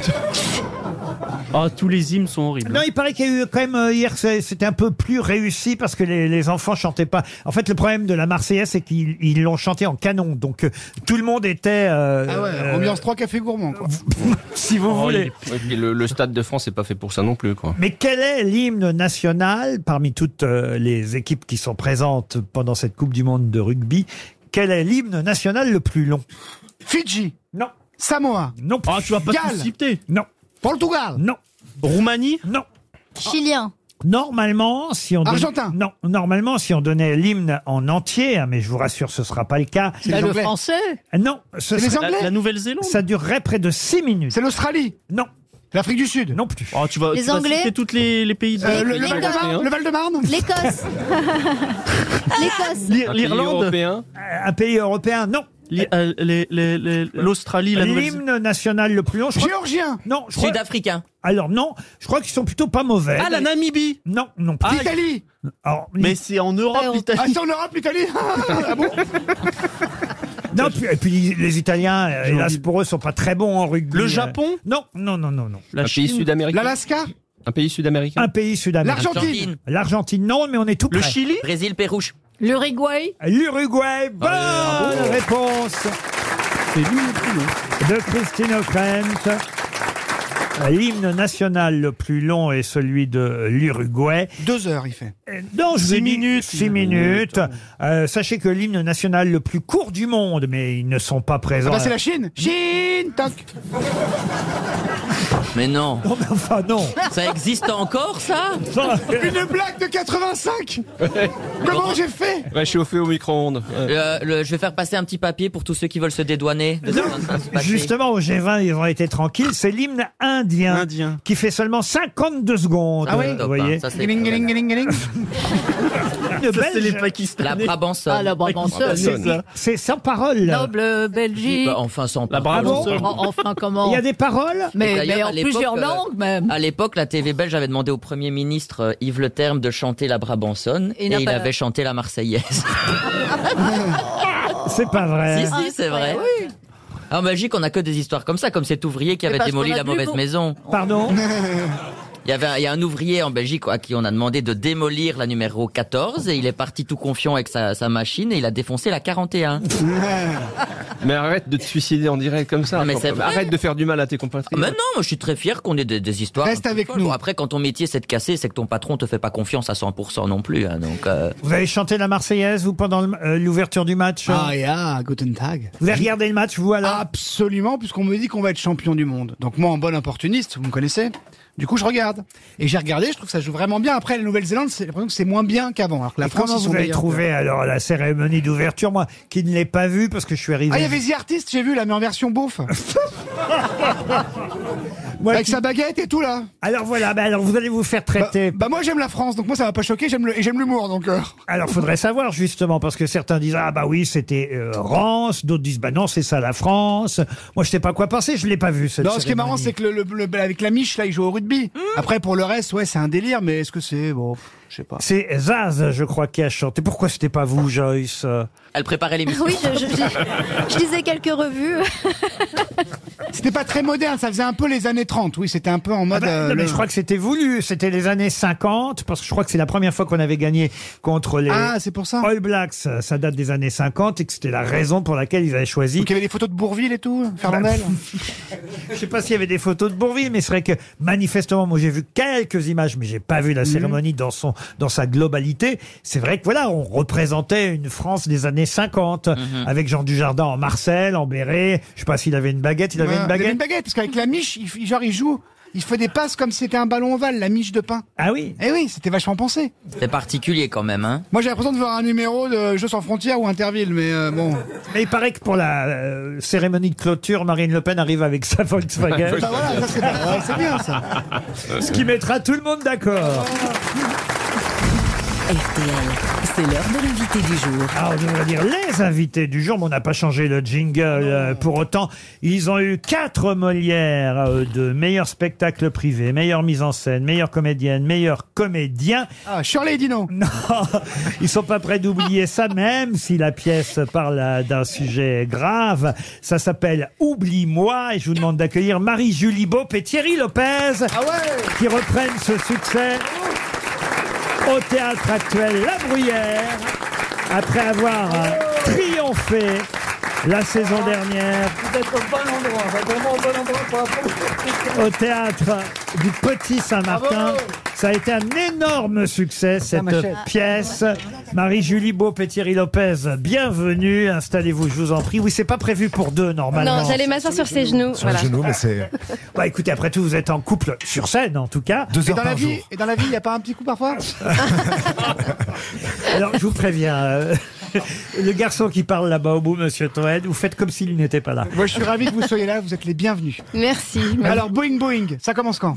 Ah, tous les hymnes sont horribles. Non, il paraît qu'il y a eu quand même euh, hier, c'est- c'était un peu plus réussi parce que les, les enfants chantaient pas. En fait, le problème de la Marseillaise, c'est qu'ils ils l'ont chanté en canon, donc euh, tout le monde était. euh, Ah ouais, euh, ambiance trois cafés gourmands, quoi. si vous Oh, voulez. il Ouais, puis le, le Stade de France n'est pas fait pour ça non plus, quoi. Mais quel est l'hymne national parmi toutes euh, les équipes qui sont présentes pendant cette Coupe du Monde de rugby? Quel est l'hymne national le plus long? Fidji, Non, Samoa, non, Ah, tu vas pas Galles. tout citer. non, Portugal, non, Roumanie. non. Chilien. Normalement, si on donnait- Argentin. non, normalement, si on donnait l'hymne en entier, hein, mais je vous rassure, ce sera pas le cas. C'est Bah, les le Anglais. français. Non, ce C'est les serait- Anglais. La, la Nouvelle-Zélande. ça durerait près de six minutes. c'est l'Australie, Non, l'Afrique du Sud, non plus. Oh, tu vas, Les tu vas Anglais. citer tous les, les pays de Euh, le, le Les Val-de-Marne, Européens. le Val-de-Marne. L'Écosse. L'Écosse. l'Ir- Un pays l'Irlande, européen. Euh, Un pays européen, non. l'I- euh, les- les- les- l'Australie, la Nouvelle-Zélande. L'hymne national le plus long, je crois. Géorgien, Non, je crois. Sud-africain. Alors non, je crois qu'ils sont plutôt pas mauvais. Ah, la Namibie. Non, non plus. l'Italie. Alors, Mais c'est en Europe, Ah, on- Ah, l'Italie. c'est en Europe, l'Italie. Ah bon? non, puis, et puis les Italiens, euh, J'ai hélas envie- pour eux, sont pas très bons en rugby. Le Euh, Japon. Non, non, non, non, non. La Un pays Chine. sud-américain. L'Alaska, Un pays sud-américain. Un pays sud-américain. l'Argentine, L'Argentine, non, mais on est tout Le près. Chili. Brésil, Pérouche. L'Uruguay. L'Uruguay, bonne Ah bon réponse C'est l'hymne le plus long. de Christine O'Krent. L'hymne national le plus long est celui de l'Uruguay. Deux heures, il fait. Euh, Non, je vous ai Six dit minutes. Six minutes. Euh, sachez que l'hymne national le plus court du monde, mais ils ne sont pas Ah présents. bah c'est la Chine. Chine, toc. Mais non. Non, mais enfin non. Ça existe encore, ça? Une blague de quatre-vingt-cinq. Comment j'ai fait? Réchauffer au micro-ondes. Euh, le- je vais faire passer un petit papier pour tous ceux qui veulent se dédouaner. de ce qui vient de se passer. Justement, au G vingt, ils ont été tranquilles. C'est l'hymne indien, Indien. qui fait seulement cinquante-deux secondes. Ah oui Vous Top, voyez. hein, ça, c'est- Giling, giling, giling, giling. Le Ça, c'est les Belge, La Pakistanais. Brabançonne. Ah, la Brabançonne. c'est- c'est sans parole. Noble Belgique. Bah, enfin, sans La parole. Brabançonne. En- Enfin, comment? Il y a des paroles. Mais, D'ailleurs, mais à en l'époque, plusieurs euh, langues, même. À l'époque, la T V belge avait demandé au Premier ministre euh, Yves Le Terme de chanter la Brabançonne Et et, il n'a il pas- avait chanté la Marseillaise. C'est pas vrai. si, si, c'est vrai. En Belgique, on n'a que des histoires comme ça, comme cet ouvrier qui Mais avait parce démoli qu'on a la de mauvaise l'humour. maison. Pardon. Il y avait un, il y a un ouvrier en Belgique à qui on a demandé de démolir la numéro quatorze et il est parti tout confiant avec sa, sa machine et il a défoncé la quarante et un. Mais arrête de te suicider en direct comme ça. Non, mais c'est vrai. Arrête de faire du mal à tes Ah, compatriotes. mais non, moi, je suis très fier qu'on ait des, des histoires. Reste un peu avec folles. nous. Bon, après, quand ton métier c'est de casser, c'est que ton patron te fait pas confiance à cent pour cent non plus. Hein, donc, euh, Vous avez chanté la Marseillaise, vous, pendant le- euh, l'ouverture du match? Ah ja, guten Tag. Vous avez regardé le match, vous, alors? Absolument, puisqu'on me dit qu'on va être champion du monde. Donc moi, en bon opportuniste, vous me connaissez. Du coup, je regarde. Et j'ai regardé, je trouve que ça joue vraiment bien. Après, la Nouvelle-Zélande, c'est l'impression que c'est moins bien qu'avant. Alors que la Et France, comment ils sont vous avez meilleurs. trouvé alors la cérémonie d'ouverture, moi qui ne l'ai pas vue parce que je suis arrivé. Ah, il y avait The Artist, j'ai vu, là, mais en version beauf. Moi Avec qui- sa baguette et tout, là. Alors voilà, bah alors vous allez vous faire traiter. Bah, bah, moi, j'aime la France, donc moi, ça m'a pas choqué, j'aime le, et j'aime l'humour, donc. euh. Alors faudrait savoir justement parce que certains disent ah bah oui c'était euh, Rance, d'autres disent bah non c'est ça la France. Moi je sais pas quoi penser, je l'ai pas vu cette Non, ce qui est marrant, cérémonie. c'est que le, le- le- avec la miche, là, il joue au rugby. Après, pour le reste, ouais, c'est un délire, mais est-ce que c'est, bon, je sais pas. C'est Zaz, je crois, qui a chanté. Pourquoi c'était pas vous, Joyce? elle préparait l'émission. Oui, je, je, je- je lisais quelques revues. C'était pas très moderne, ça faisait un peu les années trente, oui, c'était un peu en Ah mode. bah, euh, non, mais le- je crois que c'était voulu. C'était les années cinquante, parce que je crois que c'est la première fois qu'on avait gagné contre les Ah, c'est pour ça. All Blacks. Ça date des années cinquante et que c'était la raison pour laquelle ils avaient choisi. Donc il y avait des photos de Bourville et tout, Fernandel. Je sais pas s'il y avait des photos de Bourville, mais c'est vrai que manifestement, moi j'ai vu quelques images, mais j'ai pas vu la cérémonie dans son dans sa globalité. C'est vrai que voilà, on représentait une France des années cinquante avec Jean Dujardin en Marcel, en béret. Je sais pas s'il avait une baguette. Il avait Ouais, une il avait baguette. une baguette, parce qu'avec la miche, il, f- genre il joue, il fait des passes comme si c'était un ballon ovale, la miche de pain. Ah oui. Eh oui, c'était vachement pensé. C'est particulier quand même. Hein. Moi j'ai l'impression de voir un numéro de Jeux sans frontières ou Interville, mais euh, bon. Mais il paraît que pour la euh, cérémonie de clôture, Marine Le Pen arrive avec sa Volkswagen. Bah voilà, ça, c'est bien, ouais, c'est bien ça. Ce qui mettra tout le monde d'accord. R T L, c'est l'heure de l'invité du jour. Alors, on devrait dire les invités du jour, mais on n'a pas changé le jingle. euh, pour autant, ils ont eu quatre Molières euh, de meilleur spectacle privé, meilleure mise en scène, meilleure comédienne, meilleur comédien. Ah, Shirley Dino. Non, ils sont pas prêts d'oublier ça, même si la pièce parle euh, d'un sujet grave. Ça s'appelle Oublie-moi, et je vous demande d'accueillir Marie-Julie Beaup et Thierry Lopez, Ah ouais. qui reprennent ce succès au Théâtre Actuel La Bruyère, après avoir euh, triomphé la saison dernière Vous êtes au bon endroit, vous êtes vraiment au bon endroit pour la au Théâtre du Petit Saint-Martin. Bravo. Ça a été un énorme succès, cette machette. pièce. Marie-Julie Beaup et Thierry Lopez, bienvenue. Installez-vous, je vous en prie. Oui, c'est pas prévu pour deux, normalement. Non, j'allais m'asseoir sur ses genoux. Sur Voilà. le genou, mais c'est Bah écoutez, après tout, vous êtes en couple sur scène, en tout cas. deux Et heures dans la par vie, jour. et dans la vie, il n'y a pas un petit coup parfois. Alors, je vous préviens, euh, le garçon qui parle là-bas au bout, Monsieur Toen, vous faites comme s'il n'était pas là. Moi, je suis ravi que vous soyez là, vous êtes les bienvenus. Merci. Alors, Boeing Boeing, ça commence quand?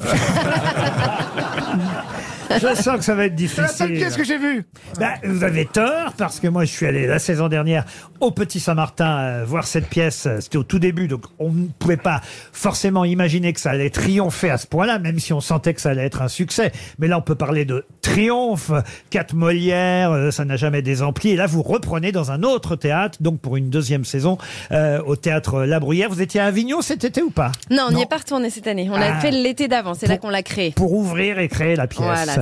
Je sens que ça va être C'est la seule difficile. pièce que j'ai vue. Bah, vous avez tort, parce que moi je suis allé la saison dernière au Petit Saint-Martin euh, voir cette pièce. C'était au tout début, donc on ne pouvait pas forcément imaginer que ça allait triompher à ce point-là, même si on sentait que ça allait être un succès. Mais là, on peut parler de triomphe. Quatre Molières, euh, ça n'a jamais désempli. Et là, vous reprenez dans un autre théâtre, donc pour une deuxième saison, euh, au Théâtre La Bruyère. Vous étiez à Avignon cet été ou pas? Non, on n'y est pas retourné cette année. On l'a Ah. fait l'été d'avant. C'est là qu'on l'a créé. Pour ouvrir et créer la pièce. Voilà,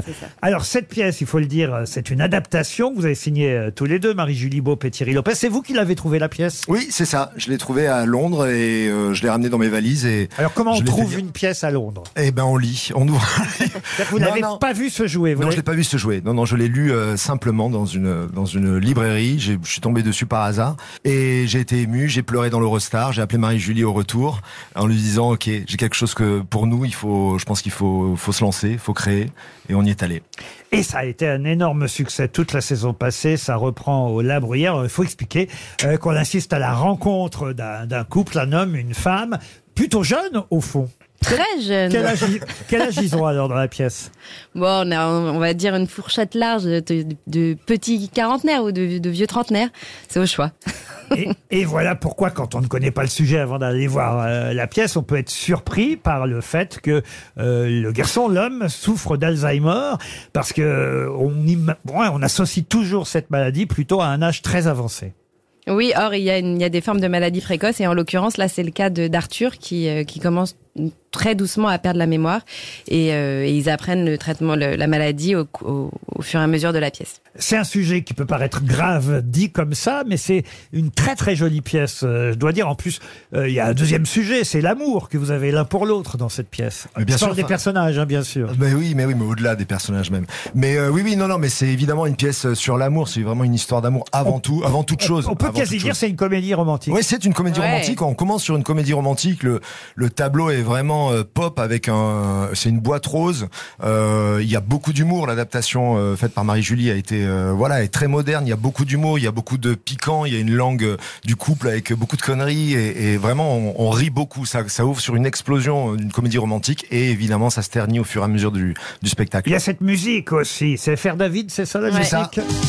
C'est ça. Alors cette pièce, il faut le dire, c'est une adaptation que vous avez signée euh, tous les deux, Marie-Julie Beaup et Thierry Lopez. C'est vous qui l'avez trouvé la pièce? Oui, c'est ça. Je l'ai trouvée à Londres et euh, je l'ai ramenée dans mes valises. Et Alors comment on je l'ai trouve fait- une pièce à Londres? Eh ben on lit, on ouvre. Vous Non, n'avez non. pas vu se jouer, vous Non, je l'avez- l'ai pas vu se jouer. Non, non, je l'ai lu euh, simplement dans une dans une librairie. J'ai- Je suis tombé dessus par hasard et j'ai été ému. J'ai pleuré dans l'Eurostar. J'ai appelé Marie-Julie au retour en lui disant ok, j'ai quelque chose que pour nous, il faut. Je pense qu'il faut faut se lancer, faut créer et on y est allé. Et ça a été un énorme succès toute la saison passée. Ça reprend au La Bruyère. Il faut expliquer euh, qu'on assiste à la rencontre d'un d'un couple, un homme, une femme, plutôt jeune au fond. Très jeune. Quel âge, ils- quel âge ils ont alors dans la pièce? Bon, on a, on va dire une fourchette large de, de, de petits quarantenaires ou de, de vieux trentenaires. C'est au choix. Et, et voilà pourquoi, quand on ne connaît pas le sujet avant d'aller voir euh, la pièce, on peut être surpris par le fait que euh, le garçon, l'homme, souffre d'Alzheimer, parce que euh, on, im- ouais, on associe toujours cette maladie plutôt à un âge très avancé. Oui, or, il y, a une- il y a des formes de maladies précoces et en l'occurrence, là, c'est le cas de- d'Arthur qui, euh, qui commence très doucement à perdre la mémoire et, euh, et ils apprennent le traitement, le- la maladie au, au, au fur et à mesure de la pièce. C'est un sujet qui peut paraître grave dit comme ça, mais c'est une très très jolie pièce. Euh, je dois dire, en plus, euh, il y a un deuxième sujet, c'est l'amour que vous avez l'un pour l'autre dans cette pièce. Mais bien Sans sûr, des enfin- personnages, hein, bien sûr. Mais oui, mais oui, mais au-delà des personnages même. Mais euh, oui, oui, non, non, mais c'est évidemment une pièce sur l'amour. C'est vraiment une histoire d'amour avant tout, avant toute chose. On peut avant quasi toute dire chose. c'est une comédie romantique. Oui, c'est une comédie Ouais. romantique. On commence sur une comédie romantique. Le, le tableau est vraiment euh, pop avec un. C'est une boîte rose. Euh, Il y a beaucoup d'humour. L'adaptation euh, faite par Marie-Julie a été euh, voilà, est très moderne. Il y a beaucoup d'humour. Il y a beaucoup de piquant. Il y a une langue euh, du couple avec beaucoup de conneries et, et vraiment on, on rit beaucoup. Ça, ça ouvre sur une explosion d'une comédie romantique et évidemment ça se ternit au fur et à mesure du, du spectacle. Il y a cette musique aussi. C'est Faire David, c'est ça la Ouais. musique? C'est ça.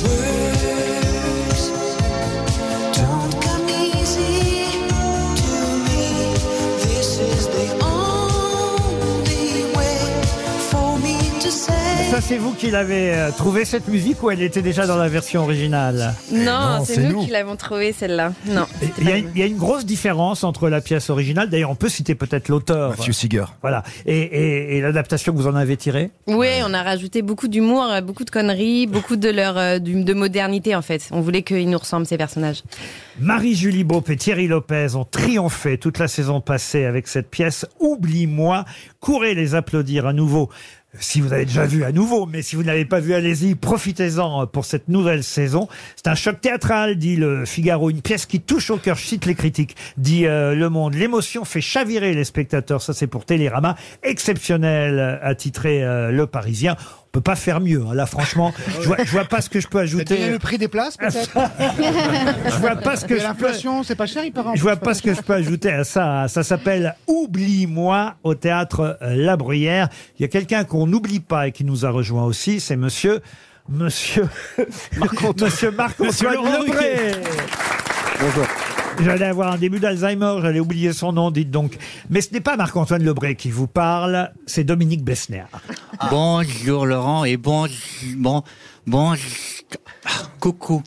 Ça, c'est vous qui l'avez euh, trouvé cette musique ou elle était déjà dans la version originale? Non, c'est nous, qui l'avons trouvée, celle-là. Non. Il y, a, il y a une grosse différence entre la pièce originale. D'ailleurs, on peut citer peut-être l'auteur. Matthew Seeger. Voilà. Et, et- et l'adaptation que vous en avez tirée? Oui, on a rajouté beaucoup d'humour, euh, beaucoup de conneries, beaucoup de leur euh, du- de modernité en fait. On voulait qu'ils nous ressemblent ces personnages. Marie-Julie Beaup et Thierry Lopez ont triomphé toute la saison passée avec cette pièce Oublie-moi. Courez les applaudir à nouveau. Si vous avez déjà vu à nouveau, mais si vous n'avez pas vu, allez-y, profitez-en pour cette nouvelle saison. C'est un choc théâtral, dit le Figaro, une pièce qui touche au cœur, je cite les critiques, dit euh, Le Monde. L'émotion fait chavirer les spectateurs, ça c'est pour Télérama. Exceptionnel, a titré euh, Le Parisien. On peut pas faire mieux, hein. Là franchement, je vois, je vois pas ce que je peux T'as ajouter. donné le prix des places, peut-être? Je vois pas ce que Et je peux- l'inflation, c'est pas cher, il paraît. en Je vois plus. pas ce que je peux ajouter à ça. Ça s'appelle Oublie-moi au théâtre euh, La Bruyère. Il y a quelqu'un qu'on n'oublie pas et qui nous a rejoint aussi, c'est monsieur, monsieur, monsieur Marc-Antoine Monsieur Laurent Lebré. Ruquier. Bonjour. J'allais avoir un début d'Alzheimer, j'allais oublier son nom, dites donc. Mais ce n'est pas Marc-Antoine Lebré qui vous parle, c'est Dominique Besnéard. Bonjour Laurent et bon, bon, bon, coucou.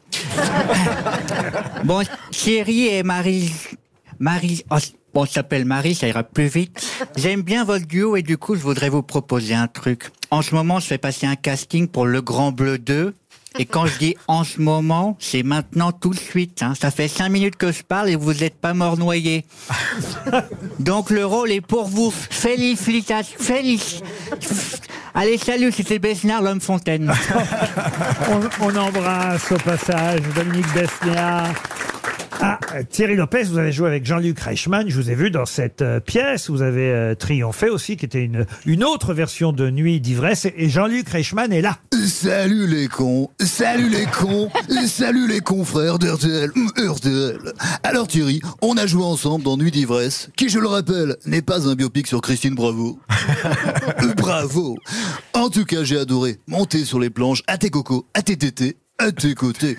Bon, Thierry et Marie, Marie, oh, on s'appelle Marie, ça ira plus vite. J'aime bien votre duo et du coup, je voudrais vous proposer un truc. En ce moment, je fais passer un casting pour Le Grand Bleu deux. Et quand je dis en ce moment, c'est maintenant tout de suite. Hein. Ça fait cinq minutes que je parle et vous n'êtes pas mort noyé. Donc le rôle est pour vous. Félicitations. Félic... Allez, salut, c'était Besnard, l'homme fontaine. on, on embrasse au passage Dominique Besnéard. Ah, euh, Thierry Lopez, vous avez joué avec Jean-Luc Reichmann. Je vous ai vu dans cette euh, pièce. Vous avez euh, triomphé aussi, qui était une, une autre version de Nuit d'ivresse. Et, et Jean-Luc Reichmann est là. Salut les cons, salut les cons, salut les confrères d'R T L, R T L. Alors Thierry, on a joué ensemble dans Nuit d'ivresse, qui je le rappelle, n'est pas un biopic sur Christine Bravo. Euh, Bravo. En tout cas, j'ai adoré monter sur les planches, à tes cocos, à tes tétés, à tes côtés.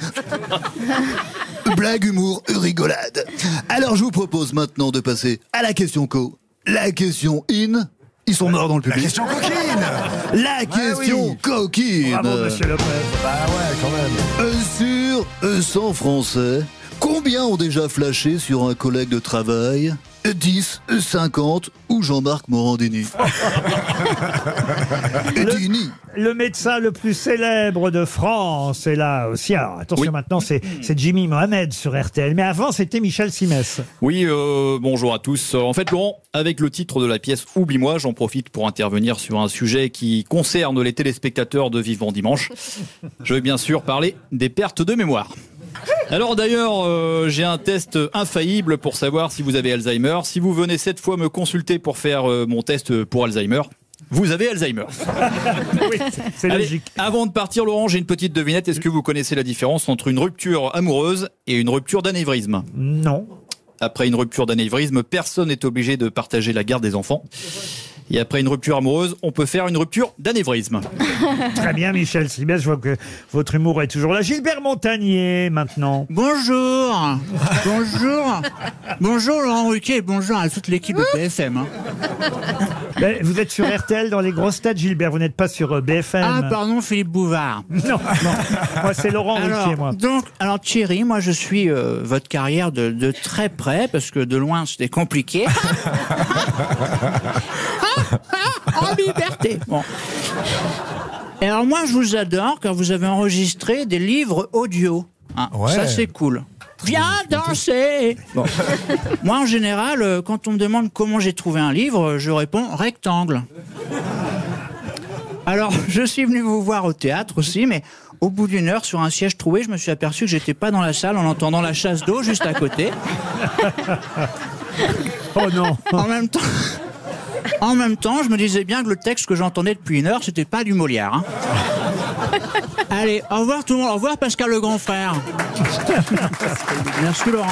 Blague, humour, rigolade. Alors je vous propose maintenant de passer à la question co. La question in. Ils sont morts dans le public. La question coquine. La question oui. coquine. Bravo, monsieur Lopez. Bah ouais, quand même. Euh, sur euh, cent Français, combien ont déjà flashé sur un collègue de travail? dix, cinquante ou Jean-Marc Morandini? le, le médecin le plus célèbre de France est là aussi. Alors attention, Oui. maintenant c'est c'est Jimmy Mohamed sur R T L. Mais avant c'était Michel Simès. Oui, euh, bonjour à tous. En fait, Laurent, avec le titre de la pièce Oublie-moi, j'en profite pour intervenir sur un sujet qui concerne les téléspectateurs de Vivant Dimanche. Je vais bien sûr parler des pertes de mémoire. Alors d'ailleurs, euh, j'ai un test infaillible pour savoir si vous avez Alzheimer. Si vous venez cette fois me consulter pour faire euh, mon test pour Alzheimer, vous avez Alzheimer. Oui, c'est Allez, logique. avant de partir, Laurent, j'ai une petite devinette. Est-ce que vous connaissez la différence entre une rupture amoureuse et une rupture d'anévrisme? Non. Après une rupture d'anévrisme, personne n'est obligé de partager la garde des enfants. Et après une rupture amoureuse, on peut faire une rupture d'anévrisme. Très bien, Michel Simès, je vois que votre humour est toujours là. Gilbert Montagnier, maintenant. Bonjour. Bonjour. Bonjour Laurent Ruquier, bonjour à toute l'équipe de P F M. hein. Ben, vous êtes sur R T L dans les grosses têtes, Gilbert, vous n'êtes pas sur euh, B F M. Ah pardon, Philippe Bouvard. Non, non. Moi, c'est Laurent alors, Ruquier, moi. Donc, alors Thierry, moi je suis euh, votre carrière de, de très près, parce que de loin c'était compliqué. En liberté. Bon. Et alors moi je vous adore quand vous avez enregistré des livres audio. Hein, Ouais. Ça c'est cool. Viens danser. Bon. Moi en général, euh, quand on me demande comment j'ai trouvé un livre, je réponds rectangle. Alors je suis venu vous voir au théâtre aussi, mais au bout d'une heure sur un siège troué, je me suis aperçu que j'étais pas dans la salle en entendant la chasse d'eau juste à côté. Oh non. En même temps. En même temps, je me disais bien que le texte que j'entendais depuis une heure, c'était pas du Molière. Hein. Allez, au revoir tout le monde. Au revoir Pascal le grand frère. Merci Laurent.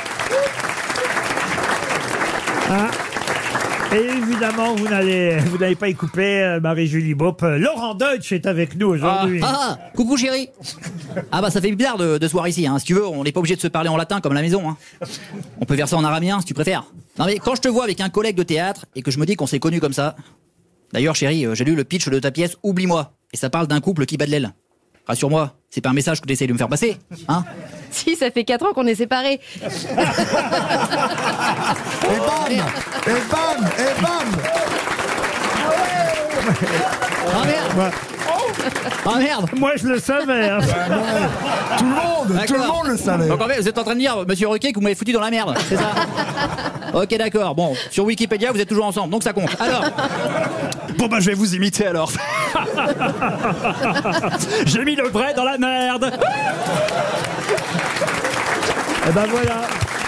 Ah. Et évidemment, vous n'allez vous n'allez pas y couper, euh, Marie-Julie Bopp. Euh, Laurent Deutsch est avec nous aujourd'hui. Ah, ah, coucou chérie. Ah bah ça fait bizarre de, de se voir ici, hein. Si tu veux, on n'est pas obligé de se parler en latin comme à la maison, hein. On peut verser en araméen si tu préfères. Non mais quand je te vois avec un collègue de théâtre et que je me dis qu'on s'est connus comme ça. D'ailleurs chérie, euh, j'ai lu le pitch de ta pièce Oublie-moi et ça parle d'un couple qui bat de l'aile. Rassure-moi, c'est pas un message que tu essayes de me faire passer, hein. Si, ça fait quatre ans qu'on est séparés. Et bam Et bam Et bam Ah merde. Ah merde. Moi je le savais. Hein. Tout le monde Tout le D'accord. monde le savait. Donc en fait, vous êtes en train de dire, monsieur Ruquier, que vous m'avez foutu dans la merde, c'est ça? Ok, d'accord. Bon, sur Wikipédia, vous êtes toujours ensemble, donc ça compte. Alors. Bon bah je vais vous imiter alors. J'ai mis le vrai dans la merde. Et ben voilà.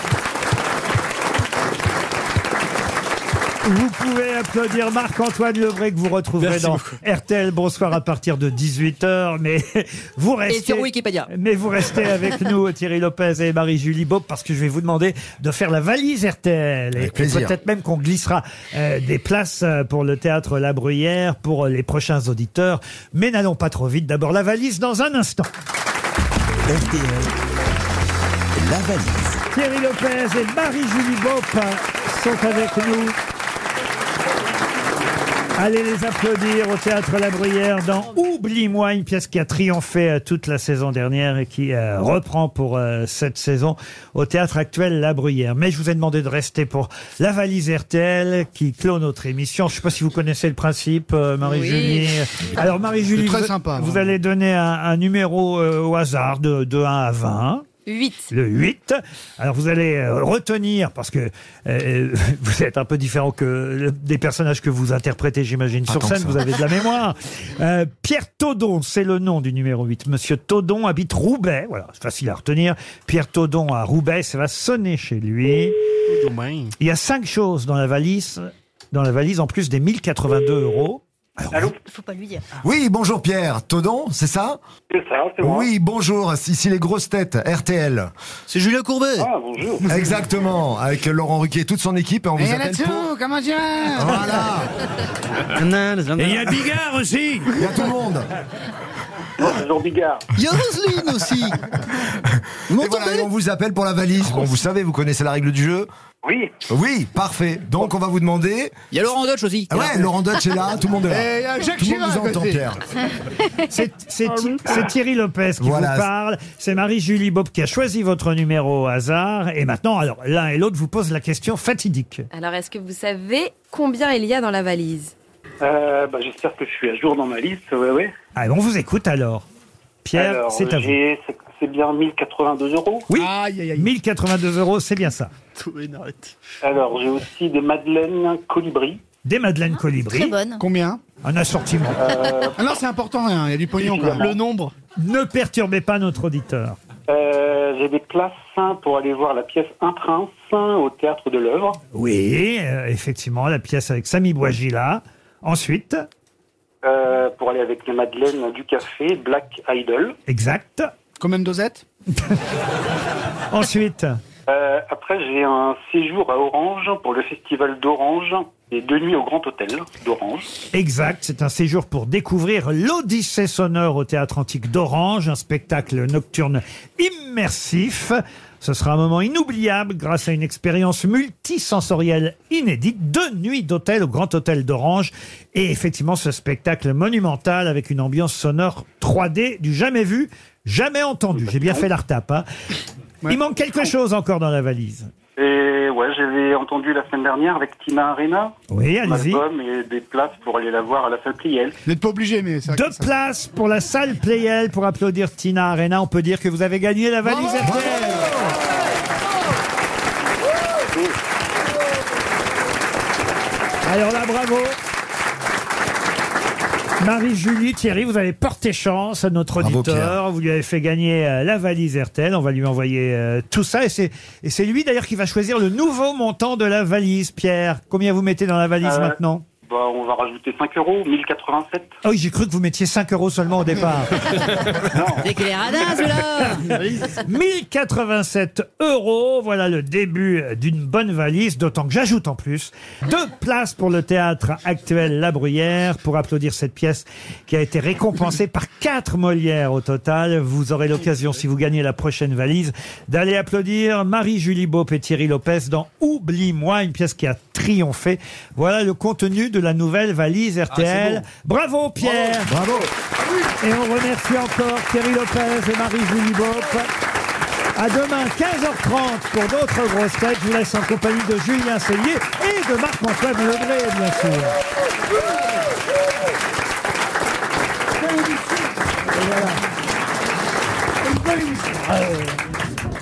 Vous pouvez applaudir Marc-Antoine Lebray que vous retrouverez Merci dans beaucoup. R T L Bonsoir à partir de dix-huit heures. Mais vous restez. Et sur Wikipédia. Mais vous restez avec nous, Thierry Lopez et Marie-Julie Bopp, parce que je vais vous demander de faire la valise R T L. Et, Avec et plaisir. peut-être même qu'on glissera euh, des places euh, pour le théâtre La Bruyère pour les prochains auditeurs. Mais n'allons pas trop vite. D'abord la valise dans un instant. R T L, la valise. Thierry Lopez et Marie-Julie Bopp sont avec nous. Allez les applaudir au Théâtre La Bruyère dans Oublie-moi, une pièce qui a triomphé euh, toute la saison dernière et qui euh, reprend pour euh, cette saison au Théâtre actuel La Bruyère. Mais je vous ai demandé de rester pour la valise R T L qui clôt notre émission. Je ne sais pas si vous connaissez le principe, euh, Marie-Julie. Oui. Alors Marie-Julie, C'est très vous, sympa, vous vraiment. allez donner un, un numéro euh, au hasard de, de un à vingt. huit. Le huit. Alors vous allez euh, retenir, parce que euh, vous êtes un peu différent que le- des personnages que vous interprétez, j'imagine, Pas sur tant que scène, ça. vous avez de la mémoire. Euh, Pierre Taudon, c'est le nom du numéro huit. Monsieur Taudon habite Roubaix, voilà, c'est facile à retenir. Pierre Taudon à Roubaix, ça va sonner chez lui. Il y a cinq choses dans la valise, dans la valise en plus des mille quatre-vingt-deux euros. Allô Faut pas lui dire. Oui, bonjour Pierre. Taudon, c'est ça? C'est ça, c'est moi. Oui, bonjour. Ici les grosses têtes, R T L. C'est Julien Courbet. Ah, bonjour. Exactement. Avec Laurent Ruquier et toute son équipe. Et on Et vous il y a appelle là-dessous, pour... comment tu vas Voilà. Et il y a Bigard aussi. Il y a tout le monde. Bonjour Bigard. Il y a Roselyne aussi. Et voilà, et on vous appelle pour la valise. Bon, vous savez, vous connaissez la règle du jeu. Oui. Oui, parfait. Donc, on va vous demander. Il y a Laurent Deutsch aussi. Ah ouais, Laurent Deutsch est là, tout le monde est là. Et il y a Jacques Tout le monde Chirac vous entend, aussi. Pierre. C'est c'est Thi- c'est Thierry Lopez qui Voilà. vous parle. C'est Marie-Julie Bopp qui a choisi votre numéro au hasard. Et maintenant, alors l'un et l'autre vous posent la question fatidique. Alors, est-ce que vous savez combien il y a dans la valise? Euh, bah, j'espère que je suis à jour dans ma liste, ouais, ouais. Allez, on vous écoute alors. Pierre, Alors, c'est à vous. j'ai- c'est- C'est bien mille quatre-vingt-deux euros. Oui, mille quatre-vingt-deux euros, c'est bien ça. Alors, j'ai aussi des madeleines colibri. Des madeleines colibri. Très bonne. Combien Un assortiment. Ah non, c'est important, hein, il y a du pognon quand même. Le nombre. Ne perturbez pas notre auditeur. Euh, j'ai des places pour aller voir la pièce Un Prince au Théâtre de l'Œuvre. Oui, euh, effectivement, la pièce avec Sami Bouajila. Ensuite, Euh, pour aller avec les madeleines du café Black Idol. exact. Combien de dosettes Ensuite, Euh, après, j'ai un séjour à Orange pour le festival d'Orange et deux nuits au Grand Hôtel d'Orange. exact, c'est un séjour pour découvrir l'Odyssée sonore au Théâtre Antique d'Orange, un spectacle nocturne immersif. Ce sera un moment inoubliable grâce à une expérience multisensorielle inédite. Deux nuits d'hôtel au Grand Hôtel d'Orange. Et effectivement, ce spectacle monumental avec une ambiance sonore trois D du jamais vu, jamais entendu. J'ai bien fait la retape, hein. Il manque quelque chose encore dans la valise. Et ouais, j'avais entendu la semaine dernière avec Tina Arena. Oui, son allez-y. album et des places pour aller la voir à la salle Pliel. Vous n'êtes pas obligé, mais c'est vrai Deux que ça- places pour la salle Playel pour applaudir Tina Arena. On peut dire que vous avez gagné la valise R T L. Alors là, bravo. Marie-Julie, Thierry, vous avez porté chance à notre Bravo, auditeur. Pierre. Vous lui avez fait gagner euh, la valise R T L. On va lui envoyer euh, tout ça. Et c'est, et c'est lui d'ailleurs qui va choisir le nouveau montant de la valise, Pierre. Combien vous mettez dans la valise Euh, maintenant? Bah, on va rajouter cinq euros, mille quatre-vingt-sept. Ah oui, j'ai cru que vous mettiez cinq euros seulement au départ. C'est que les radins, ceux-là. mille quatre-vingt-sept euros, voilà le début d'une bonne valise, d'autant que j'ajoute en plus deux places pour le théâtre actuel La Bruyère pour applaudir cette pièce qui a été récompensée par quatre Molières au total. Vous aurez l'occasion, si vous gagnez la prochaine valise, d'aller applaudir Marie-Julie Beaup et Thierry Lopez dans Oublie-moi, une pièce qui a triomphé. Voilà le contenu de la nouvelle valise R T L. Ah, c'est Bravo Pierre. Bravo. Et on remercie encore Thierry Lopez et Marie-Julie Beaup. À demain, quinze heures trente pour d'autres grosses têtes. Je vous laisse en compagnie de Julien Cellier et de Marc-Antoine Legré, bien sûr. Et voilà.